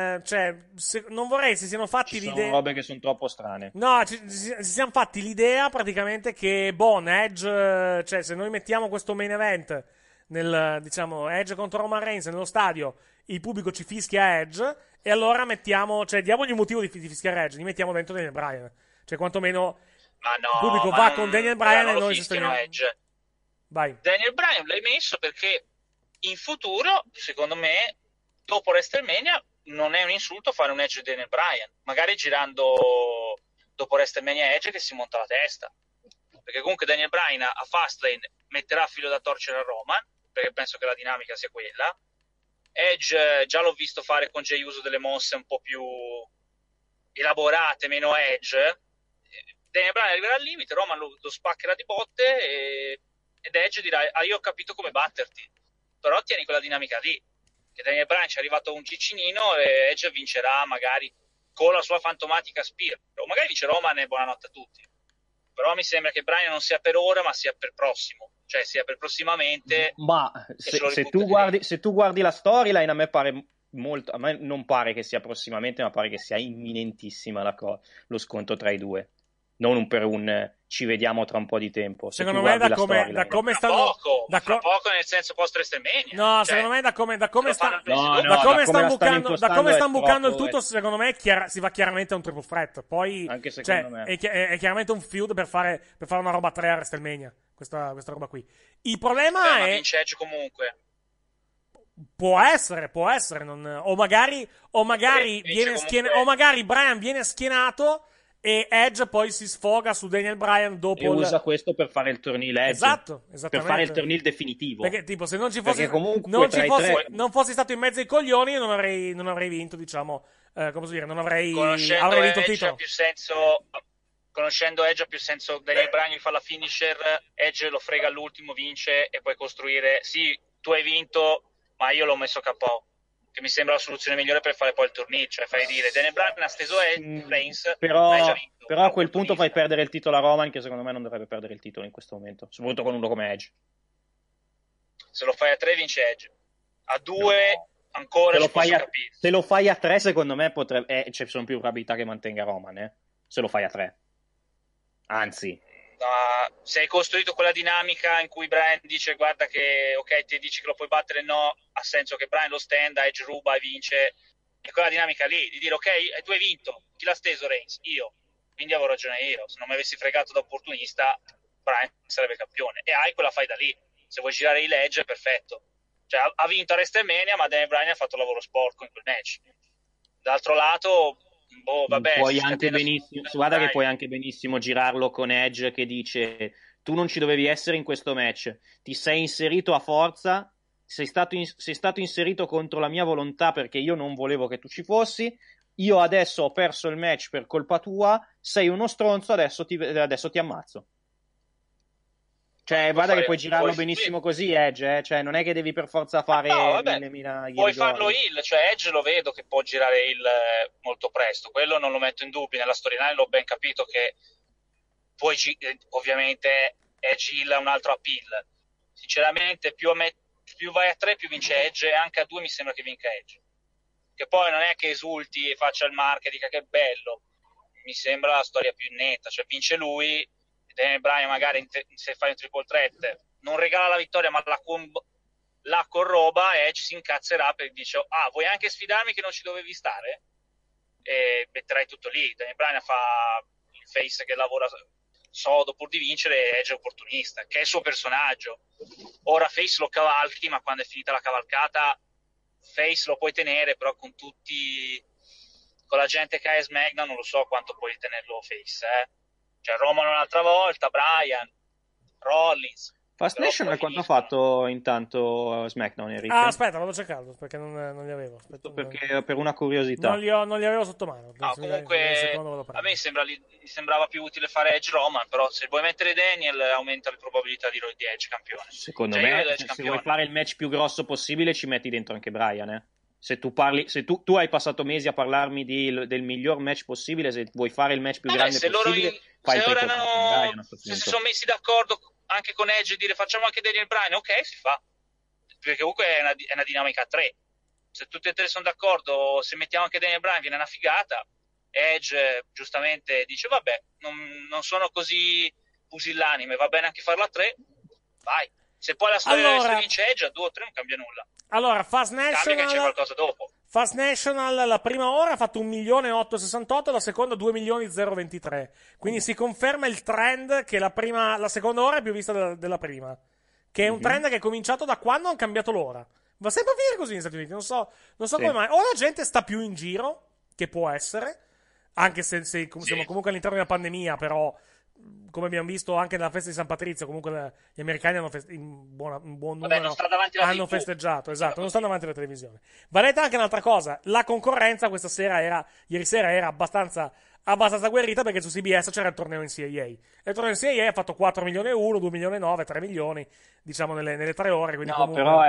non vorrei si siano fatti l'idea. Sono robe che sono troppo strane. No, si siamo fatti l'idea praticamente che Edge, cioè se noi mettiamo questo main event diciamo Edge contro Roman Reigns nello stadio, il pubblico ci fischia Edge e allora diamogli un motivo di fischiare Edge, gli mettiamo dentro Daniel Bryan. Cioè quantomeno ma no, il pubblico va con Daniel Bryan e noi sosteniamo Edge. Vai. Daniel Bryan l'hai messo perché in futuro, secondo me, dopo WrestleMania non è un insulto fare un Edge di Daniel Bryan, magari girando dopo WrestleMania Edge che si monta la testa, perché comunque Daniel Bryan a Fastlane metterà filo da torcere a Roman, perché penso che la dinamica sia quella. Edge già l'ho visto fare con Jey Uso delle mosse un po' più elaborate, meno Edge. Daniel Bryan arriverà al limite, Roman lo spaccherà di botte ed Edge dirà io ho capito come batterti, però tieni quella dinamica lì, che Daniel Bryan ci è arrivato un ciccinino e Edge vincerà magari con la sua fantomatica Spear, o magari vince Roman e buonanotte a tutti, però mi sembra che Bryan non sia per ora ma sia per prossimo, cioè sia per prossimamente. Ma se tu guardi la storyline, a me non pare che sia prossimamente, ma pare che sia imminentissima lo scontro tra i due. Non un per un ci vediamo tra un po' di tempo. Secondo me da come stanno poco nel senso post WrestleMania. No, secondo me da come stanno bucando il tutto, secondo me si va chiaramente a un triple threat. Poi anche secondo me è chiaramente un feud per fare una roba 3 a WrestleMania, questa roba qui. Il problema è vince Edge comunque. Può essere o magari Bryan viene schienato e Edge poi si sfoga su Daniel Bryan dopo e usa questo per fare il turnil Edge. Esatto, per fare il turnil definitivo, perché tipo se non fossi stato in mezzo ai coglioni non avrei vinto, diciamo, come posso dire, avrei vinto il titolo. Conoscendo Edge ha più senso Daniel Bryan gli fa la finisher, Edge lo frega all'ultimo, vince e puoi costruire sì, tu hai vinto ma io l'ho messo KO, che mi sembra la soluzione migliore per fare poi il turnil, cioè fai dire Daniel Bryan ha steso Reigns, però a quel punto fai perdere il titolo a Roman, che secondo me non dovrebbe perdere il titolo in questo momento, soprattutto con uno come Edge. Se lo fai a 3 vince Edge, a 2 ancora se lo fai a 3 secondo me ci sono più probabilità che mantenga Roman, se lo fai a 3, anzi se hai costruito quella dinamica in cui Bryan dice guarda che ok ti dici che lo puoi battere, no, ha senso che Bryan lo stenda, Edge ruba e vince, e quella dinamica lì di dire ok tu hai vinto, chi l'ha steso Reigns? Io, quindi avevo ragione io, se non mi avessi fregato da opportunista Bryan sarebbe campione, e hai quella fai da lì, se vuoi girare il Edge perfetto, cioè ha vinto a WrestleMania ma Daniel Bryan ha fatto lavoro sporco in quel match. D'altro lato vabbè, puoi anche benissimo, guarda che puoi anche benissimo girarlo con Edge che dice tu non ci dovevi essere in questo match, ti sei inserito a forza, sei stato inserito contro la mia volontà perché io non volevo che tu ci fossi, io adesso ho perso il match per colpa tua, sei uno stronzo, adesso ti ammazzo. Cioè, guarda che puoi girarlo benissimo così, Edge, cioè non è che devi per forza fare puoi farlo heel, cioè Edge lo vedo che può girare heel molto presto, quello non lo metto in dubbio, nella storyline l'ho ben capito che poi ovviamente Edge heel ha un altro appeal. Sinceramente più vai a 3 più vince Edge, e anche a 2 mi sembra che vinca Edge. Che poi non è che esulti e faccia il mark e dica che è bello, mi sembra la storia più netta, cioè vince lui, Daniel Bryan magari se fai un triple threat non regala la vittoria ma la corroba, e Edge si incazzerà perché dice vuoi anche sfidarmi che non ci dovevi stare? E metterai tutto lì. Daniel Bryan fa il face che lavora sodo pur di vincere, e Edge è opportunista, che è il suo personaggio. Ora face lo cavalchi, ma quando è finita la cavalcata face lo puoi tenere, però con la gente che ha SmackDown non lo so quanto puoi tenerlo face, Cioè Roman un'altra volta, Bryan, Rollins. Fast National quanto ha fatto intanto SmackDown, Enrico? Aspetta, vado cercando perché non li avevo. Perché per una curiosità. Non li avevo sotto mano. Comunque a me sembrava più utile fare Edge Roman, però se vuoi mettere Daniel aumenta le probabilità di Edge campione. Secondo me, se vuoi fare il match più grosso possibile ci metti dentro anche Bryan, Se tu hai passato mesi a parlarmi del miglior match possibile, se vuoi fare il match più grande possibile, fai il triple Bryan. Se si sono messi d'accordo anche con Edge dire facciamo anche Daniel Bryan, ok, si fa, perché comunque è una dinamica a 3. Se tutti e tre sono d'accordo, se mettiamo anche Daniel Bryan viene una figata. Edge giustamente dice vabbè, non sono così pusillanime, va bene anche farla a 3, vai. Se poi la storia vince Edge a 2 o 3 non cambia nulla. Allora, Fast National, cambia che c'è qualcosa dopo. Fast National la prima ora ha fatto 1.868.000, la seconda 2.023.000. Quindi si conferma il trend che la seconda ora è più vista della prima. Che è un trend che è cominciato da quando hanno cambiato l'ora. Va sempre a finire così negli Stati Uniti, non so come mai. O la gente sta più in giro, che può essere, anche se siamo comunque all'interno di una pandemia, però come abbiamo visto anche nella festa di San Patrizio, comunque gli americani hanno in buon numero hanno festeggiato, esatto, non stanno davanti alla televisione. Va detta anche un'altra cosa, la concorrenza ieri sera era abbastanza agguerrita, perché su CBS c'era il torneo in CAA, e il torneo in CAA ha fatto 4 milioni e 1, 2 milioni e 9, 3 milioni, diciamo nelle 3 ore, quindi comunque... però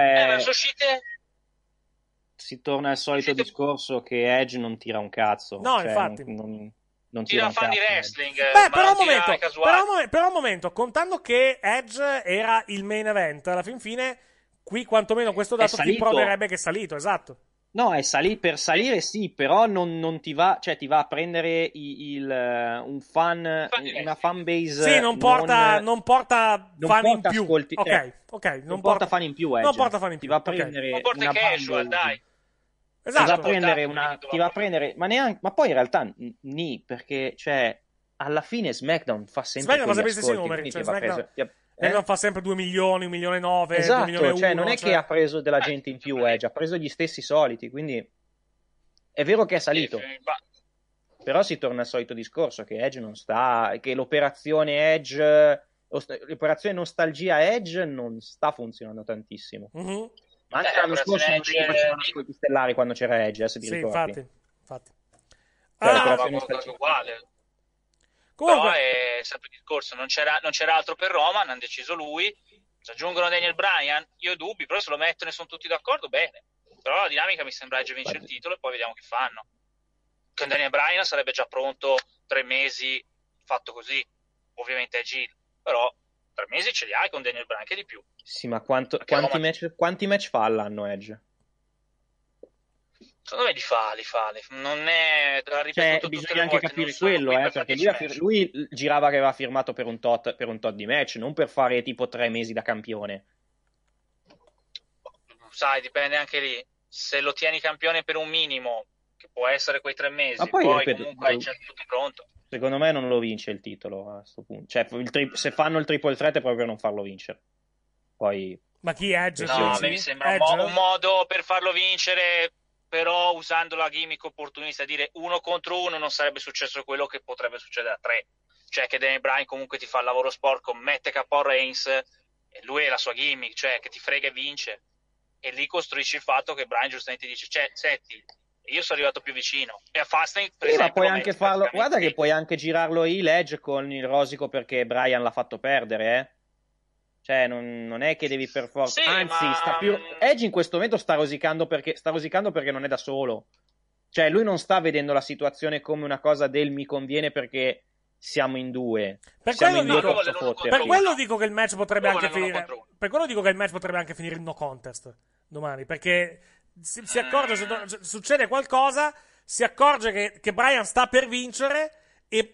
si torna al solito discorso che Edge non tira un cazzo. No, cioè, infatti non tira fan di wrestling. Però un momento, contando che Edge era il main event, alla fine qui quantomeno questo dato ti proverebbe che è salito, esatto. No, per salire sì, però non ti va, cioè ti va a prendere una fan base. Sì, non porta fan in più. Non porta fan in più, Edge. Non porta fan in più. Ti va a prendere non porta casual, dai. Esatto. Ti va a prendere, ma poi in realtà perché cioè alla fine SmackDown fa sempre gli stessi numeri, cioè SmackDown fa sempre 2 milioni, 1 milione e 9, esatto, 2 milioni e 1, cioè non è che ha preso della gente in più Edge, ha preso gli stessi soliti, quindi è vero che è salito, però si torna al solito discorso che Edge non sta, che l'operazione nostalgia Edge non sta funzionando tantissimo. Ma anche l'anno scorso non facevano ascolti stellari quando c'era Edge, se ti ricordi. Infatti. Uguale. Comunque... Però è sempre il discorso, non c'era altro per Roman, hanno deciso lui, se aggiungono Daniel Bryan, io ho dubbi, però se lo mettono e sono tutti d'accordo, bene. Però la dinamica mi sembra Edge vince il titolo e poi vediamo che fanno. Con Daniel Bryan sarebbe già pronto 3 mesi fatto così, ovviamente è Gil, però 3 mesi ce li hai con Daniel Bryan, che di più. Sì, ma quanti match fa all'anno Edge? Secondo me li fa. Non è bisogna anche capire quello, perché lui girava che aveva firmato per un tot di match, non per fare tipo 3 mesi da campione. Sai, dipende anche lì. Se lo tieni campione per un minimo, che può essere quei 3 mesi, ma poi ripeto, comunque hai tutto pronto. Secondo me non lo vince il titolo a questo punto. Cioè, se fanno il triple threat è proprio non farlo vincere. Poi... Ma chi Edge? No, a me mi sembra un modo per farlo vincere, però usando la gimmick opportunista, dire 1 contro 1 non sarebbe successo quello che potrebbe succedere a 3. Cioè che Daniel Bryan comunque ti fa il lavoro sporco, mette KO Reigns, e lui è la sua gimmick, cioè che ti frega e vince. E lì costruisci il fatto che Bryan giustamente dice, senti, io sono arrivato più vicino. E a Fastlane, per esempio, puoi anche farlo. Guarda che puoi anche girarlo heel Edge con il rosico perché Bryan l'ha fatto perdere, Cioè, non è che devi per forza. Sì, anzi, ma... Edge in questo momento sta rosicando perché non è da solo. Cioè, lui non sta vedendo la situazione come una cosa del mi conviene perché siamo in due. Per quello dico che il match potrebbe anche finire. Per quello dico che il match potrebbe anche finire in no contest domani. Perché si accorge, se succede qualcosa, si accorge che Bryan sta per vincere. E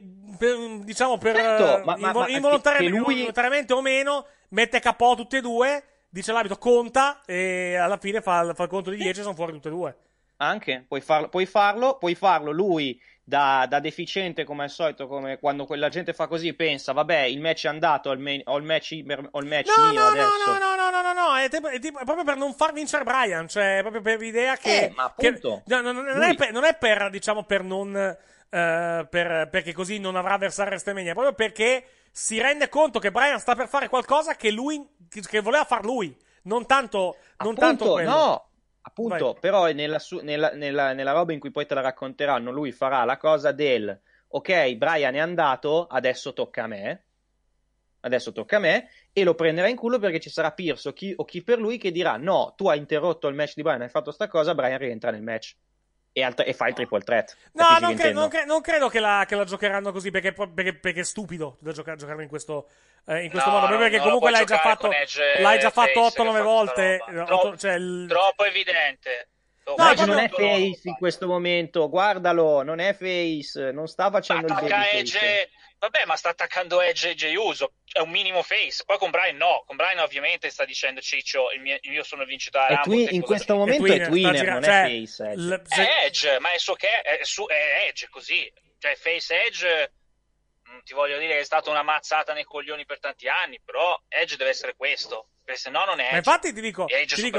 involontariamente o meno, mette KO tutti e due, dice l'arbitro conta e alla fine fa il conto di 10 e sono fuori tutte e due. Anche, puoi farlo lui da deficiente come al solito, come quando quella gente fa così, pensa vabbè il match è andato, ho il match mio adesso. No, è proprio per non far vincere Bryan, cioè proprio per l'idea che... ma appunto... non è per, diciamo, per non... perché così non avrà avversario a WrestleMania, proprio perché si rende conto che Bryan sta per fare qualcosa che voleva far lui, non tanto quello. No, appunto, vai. Però nella roba in cui poi te la racconteranno, lui farà la cosa del ok, Bryan è andato, adesso tocca a me e lo prenderà in culo perché ci sarà Pierce o chi per lui che dirà no, tu hai interrotto il match di Bryan, hai fatto sta cosa, Bryan rientra nel match e fa il triple threat. No, non credo che la giocheranno così perché è stupido da giocarlo in questo modo. Proprio perché comunque l'hai già fatto 8-9 volte. Troppo evidente. Edge non è face in questo momento, guardalo, non è face, non sta facendo il babyface. Vabbè, ma sta attaccando Edge e Jey Uso, è un minimo face. Poi con Bryan no, con Bryan ovviamente sta dicendo Ciccio, io sono il vincitore. In questo momento è Twinner, non è face. È Edge, ma è Edge così. Cioè face Edge, ti voglio dire che è stata una mazzata nei coglioni per tanti anni, però Edge deve essere questo, perché se no non è Edge. Ma infatti ti dico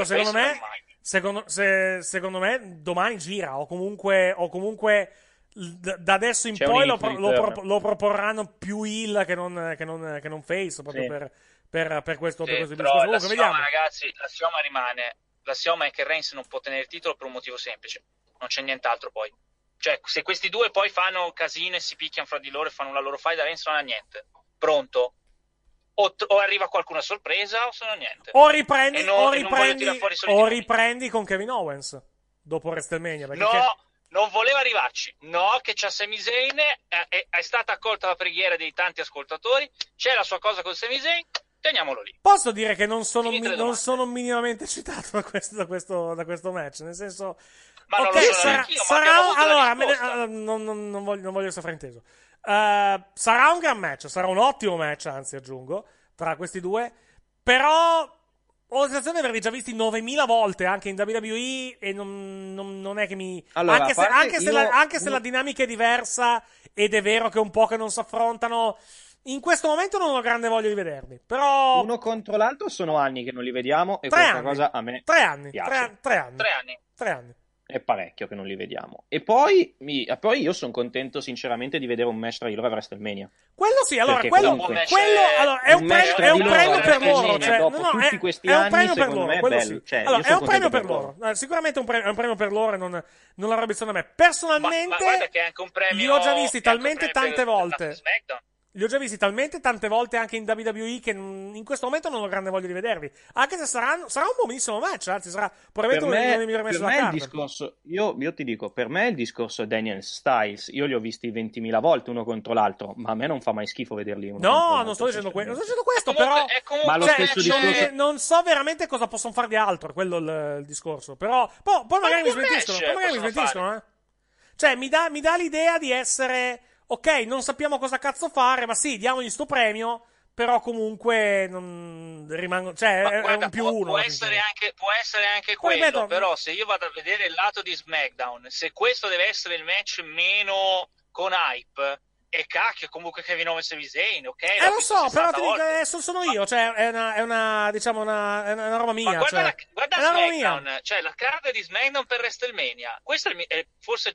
secondo me domani gira o comunque da adesso in poi lo proporranno più heel che non face, proprio per questo discorso. Comunque vediamo, ragazzi, la Sioma rimane. La Sioma è che Reigns non può tenere il titolo per un motivo semplice, non c'è nient'altro poi. Cioè, se questi due poi fanno casino e si picchiano fra di loro e fanno la loro fight, da Reigns non ha niente pronto. O arriva qualcuno a sorpresa o sono niente. O riprendi con Kevin Owens dopo WrestleMania. Non voleva arrivarci. No, che c'ha Sami Zayn, è stata accolta la preghiera dei tanti ascoltatori, c'è la sua cosa con Sami Zayn, teniamolo lì. Posso dire che non sono minimamente eccitato da questo match, nel senso... Ma okay, non voglio essere frainteso. Sarà un gran match, sarà un ottimo match, anzi aggiungo, tra questi due, però... Ho la sensazione di averli già visti 9.000 volte anche in WWE e non è che mi... Allora, anche se la dinamica è diversa ed è vero che un po' che non si affrontano, in questo momento non ho grande voglia di vederli, però... Uno contro l'altro sono anni che non li vediamo e questa cosa a me 3 anni. piace. 3 anni. È parecchio che non li vediamo. E poi io sono contento sinceramente di vedere un match tra loro a WrestleMania. Quello sì, allora quello è un premio per loro, cioè, dopo tutti questi anni secondo me è bello. Cioè, è un premio per loro. Sicuramente è un premio per loro e non l'avrebbe visto da me. Personalmente ma guarda che è anche un premio, li ho già visti talmente tante volte. Li ho già visti talmente tante volte anche in WWE che in questo momento non ho grande voglia di vederli. Anche se sarà un buonissimo match, anzi sarà probabilmente uno dei migliori match della carta. Il discorso, io ti dico, per me il discorso Daniel Styles, io li ho visti 20.000 volte uno contro l'altro, ma a me non fa mai schifo vederli uno No, non sto dicendo questo, però ma lo stesso discorso... non so veramente cosa possono fare di altro, quello il discorso, però poi magari mi smentiscono, Cioè, mi dà l'idea di essere... Ok, non sappiamo cosa cazzo fare, ma sì, diamogli sto premio, però comunque non rimango, cioè è un più uno. Può essere anche quello, però se io vado a vedere il lato di SmackDown, se questo deve essere il match meno con hype, e cacchio, comunque Kevin Owens e Zayn, ok? Lo so, però ti dico, sono io, cioè è una roba mia. Ma guarda cioè, SmackDown, cioè la card di SmackDown per WrestleMania, questo è forse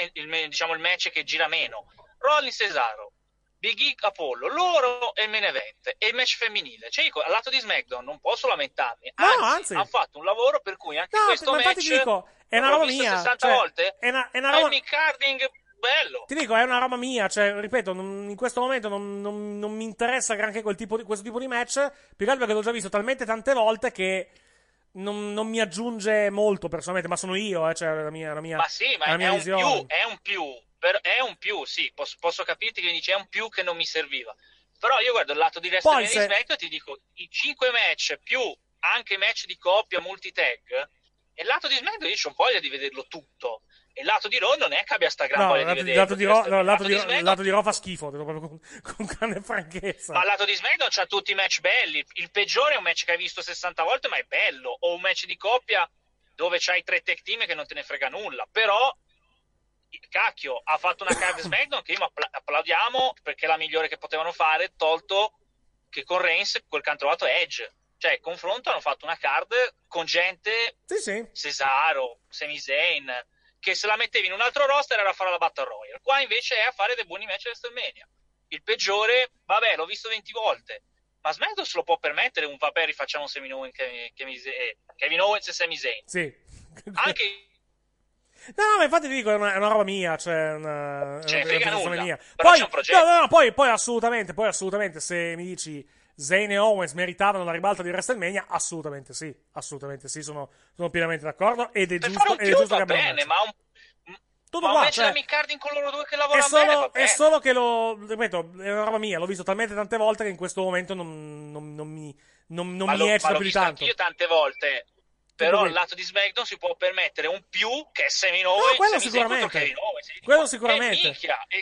il match che gira meno. Rollins Cesaro, Big E Apollo, loro è il main event e il match femminile. Cioè, al lato di SmackDown non posso lamentarmi. Anzi, hanno fatto un lavoro per cui anche questo match dico, è una roba mia. 60 volte. È una roba... carding bello. ti dico, è una roba mia, cioè, ripeto, in questo momento non mi interessa granché questo tipo di match, più che altro perché l'ho già visto talmente tante volte che non mi aggiunge molto personalmente, ma sono io, cioè, la mia ma sì, ma è un più, sì, posso capirti che dici è un più che non mi serviva. Però io guardo il lato di WrestleMania di SmackDown e ti dico, i 5 match più anche match di coppia multitag, e il lato di SmackDown io ho voglia di vederlo tutto. E il lato di Raw non è che abbia sta gran voglia di vederlo. Il lato di Raw fa schifo, proprio con grande franchezza. Ma il lato di SmackDown c'ha tutti i match belli. Il peggiore è un match che hai visto 60 volte, ma è bello. O un match di coppia dove c'hai 3 tag team che non te ne frega nulla. Però, cacchio, ha fatto una card SmackDown che io applaudiamo perché è la migliore che potevano fare, tolto che con Reigns quel che hanno trovato è Edge. Cioè, confronto, hanno fatto una card con gente, Cesaro, Sami Zayn, che se la mettevi in un altro roster era a fare la Battle Royale. Qua invece è a fare dei buoni match a WrestleMania. Il peggiore, vabbè, l'ho visto 20 volte, ma SmackDown se lo può permettere un vabbè, rifacciamo Kevin Owens e Sami Zayn. Sì. Anche... No, ma infatti ti dico, è una roba mia, cioè frega nulla. Mia. Però Poi, c'è un progetto. Poi assolutamente, se mi dici Zayn e Owens meritavano la ribalta di WrestleMania, assolutamente sì, sono pienamente d'accordo, ed è giusto che va bene, ma tutto ma qua, invece cioè, la mid-carding con loro due che lavorano bene, va bene. È solo che ripeto, è una roba mia, l'ho visto talmente tante volte che in questo momento non mi eccita più di tanto. Io tante volte. Però il lato di SmackDown si può permettere un più che è Sami Owens. No, quello sicuramente. Quello sicuramente.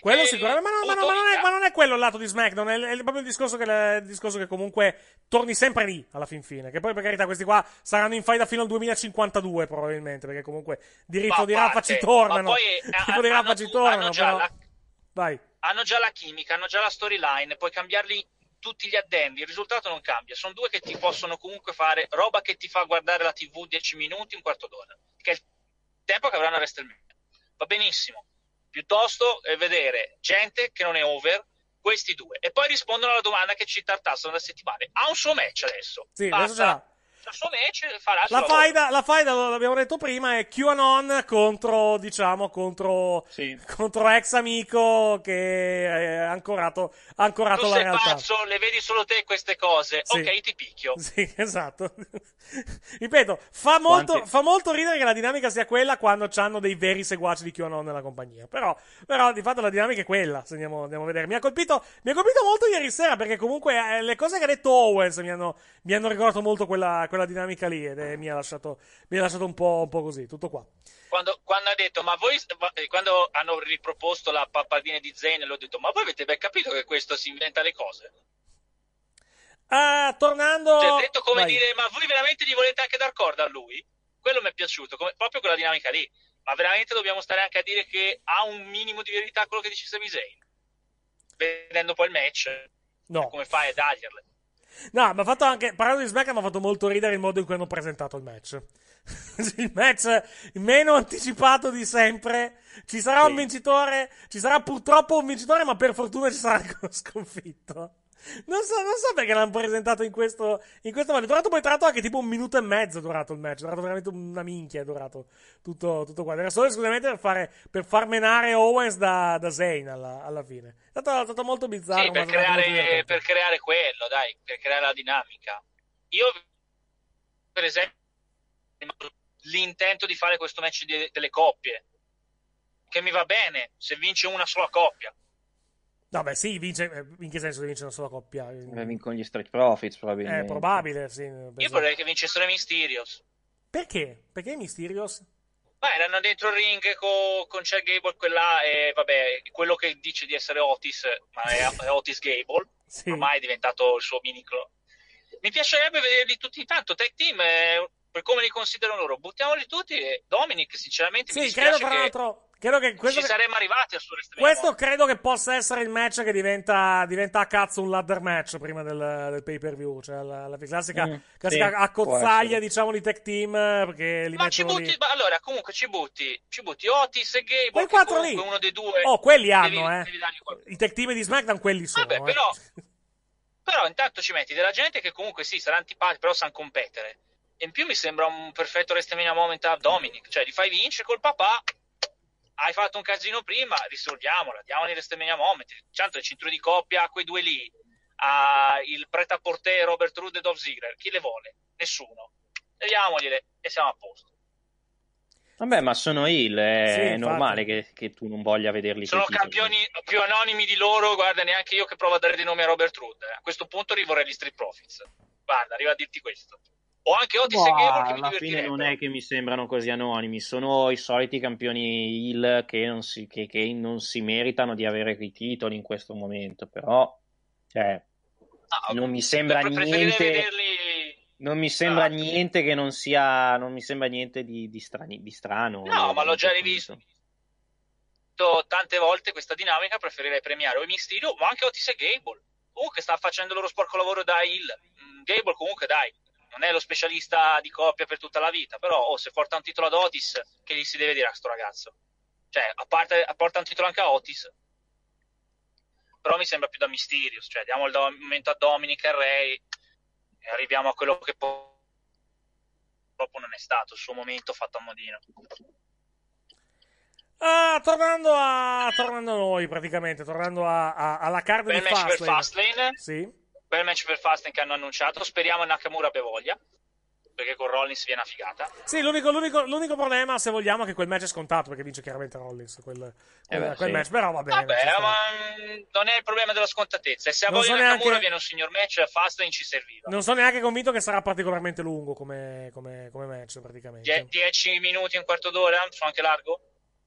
Ma non è quello il lato di SmackDown. È proprio il discorso che comunque torni sempre lì alla fin fine. Che poi, per carità, questi qua saranno in faida fino al 2052, probabilmente. Perché comunque diritto di Rafa ci tornano. Diritto di Rafa ci tornano. Hanno già la chimica, hanno già la storyline. Puoi cambiarli tutti gli addendi, il risultato non cambia, sono due che ti possono comunque fare roba che ti fa guardare la TV 10 minuti, un quarto d'ora, che è il tempo che avranno a WrestleMania. Va benissimo, piuttosto vedere gente che non è over, questi due, e poi rispondono alla domanda che ci tartassano da settimane. Ha un suo match adesso, sì, basta. Adesso ce l'ha. Il suo match farà la faida, l'abbiamo detto prima, è QAnon contro ex amico che è ancorato la realtà. Tu sei pazzo, le vedi solo te queste cose, sì. Ok, ti picchio. Sì, esatto. Ripeto, fa molto ridere che la dinamica sia quella quando c'hanno dei veri seguaci di QAnon nella compagnia. Però di fatto la dinamica è quella, se andiamo a vedere. Mi ha colpito molto ieri sera, perché comunque le cose che ha detto Owens mi hanno ricordato molto quella dinamica lì, ed mi ha lasciato un po' così, tutto qua. Quando ha detto, ma voi, quando hanno riproposto la pappardina di Zayn, l'ho detto, ma voi avete ben capito che questo si inventa le cose? Tornando... Cioè, detto come dire, ma voi veramente gli volete anche dar corda a lui? Quello mi è piaciuto, proprio quella dinamica lì. Ma veramente dobbiamo stare anche a dire che ha un minimo di verità quello che dice Sami Zayn? Vedendo poi il match? No. Come fai a taglierle? No, ma ha fatto anche, parlando di SmackDown, mi ha fatto molto ridere il modo in cui hanno presentato il match. Il match meno anticipato di sempre. Ci sarà un vincitore, ci sarà purtroppo un vincitore, ma per fortuna ci sarà anche uno sconfitto. Non so perché l'hanno presentato in questo modo. È durato poi, tra l'altro, anche tipo 1 minuto e mezzo è durato il match. È durato veramente una minchia, è durato tutto qua. Era solo esclusivamente per far menare Owens da Zayn alla fine. È stato molto bizzarro. Sì, per creare quello, dai, per creare la dinamica. Io, per esempio, l'intento di fare questo match delle coppie, che mi va bene se vince una sola coppia. No, beh, sì, vince. In che senso vince una sola coppia? Vincono gli Street Profits, probabilmente. È probabile, sì. Io vorrei che vincessero i Mysterios. Perché? Perché i Mysterios? Beh, erano dentro il ring con Chad Gable, quella, e vabbè, quello che dice di essere Otis, ma è Otis Gable. Sì. Ormai è diventato il suo mini clone. Mi piacerebbe vederli tutti intanto. Tag team, per come li considerano loro, buttiamoli tutti. E Dominic, sinceramente, mi dispiace credo, tra l'altro. Credo che ci saremmo arrivati al suo WrestleMania. Questo credo che possa essere il match che diventa a cazzo un ladder match prima del pay-per-view, cioè la classica accozzaglia, diciamo, di tag team, perché li mettono lì. Allora, comunque ci butti Otis e Gable, quei quattro lì, uno dei due. Oh, quelli hanno, i tag team di SmackDown, quelli sono. Vabbè, però intanto ci metti della gente che comunque sì, sarà antipatica, però sanno competere. E in più mi sembra un perfetto WrestleMania moment a Dominic, cioè li fai vincere col papà. hai fatto un casino prima, risolviamola, diamogli WrestleMania Moment. Tanto le cinture di coppia, quei due lì, il pret-à-porter Robert Roode e Dolph Ziggler, chi le vuole? Nessuno. Diamogliele e siamo a posto. Vabbè, ma sono heel, è Sì, normale che tu non voglia vederli. Sono campioni più anonimi di loro, guarda, neanche io che provo a dare dei nomi a Robert Roode. A questo punto rivorrei gli Street Profits. Guarda, arrivo a dirti questo. O anche Otis e Gable che mi alla fine non è che mi sembrano così anonimi, sono i soliti campioni heel che non si meritano di avere i titoli in questo momento, però non mi sembra niente. Non mi sembra niente che non sia. Non mi sembra niente di strano. No, ma l'ho già rivisto tante volte questa dinamica. Preferirei premiare o i Mysterio, ma anche Otis e Gable. Comunque sta facendo il loro sporco lavoro da heel. Gable, comunque, dai, non è lo specialista di coppia per tutta la vita. Però, se porta un titolo ad Otis, che gli si deve dire a sto ragazzo? Cioè, porta un titolo anche a Otis. Però mi sembra più da Mysterious. Cioè, diamo il momento a Dominic e Ray. E arriviamo a quello che purtroppo non è stato il suo momento fatto a modino. Tornando a noi, praticamente, tornando alla card di Fastlane. Bel match per Fastlane. Sì. Bel match per Fastlane che hanno annunciato. Speriamo Nakamura abbia voglia, perché con Rollins viene una figata. Sì, l'unico problema, se vogliamo, è che quel match è scontato, perché vince chiaramente Rollins quel match, però va bene. Vabbè, ma non è il problema della scontatezza. E se a voglia Nakamura viene un signor match, Fastlane ci serviva. Non sono neanche convinto che sarà particolarmente lungo come match, praticamente. 10 minuti, un quarto d'ora, sono anche largo?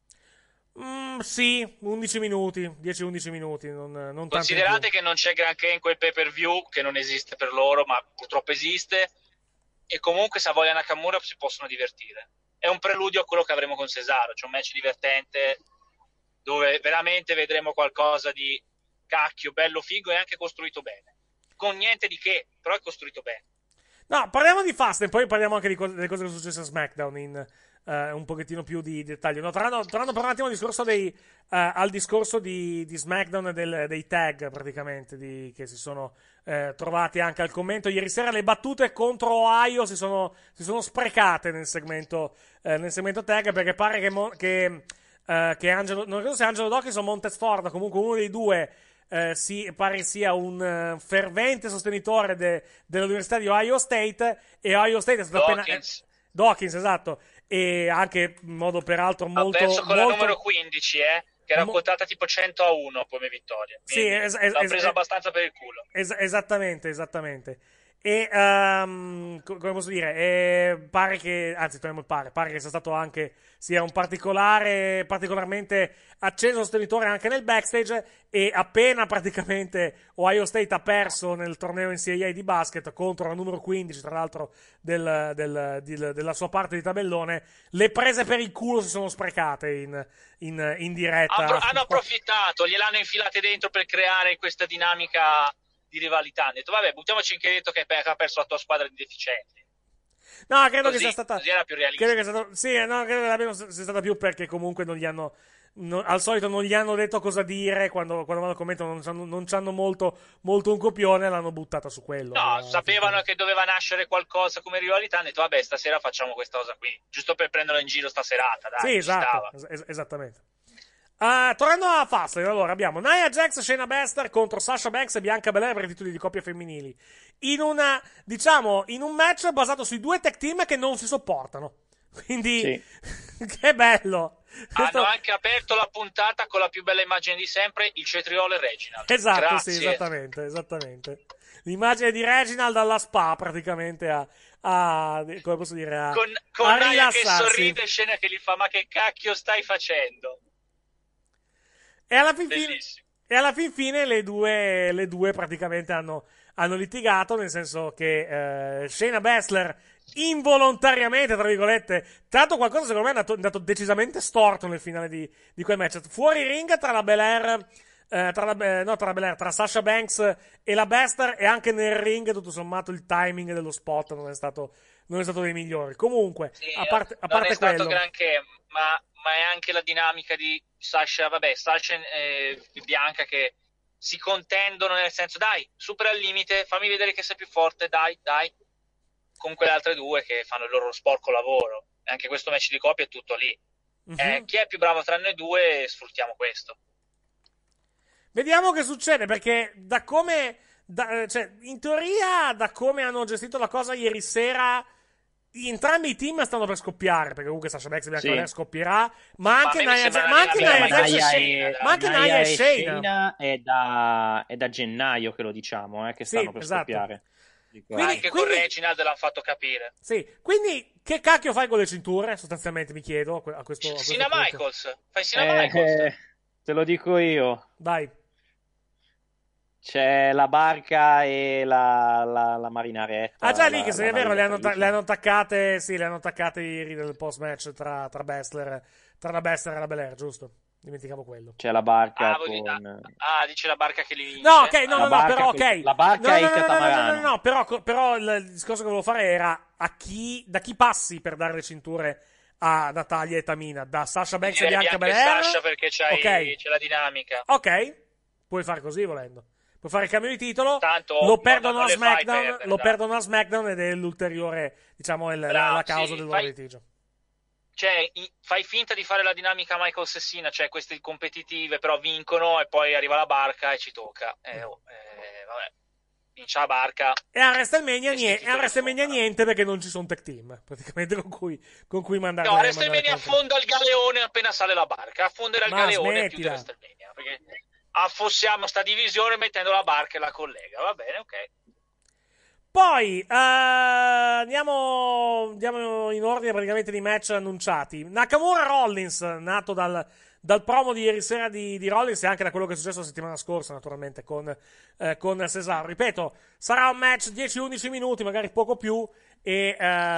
Sì, 11 minuti, 10-11 minuti, non considerate che non c'è granché in quel pay-per-view, che non esiste per loro, ma purtroppo esiste. E comunque se a voglia Nakamura si possono divertire. È un preludio a quello che avremo con Cesaro. C'è un match divertente dove veramente vedremo qualcosa di cacchio, bello, figo e anche costruito bene. Con niente di che, però è costruito bene. No, parliamo di Fastlane, poi parliamo anche delle cose che sono successe a SmackDown in un pochettino più di dettaglio. No, tornando per un attimo al discorso di SmackDown e dei tag, praticamente, che si sono trovati anche al commento. Ieri sera le battute contro Ohio si sono sprecate nel segmento tag, perché pare che Angelo, non ricordo se Angelo Dawkins o Montez Ford, comunque uno dei due, pare sia un fervente sostenitore dell'Università di Ohio State, e Ohio State è stato Dawkins, esatto, e anche in modo peraltro molto... Ha perso con la numero 15, che era quotata tipo 100-1 come vittoria. Sì, l'ha presa abbastanza per il culo. Esattamente. E come posso dire, pare che, anzi, pare che sia stato anche un particolarmente acceso sostenitore anche nel backstage, e appena praticamente Ohio State ha perso nel torneo NCAA di basket contro la numero 15, tra l'altro della sua parte di tabellone, le prese per il culo si sono sprecate in diretta. Hanno approfittato, gliel'hanno infilate dentro per creare questa dinamica di rivalità. Hanno detto, vabbè, buttiamoci in credito che ha perso la tua squadra di deficienti. No, credo che sia stata... Così era più realistico. Credo che sia stata più perché comunque non gli hanno... al solito non gli hanno detto cosa dire quando vanno a commentare, non c'hanno molto un copione, l'hanno buttata su quello. No, sapevano che doveva nascere qualcosa come rivalità, hanno detto, vabbè, stasera facciamo questa cosa qui, giusto per prenderlo in giro sta serata, dai. Sì, esatto, esattamente. Tornando a Fastlane, allora abbiamo Nia Jax, Shayna Baszler contro Sasha Banks e Bianca Belair per i titoli di coppia femminili, in un match basato sui due tag team che non si sopportano, quindi sì. Che bello. Hanno anche aperto la puntata con la più bella immagine di sempre, il cetriolo e Reginald. Esatto. Grazie. Sì, esattamente l'immagine di Reginald alla spa, praticamente come posso dire, con Nia che sorride, scena che gli fa, ma che cacchio stai facendo? E alla fin fine le due praticamente hanno litigato, nel senso che Shayna Baszler involontariamente, tra virgolette, tanto qualcosa secondo me è andato decisamente storto nel finale di quel match. Fuori ring tra Sasha Banks e la Baszler, e anche nel ring tutto sommato il timing dello spot non è stato dei migliori. Comunque, sì, a parte non è stato quello, granché, ma è anche la dinamica di Sasha e Bianca che si contendono, nel senso, dai, supera il limite, fammi vedere che sei più forte, dai, con quelle altre due che fanno il loro sporco lavoro. E anche questo match di coppia è tutto lì. Chi è più bravo tra noi due, sfruttiamo questo. Vediamo che succede, perché in teoria, da come hanno gestito la cosa ieri sera, entrambi i team stanno per scoppiare, perché comunque Sasha Banks e Bianca Belair scoppierà, ma anche Nia e Shayna è da gennaio che lo diciamo, che stanno per scoppiare. Anche con Reginald l'hanno fatto capire. Sì, quindi che cacchio fai con le cinture? Sostanzialmente mi chiedo a questo Sina punto. Michaels, fai Sina Michaels. Te lo dico io. Dai. C'è la barca e la marinaretta. Già lì, che se è vero, le hanno attaccate ieri nel post-match tra la Baszler e la Belair, giusto? Dimenticavo quello. C'è la barca dice la barca che li vince. No, ok, però ok. La barca e il catamarano. No, però il discorso che volevo fare era da chi passi per dare le cinture a Natalya e Tamina? Da Sasha Banks e Bianca Belair? Sasha, perché c'è la dinamica. Ok, puoi fare così volendo. Puoi fare il cambio di titolo, tanto lo perdono a SmackDown ed è l'ulteriore, diciamo, la causa del loro litigio. Cioè, fai finta di fare la dinamica Michael Sessina, cioè queste competitive, però vincono e poi arriva la barca e ci tocca. Vabbè, vince la barca. E a WrestleMania niente, perché non ci sono tag team, praticamente, con cui mandare. No, a WrestleMania affonda il galeone appena sale la barca, affonderà il galeone più di WrestleMania, perché affossiamo sta divisione mettendo la barca e la collega, va bene, ok. Poi andiamo in ordine praticamente di match annunciati. Nakamura Rollins, nato dal promo di ieri sera di Rollins e anche da quello che è successo la settimana scorsa, naturalmente, con Cesaro. Ripeto, sarà un match 10-11 minuti, magari poco più, e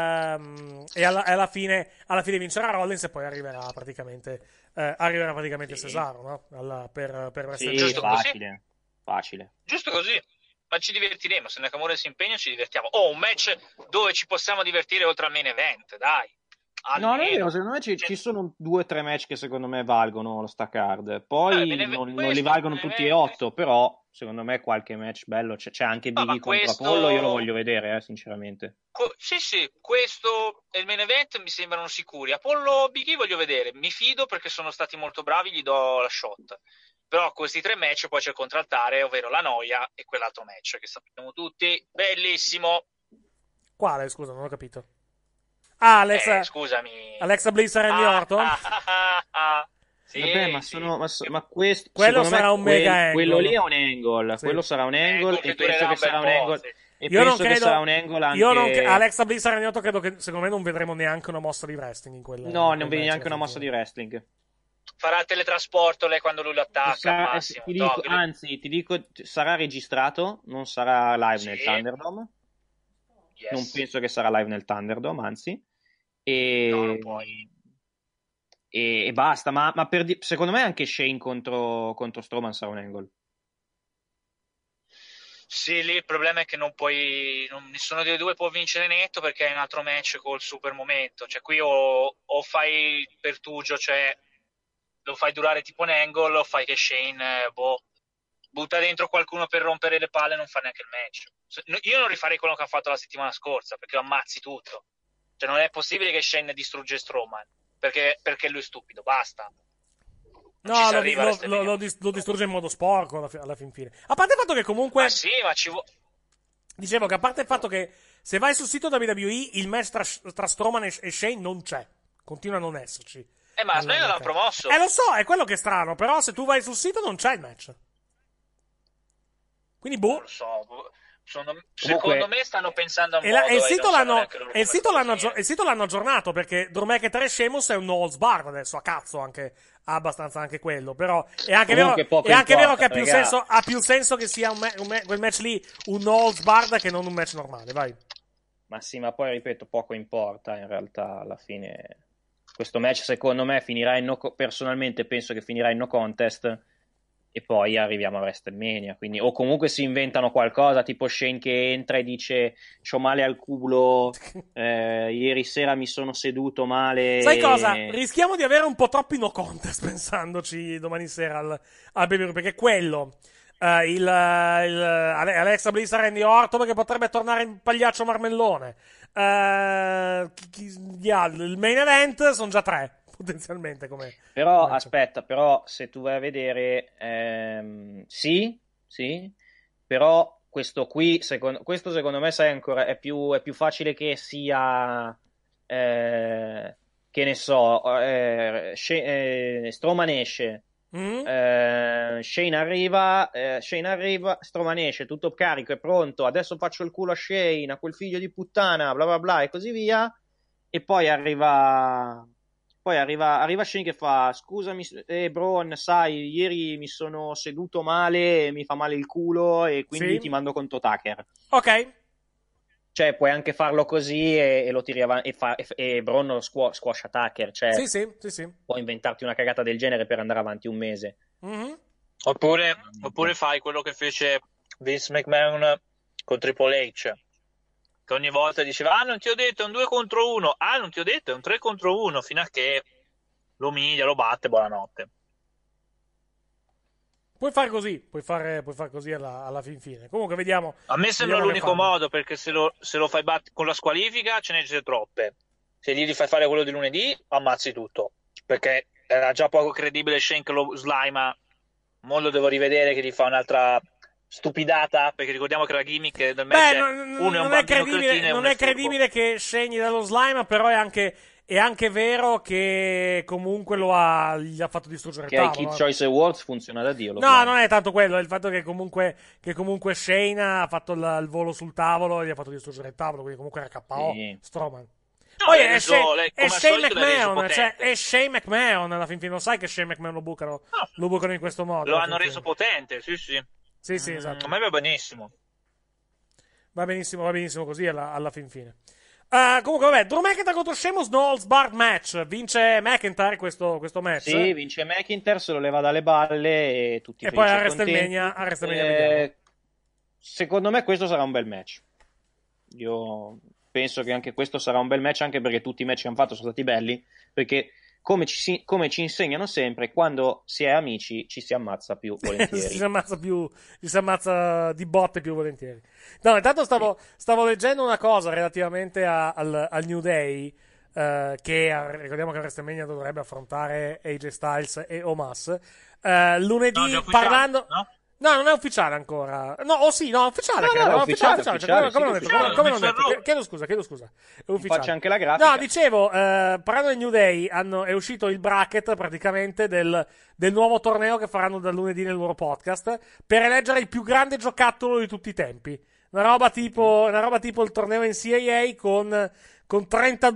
alla fine vincerà Rollins e poi arriverà praticamente Cesaro, no? Per sì, facile. Giusto così. Ma ci divertiremo, se Nakamura si impegna ci divertiamo. Un match dove ci possiamo divertire oltre al main event, dai. No, non è vero, secondo me ci sono 2 o 3 match che secondo me valgono lo sta card. Poi non li valgono tutti e 8, però secondo me qualche match bello c'è anche Biggie contro Apollo, io lo voglio vedere, sinceramente. Sì, questo e il main event mi sembrano sicuri. Apollo Biggie voglio vedere, mi fido perché sono stati molto bravi, gli do la shot. Però questi 3 match poi c'è il contraltare, ovvero la noia e quell'altro match che sappiamo tutti. Bellissimo. Quale? Scusa, non ho capito. Scusami. Alexa Bliss e Randy Orton? Sì, vabbè, ma questo quello sarà un mega angle. Quello lì è un angle. Sì. Quello sarà un angle e penso che sarà un angle. Sì. E penso che sarà un angle anche. Alexa Bliss e Randy Orton credo che secondo me non vedremo neanche una mossa di wrestling in quella. No, non vedi neanche una mossa di wrestling. Farà il teletrasporto lei quando lui lo attacca. Ti dico, sarà registrato, non sarà live nel Thunderdome. Yes. Non penso che sarà live nel Thunderdome, anzi. E basta, ma secondo me anche Shane contro Strowman sarà un angle. Sì, lì il problema è che nessuno dei due può vincere netto perché è un altro match col super momento. Cioè qui o fai pertugio, cioè lo fai durare tipo un angle, o fai che Shane butta dentro qualcuno per rompere le palle e non fa neanche il match. Io non rifarei quello che ha fatto la settimana scorsa, perché lo ammazzi tutto. Cioè non è possibile che Shane distrugge Strowman, perché lui è stupido, basta. Lo distrugge in modo sporco alla fin fine. A parte il fatto che comunque... Ma sì, ma dicevo che a parte il fatto che se vai sul sito WWE il match tra Strowman e Shane non c'è. Continua a non esserci. Ma SmackDown l'ha promosso. Lo so, è quello che è strano, però se tu vai sul sito non c'è il match. Quindi non lo so. Secondo me stanno pensando a un modo. Il sito l'hanno aggiornato perché Drew McIntyre e Sheamus è un no holds barred adesso, a cazzo anche abbastanza anche quello, però è anche vero che ha più senso che sia quel match lì un no holds barred che non un match normale, vai. Ma sì, ma poi ripeto, poco importa in realtà alla fine. Questo match secondo me finirà personalmente penso che finirà in no contest e poi arriviamo a WrestleMania, quindi o comunque si inventano qualcosa tipo Shane che entra e dice c'ho male al culo, ieri sera mi sono seduto male. Sai cosa? Rischiamo di avere un po' troppi no contest pensandoci domani sera al pay-per-view, perché quello Alexa Bliss a Randy Orton perché potrebbe tornare in pagliaccio marmellone, il main event sono già 3 potenzialmente come... Però aspetta, però se tu vai a vedere, sì, però questo qui, secondo me, sai, ancora è più facile che sia, che ne so, Strowman esce, Shane arriva, Strowman esce, tutto carico, è pronto, adesso faccio il culo a Shane, a quel figlio di puttana, bla bla bla, e così via, e poi arriva Shane che fa: scusami, Braun, sai, ieri mi sono seduto male, mi fa male il culo e quindi ti mando contro Tucker. Ok. Cioè, puoi anche farlo così e lo tiri avanti e Braun lo squascia Tucker. Cioè, sì. puoi inventarti una cagata del genere per andare avanti un mese. Mm-hmm. Oppure fai quello che fece Vince McMahon con Triple H, che ogni volta diceva: non ti ho detto è un 2 contro 1, non ti ho detto è un 3 contro 1, fino a che lo umilia, lo batte, buonanotte. Puoi fare così alla fin fine. Comunque vediamo. A me sembra l'unico modo, perché se lo fai battere con la squalifica ce ne sono troppe. Se gli fai fare quello di lunedì, ammazzi tutto, perché era già poco credibile Shane che lo slima. Mo lo devo rivedere che gli fa un'altra stupidata, perché ricordiamo che la gimmick del match uno è un bambino cretino, non è credibile che scegli dallo slime, però è anche vero che comunque gli ha fatto distruggere il tavolo. Che ai Kids Choice Awards funziona da Dio. No, non è tanto quello, è il fatto che comunque Shane ha fatto il volo sul tavolo e gli ha fatto distruggere il tavolo, quindi comunque era KO Strowman. No, poi è Shane McMahon, cioè è Shane McMahon alla fin fine, lo sai che Shane McMahon lo bucano in questo modo. Lo hanno reso potente, sì. Sì, esatto. A me va benissimo. Va benissimo così alla fin fine. Comunque, vabbè, Drew McIntyre contro Sheamus, no holds barred match. Vince McIntyre questo match. Sì, vince McIntyre, se lo leva dalle balle e tutti felici e poi a WrestleMania secondo me questo sarà un bel match. Io penso che anche questo sarà un bel match, anche perché tutti i match che hanno fatto sono stati belli, perché come ci insegnano sempre, quando si è amici ci si ammazza più volentieri. ci si ammazza di botte più volentieri. No, intanto stavo leggendo una cosa relativamente al New Day, che ricordiamo che WrestleMania dovrebbe affrontare AJ Styles e Omos. Lunedì parlando... No, non è ufficiale ancora. No, è ufficiale. No, è ufficiale. Come l'ho detto? Chiedo scusa. È ufficiale. Faccio anche la grafica. No, dicevo, parlando del New Day, è uscito il bracket praticamente del nuovo torneo che faranno dal lunedì nel loro podcast per eleggere il più grande giocattolo di tutti i tempi. Una roba tipo il torneo in CAA con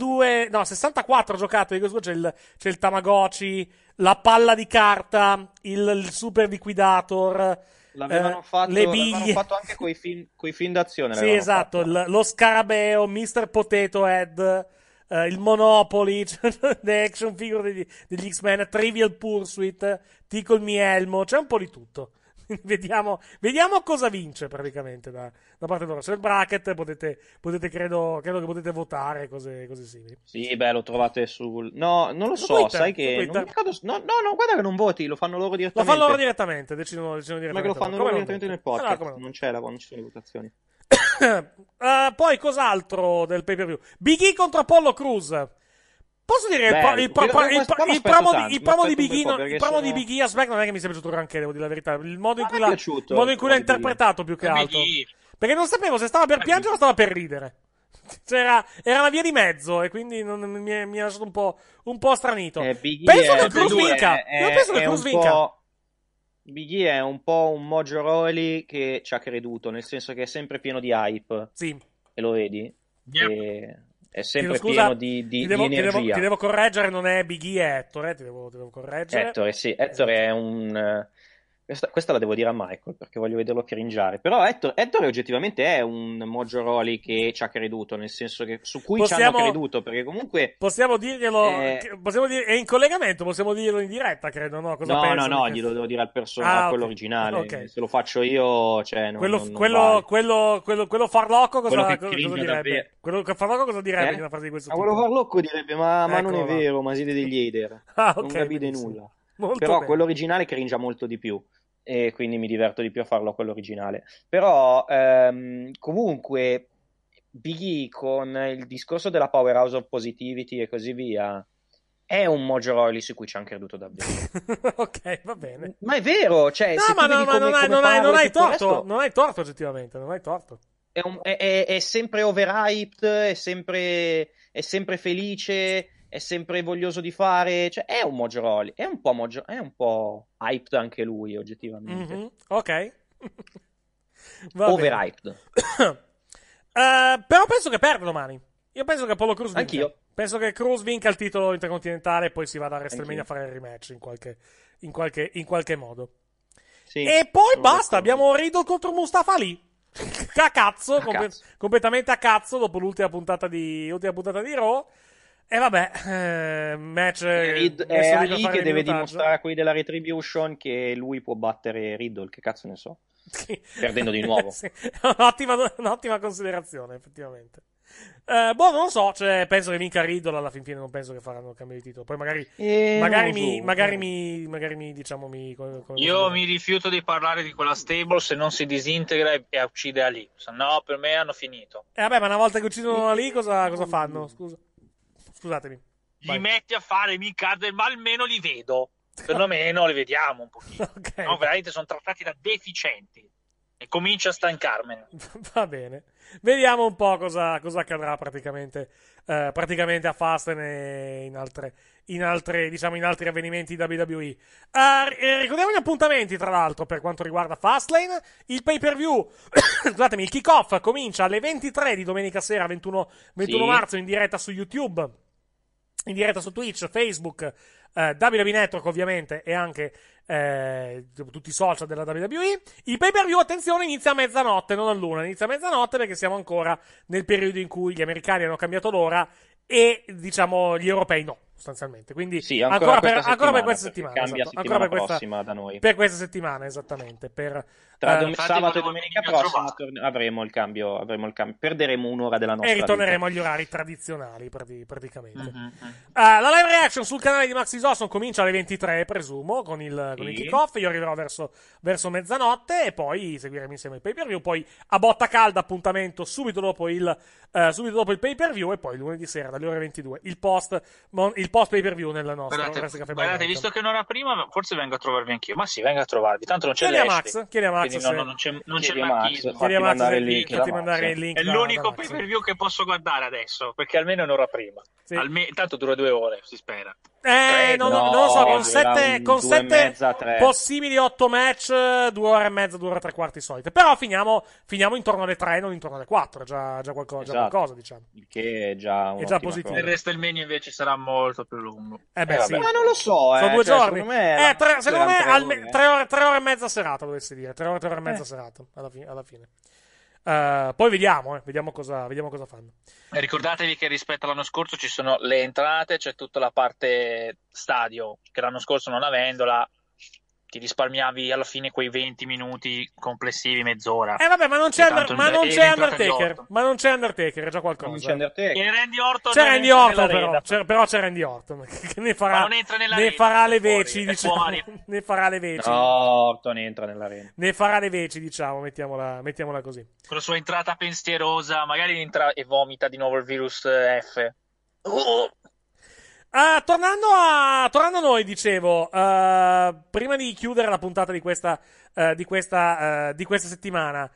64 giocattoli. C'è il Tamagotchi, la palla di carta, il super liquidator, l'avevano fatto anche coi film d'azione. Sì, esatto, lo scarabeo, Mr. Potato Head, il Monopoly, le action figure degli X-Men, Trivial Pursuit, Tickle Me Elmo, c'è un po' di tutto. Vediamo cosa vince praticamente da parte loro. Se il bracket potete credo che potete votare cose simili. Sì, beh, lo trovate sul... No, non lo so, Twitter, sai che... No, guarda che non voti, lo fanno loro direttamente. Decidono direttamente. Ma che lo fanno loro direttamente nel podcast, non ci sono le votazioni. Poi cos'altro del pay-per-view? Big E contro Apollo Crews. Posso dire il promo di Big E a SmackDown non è che mi sia piaciuto granché, devo dire la verità. Il modo in cui l'ha interpretato più che altro. Perché non sapevo se stava per piangere o stava per ridere. Era una via di mezzo e quindi mi ha lasciato un po' stranito. Penso che Cruz vinca. Big E è un po' un Mojo Rawley che ci ha creduto, nel senso che è sempre pieno di hype. Sì. E lo vedi? Yep. È sempre pieno di energia. Ti devo correggere, non è Big E, è Ettore, ti devo correggere. Ettore è un... Questa la devo dire a Michael, perché voglio vederlo cringiare. Però Ettore oggettivamente è un Mojo Rawley che ci ha creduto, nel senso che su cui ci hanno creduto, perché comunque... Possiamo dirglielo, è in collegamento, possiamo dirlo in diretta, credo, no? No, glielo devo dire al personaggio, quello originale. Okay. Se lo faccio io, cioè... Quello farlocco cosa direbbe? Quello farlocco cosa direbbe in una frase di questo tipo? Quello farlocco direbbe, ma non è vero, ma siete degli hater. Non capite nulla. Però bene. Quello originale cringia molto di più e quindi mi diverto di più a farlo a quello originale. Però comunque Big E con il discorso della Powerhouse of Positivity e così via è un Mojo Rawley su cui ci hanno creduto davvero. Ok, va bene. Ma è vero, cioè, no, se ma non hai torto, resto, non hai torto oggettivamente, non hai torto. È sempre overhyped, è sempre felice, è sempre voglioso di fare, cioè è un Mojo Rawley, è un po' hyped anche lui oggettivamente. Mm-hmm. Ok. Overhyped. Però penso che perda domani. Io penso che Apollo Crews vinca. Anch'io. Penso che Crews vinca il titolo intercontinentale e poi si vada a WrestleMania a fare il rematch in qualche modo. Sì, e poi basta, abbiamo Riddle contro Mustafa Ali. A cazzo, completamente a cazzo dopo l'ultima puntata di Raw. E vabbè, match è Ali che deve dimostrare a quelli della Retribution che lui può battere Riddle, che cazzo ne so. Perdendo di nuovo. Sì, un'ottima considerazione, effettivamente. Non lo so, cioè, penso che vinca Riddle alla fin fine, non penso che faranno il cambio di titolo. Poi magari mi diciamo io mi rifiuto di parlare di quella stable se non si disintegra e uccide Ali. Se no, per me hanno finito. Vabbè, ma una volta che uccidono Ali cosa fanno? Scusatemi. Gli metti a fare mid-card, ma almeno li vedo. Perlomeno li vediamo un pochino. Okay. No, veramente sono trattati da deficienti. E comincia a stancarmene. Va bene. Vediamo un po' cosa accadrà praticamente a Fastlane e in altri avvenimenti WWE. Ricordiamo gli appuntamenti, tra l'altro, per quanto riguarda Fastlane. Il pay-per-view, scusatemi, il kick-off comincia alle 23 di domenica sera, 21 marzo, in diretta su YouTube, in diretta su Twitch, Facebook, WWE Network ovviamente, e anche tutti i social della WWE. Il pay-per-view, attenzione, inizia a mezzanotte, non all'una, inizia a mezzanotte perché siamo ancora nel periodo in cui gli americani hanno cambiato l'ora e, diciamo, gli europei no, sostanzialmente. Quindi sì, ancora per questa settimana. Cambia settimana prossima da noi. Per questa settimana, esattamente. Tra sabato e domenica prossima avremo il cambio. Perderemo un'ora della nostra vita. E ritorneremo agli orari tradizionali, praticamente. La live reaction sul canale di Maxis Awesome comincia alle 23, presumo, con il kick-off. Io arriverò verso mezzanotte e poi seguiremo insieme il pay-per-view. Poi a botta calda, appuntamento subito dopo il pay-per-view, e poi lunedì sera dalle ore 22 il post pay-per-view nella nostra Wrestling Cafe. Guardate, visto che non era prima, forse vengo a trovarvi anch'io. Ma sì, vengo a trovarvi, tanto non c'è chiedi a Max. Non c'è machismo. Fatti mandare il link. È l'unico pay-per-view che posso guardare adesso, perché almeno un'ora prima. Sì. Tanto dura 2 ore, si spera. Non lo so, con 7 possibili 8 match, 2 ore e mezza, 2 ore e 3 quarti solite. Però finiamo intorno alle 3, non intorno alle 4. Già qualcosa, diciamo. Il che è già positivo. Il resto del menu invece sarà molto più lungo. Sì. Ma non lo so, sono 2 giorni. Secondo me 3 ore e mezza serata, dovessi dire. 3 ore e mezza serata, alla fine. Poi vediamo cosa fanno. Ricordatevi che rispetto all'anno scorso ci sono le entrate, c'è tutta la parte stadio, che l'anno scorso non avendola ti risparmiavi alla fine quei 20 minuti complessivi, mezz'ora. Vabbè, ma non c'è Undertaker. Ma non c'è Undertaker, è già qualcosa. Non c'è Undertaker. E Randy Orton c'è Randy Orton, però c'è Randy Orton che ne farà le veci, diciamo. Ne farà le veci. No, Orton entra nell'arena. Ne farà le veci, diciamo, mettiamola così. Con la sua entrata pensierosa, magari entra e vomita di nuovo il virus F. Tornando a noi, dicevo, prima di chiudere la puntata di questa settimana,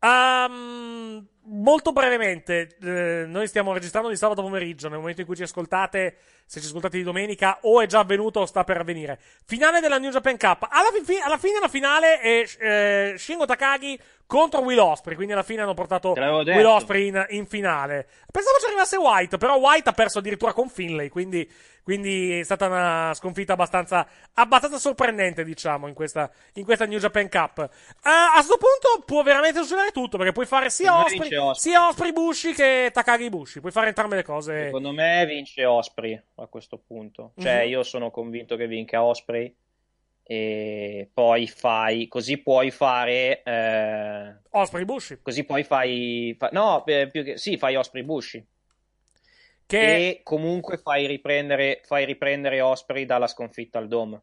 molto brevemente, noi stiamo registrando di sabato pomeriggio, nel momento in cui ci ascoltate, se ci ascoltate di domenica, o è già avvenuto o sta per avvenire. Finale della New Japan Cup. Alla fine la finale è Shingo Takagi contro Will Ospreay, quindi alla fine hanno portato Will Ospreay in finale. Pensavo ci arrivasse White, però White ha perso addirittura con Finlay, quindi è stata una sconfitta abbastanza sorprendente, diciamo, in questa New Japan Cup. A questo punto può veramente succedere tutto, perché puoi fare sia Ospreay Bushi che Takagi Bushi, puoi fare entrambe le cose. Secondo me vince Ospreay a questo punto, cioè io sono convinto che vinca Ospreay. E poi fai Ospreay Bushi, così poi fai Ospreay Bushi, e comunque fai riprendere Ospreay dalla sconfitta al Dome.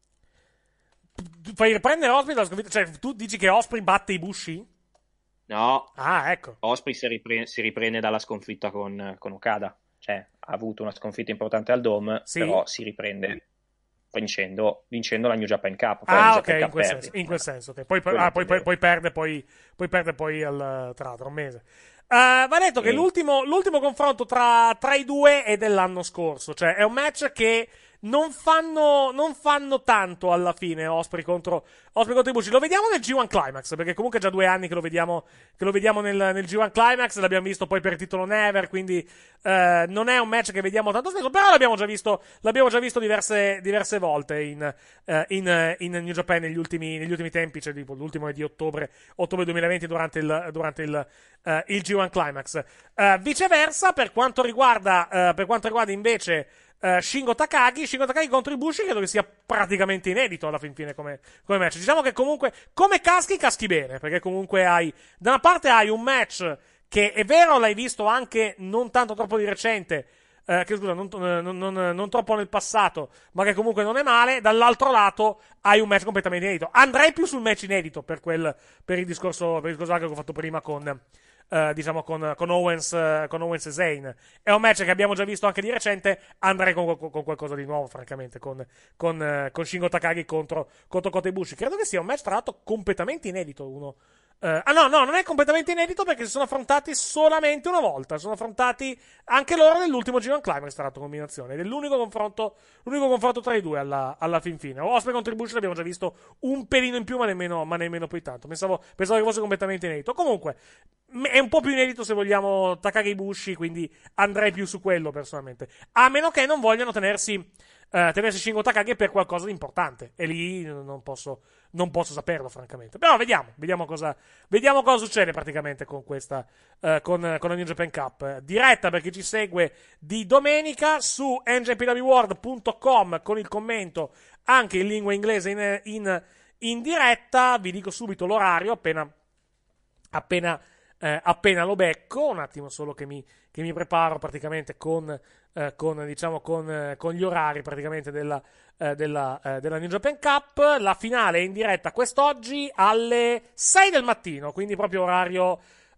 Fai riprendere Ospreay dalla sconfitta, cioè tu dici che Ospreay batte i Bushi? No, ecco, Ospreay si riprende dalla sconfitta con Okada. cioè ha avuto una sconfitta importante al Dome, però si riprende vincendo la New Japan Cup. In quel senso. Okay. Poi perde poi tra l'altro un mese. Va detto che l'ultimo confronto tra i due è dell'anno scorso, cioè è un match che non fanno tanto alla fine Osprey contro Ibushi. Lo vediamo nel G1 Climax, perché comunque è già 2 anni che lo vediamo nel G1 Climax, l'abbiamo visto poi per il titolo Never, quindi non è un match che vediamo tanto spesso, però l'abbiamo già visto diverse volte in New Japan negli ultimi tempi, cioè tipo l'ultimo è di ottobre 2020 durante il G1 Climax. Viceversa, per quanto riguarda invece Shingo Takagi contro Ibushi, credo che sia praticamente inedito alla fin fine come match. Diciamo che comunque come caschi bene, perché comunque da una parte hai un match che è vero l'hai visto anche non tanto troppo di recente, non troppo nel passato, ma che comunque non è male. Dall'altro lato hai un match completamente inedito. Andrei più sul match inedito per il discorso anche che ho fatto prima con Owens e Zayn. È un match che abbiamo già visto anche di recente. Andrei con qualcosa di nuovo, francamente, con Shingo Takagi contro Kota Ibushi. Credo che sia un match, tra l'altro, completamente inedito. No, non è completamente inedito, perché si sono affrontati solamente una volta. Sono affrontati anche loro nell'ultimo G1 Climax, tra l'altro, combinazione. Ed è l'unico confronto tra i due alla fin fine. Osprey contro Ibushi l'abbiamo già visto un pelino in più, ma nemmeno poi tanto. Pensavo che fosse completamente inedito. Comunque, è un po' più inedito, se vogliamo, Takagi Ibushi, quindi andrei più su quello, personalmente. A meno che non vogliano tenersi Shingo Takagi per qualcosa di importante. E lì non posso saperlo, francamente. Però vediamo cosa succede praticamente con questa con la New Japan Cup. Diretta, per chi ci segue, di domenica su njpwworld.com, con il commento anche in lingua inglese in diretta. Vi dico subito l'orario appena lo becco. Un attimo solo che mi preparo praticamente con gli orari praticamente della New Japan Cup. La finale è in diretta quest'oggi alle 6 del mattino, quindi proprio orario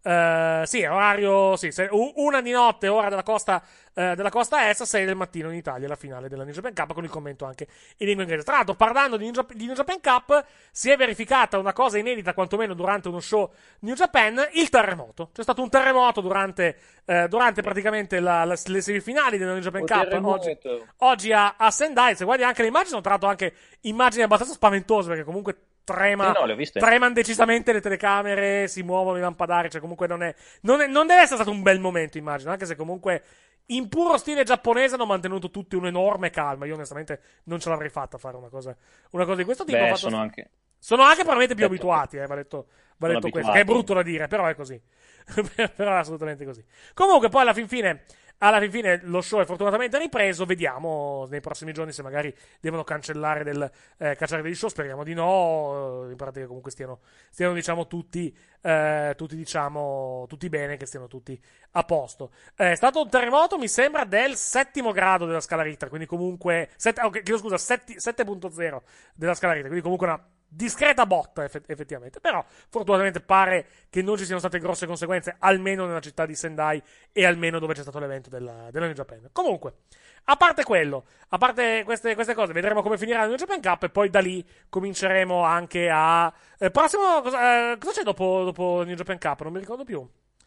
una di notte, ora della costa est, 6 del mattino in Italia, la finale della New Japan Cup, con il commento anche in lingua inglese. Tra l'altro, parlando di New Japan Cup, si è verificata una cosa inedita, quantomeno durante uno show New Japan: il terremoto. C'è stato un terremoto durante praticamente le semifinali della New Japan Cup oggi a Sendai. Se guardi anche le immagini, sono tra l'altro anche immagini abbastanza spaventose, perché comunque tremano decisamente le telecamere, si muovono i lampadari, cioè comunque non deve essere stato un bel momento, immagino, anche se comunque in puro stile giapponese hanno mantenuto tutti un'enorme calma. Io onestamente non ce l'avrei fatta a fare una cosa di questo tipo. Sono anche probabilmente più abituati, va detto questo, che è brutto da dire, però è così. Però è assolutamente così. Comunque poi alla fin fine lo show è fortunatamente ripreso. Vediamo nei prossimi giorni se magari devono cancellare degli show. Speriamo di no. In pratica comunque stiano diciamo tutti bene, che stiano tutti a posto. È stato un terremoto, mi sembra, del 7° grado della scala Richter, quindi comunque 7.0 della scala Richter, quindi comunque una discreta botta, effettivamente. Però fortunatamente pare che non ci siano state grosse conseguenze, almeno nella città di Sendai e almeno dove c'è stato l'evento della New Japan. Comunque, a parte queste cose, vedremo come finirà la New Japan Cup, e poi da lì cominceremo anche a cosa c'è dopo New Japan Cup? Non mi ricordo più.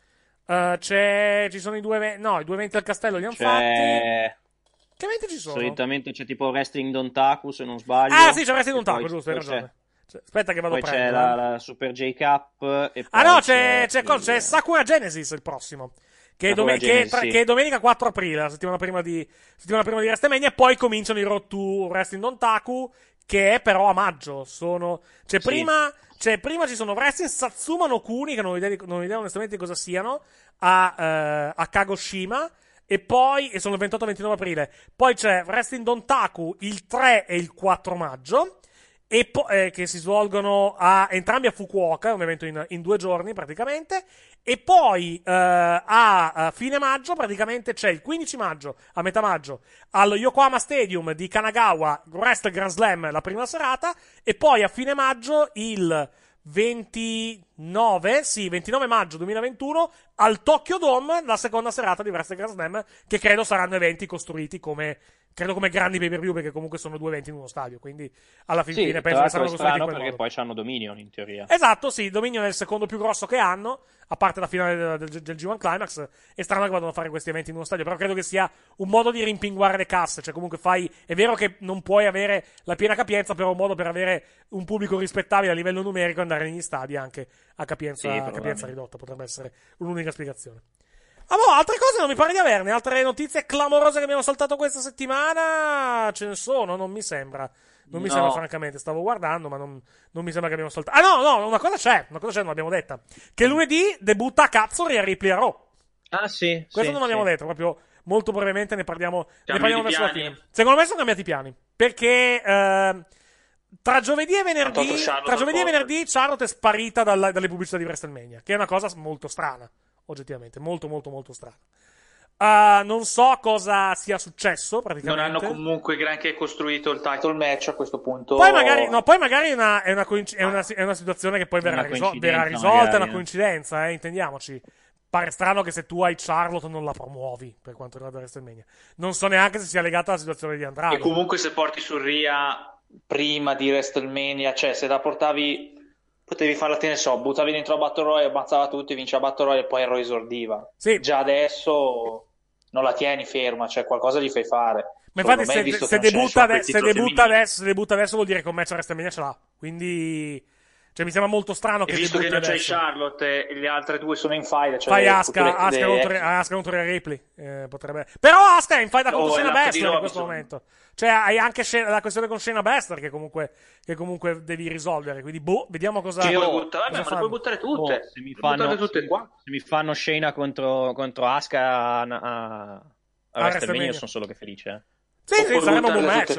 Ci sono i due eventi al castello, li hanno fatti. Che eventi ci sono? Solitamente c'è tipo Wrestling Dontaku, se non sbaglio. Ah sì, c'è Wrestling Dontaku, giusto, hai ragione. Aspetta che vado a prendere. Poi c'è la Super J Cup. E poi c'è Sakura Genesis il prossimo. Che è domenica 4 aprile, la settimana prima di WrestleMania. E poi cominciano i Road to Wrestling Dontaku, che è però a maggio. Prima ci sono Wrestling Satsuma no Kuni, che non ho idea onestamente di cosa siano, a Kagoshima. E sono il 28-29 aprile. Poi c'è Wrestling Dontaku il 3 e il 4 maggio. Che si svolgono entrambi a Fukuoka, un evento in 2 giorni praticamente. E poi a fine maggio praticamente c'è il 15 maggio, a metà maggio, allo Yokohama Stadium di Kanagawa, Wrestle Grand Slam, la prima serata. E poi a fine maggio, il 29 maggio 2021 al Tokyo Dome, la seconda serata di Wrestle Grand Slam, che credo saranno eventi costruiti come grandi pay-per-view, perché comunque sono 2 eventi in uno stadio, quindi alla fine penso che saranno costruiti in quel perché modo. Poi c'hanno Dominion in teoria. Esatto, sì, Dominion è il secondo più grosso che hanno, a parte la finale del G1 Climax. È strano che vadano a fare questi eventi in uno stadio, però credo che sia un modo di rimpinguare le casse, cioè comunque è vero che non puoi avere la piena capienza, però è un modo per avere un pubblico rispettabile a livello numerico e andare negli stadi anche a capienza ridotta, potrebbe essere un'unica spiegazione. Altre cose non mi pare di averne, altre notizie clamorose che abbiamo saltato questa settimana ce ne sono, non mi sembra. Non mi sembra, francamente, stavo guardando, ma non mi sembra che abbiamo saltato. Una cosa c'è, non l'abbiamo detta. Che lunedì debutta a cazzo Rhea Ripley a Raw. Ah, sì. Questo non l'abbiamo detto, proprio molto brevemente ne parliamo verso la fine. Secondo me sono cambiati i piani, perché tra giovedì e venerdì Charlotte è sparita dalle pubblicità di WrestleMania, che è una cosa molto strana, oggettivamente, molto molto molto strana. Non so cosa sia successo praticamente. Non hanno comunque granché costruito il title match a questo punto. Poi magari è una situazione che poi verrà risolta, è una coincidenza, intendiamoci. Pare strano che se tu hai Charlotte non la promuovi per quanto riguarda WrestleMania. Non so neanche se sia legata alla situazione di Andrade. E comunque se porti su Rhea prima di WrestleMania, cioè se la portavi, potevi farla, te ne so, buttavi dentro a Battle Royale, ammazzava tutti, vinceva Battle Royale e poi Raw esordiva. Sì. Già adesso non la tieni ferma, cioè qualcosa gli fai fare. Ma infatti se debutta adesso vuol dire che un match a WrestleMania ce l'ha. Quindi mi sembra molto strano che visto che non adesso. C'hai Charlotte e le altre due sono in fight, cioè fai Asuka contro Rhea Ripley, potrebbe. Però Asuka è in fight contro Shayna Baszler in questo momento. Cioè hai anche la questione con Shayna Baszler che comunque devi risolvere, quindi vediamo cosa ma le puoi buttare tutte. Se mi fanno Shayna contro Asuka a WrestleMania, io sono solo che felice. Sì, saremo un buon match.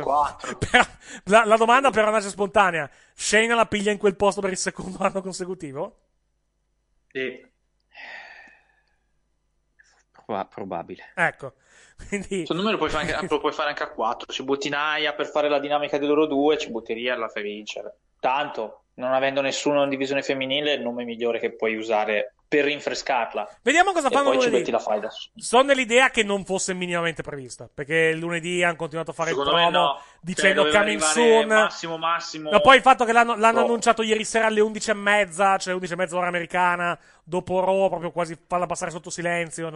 La domanda per una spontanea: Shayna la piglia in quel posto per il secondo anno consecutivo? Sì. Probabile. Ecco. Quindi secondo me lo puoi fare anche a 4. Ci butti Naya per fare la dinamica di loro due, ci butti Rhea e la fai vincere. Tanto, non avendo nessuno in divisione femminile, il nome migliore che puoi usare per rinfrescarla. Vediamo cosa fanno lunedì. Poi ci metti la faida. Sono nell'idea che non fosse minimamente prevista, perché lunedì hanno continuato a fare il promo dicendo coming soon. Massimo. No, poi il fatto che l'hanno annunciato ieri sera alle 11:30, cioè 11:30 ora americana, dopo Raw, proprio quasi farla passare sotto silenzio.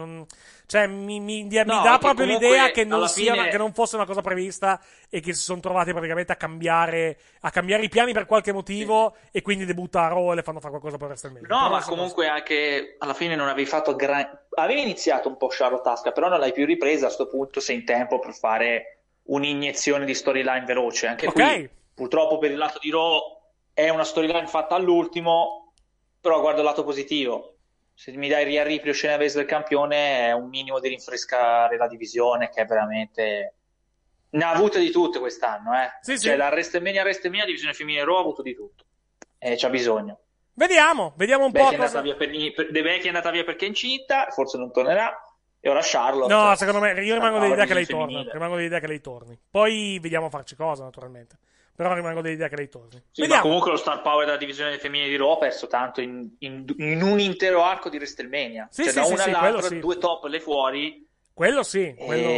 Mi dà proprio l'idea che non che non fosse una cosa prevista e che si sono trovati praticamente a cambiare i piani per qualche motivo, e quindi debutta a Raw e le fanno fare qualcosa per WrestleMania. No, ma comunque anche alla fine non avevi fatto avevi iniziato un po' Charlotte Asuka, però non l'hai più ripresa. A sto punto sei in tempo per fare un'iniezione di storyline veloce. Anche qui purtroppo per il lato di Raw è una storyline fatta all'ultimo, però guarda il lato positivo. Se mi dai Rhea Ripley o Shayna Baszler campione, è un minimo di rinfrescare la divisione, che è veramente ne ha avute di tutte quest'anno, cioè da WrestleMania divisione femminile Raw ha avuto di tutto e c'ha bisogno. Vediamo un po'. De Becky è andata via perché è incinta, forse non tornerà, e ora Charlotte. No, secondo me io rimango dell'idea che lei torni. Poi vediamo farci cosa, naturalmente. Però rimango dell'idea che lei torni. Sì, ma comunque lo star power della divisione femminile di Raw ha perso tanto in un intero arco di WrestleMania. Da una all'altra, due top le fuori. Quello sì.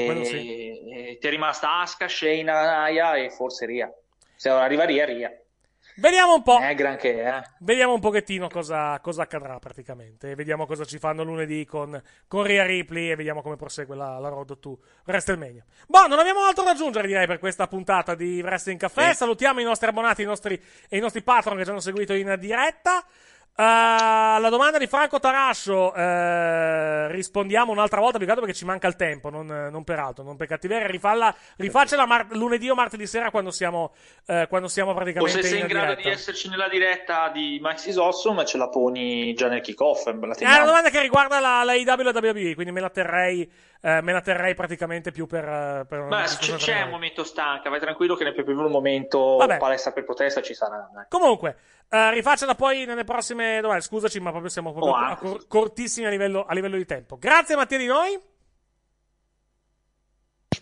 E ti è rimasta Asuka, Shayna, Naya e forse Rhea. Se ora arriva Rhea. Vediamo un po'. Granché, Vediamo un pochettino cosa accadrà praticamente. E vediamo cosa ci fanno lunedì con Rhea Ripley, e vediamo come prosegue la road to WrestleMania. Non abbiamo altro da aggiungere, direi, per questa puntata di Wrestling Café. Salutiamo i nostri abbonati e i nostri patron che ci hanno seguito in diretta. La domanda di Franco Tarascio rispondiamo un'altra volta, più che altro perché ci manca il tempo, non per altro, non per cattiveria. Rifacela lunedì o martedì sera quando siamo praticamente o se sei in grado diretta. Di esserci nella diretta di Maxis Awesome, ce la poni già nel kick-off. È una domanda che riguarda la IW e la WWE, quindi me la terrei praticamente più per c'è un momento stanca, vai tranquillo che nel più un momento palestra per protesta ci sarà. Comunque rifacciala poi nelle prossime domande. Scusaci, ma proprio siamo cortissimi a livello di tempo. Grazie Mattia di noi.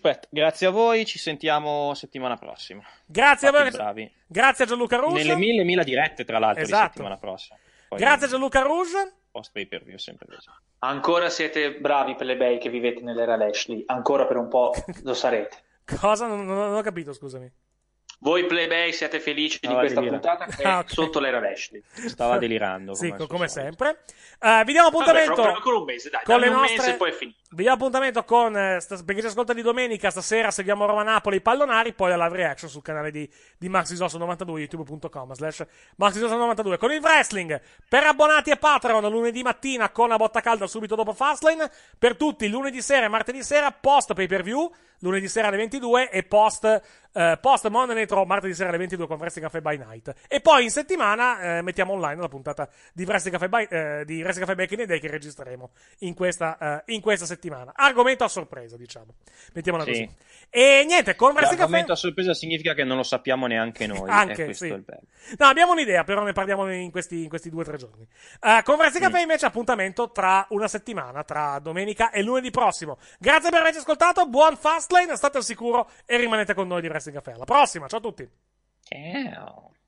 Aspetta, grazie a voi, ci sentiamo settimana prossima. Grazie Fate a voi. bravi. Grazie a Gianluca Rouge. Nelle mille dirette, tra l'altro, esatto. di settimana prossima. Poi grazie a Gianluca Rouge. Post pay per view, sempre così. Ancora siete bravi plebei che vivete nell'era Lashley. Ancora per un po' lo sarete. Cosa? Non ho capito, scusami. Voi plebei siete felici di questa puntata che è sotto l'era Lashley. Stava delirando. Sì, come sempre. Vi diamo appuntamento. Vabbè, con un mese, dai. Con le un nostre... mese poi è finito. Vi diamo appuntamento con, perché ci ascolta di domenica, stasera seguiamo Roma Napoli, i Pallonari, poi la live reaction sul canale di MaxiSosso92, youtube.com/MaxiSosso92. Con il wrestling, per abbonati e Patreon, lunedì mattina con la botta calda subito dopo Fastlane, per tutti lunedì sera e martedì sera, post pay per view, lunedì sera alle 22 e post Monday Night Raw, martedì sera alle 22 con Wrestling Cafe by Night. E poi in settimana mettiamo online la puntata di Wrestling Cafe Back in the Day che registreremo in questa settimana. Argomento a sorpresa, diciamo. Mettiamola così. E niente, con Wrestling Cafe... L'argomento a sorpresa significa che non lo sappiamo neanche noi. Anche, questo sì. è il bello. No, abbiamo un'idea, però ne parliamo in questi 2 o 3 giorni. Con Wrestling Cafe invece appuntamento tra una settimana, tra domenica e lunedì prossimo. Grazie per averci ascoltato, buon Fastlane, state al sicuro e rimanete con noi di Wrestling Cafe. Alla prossima, ciao a tutti. Ciao.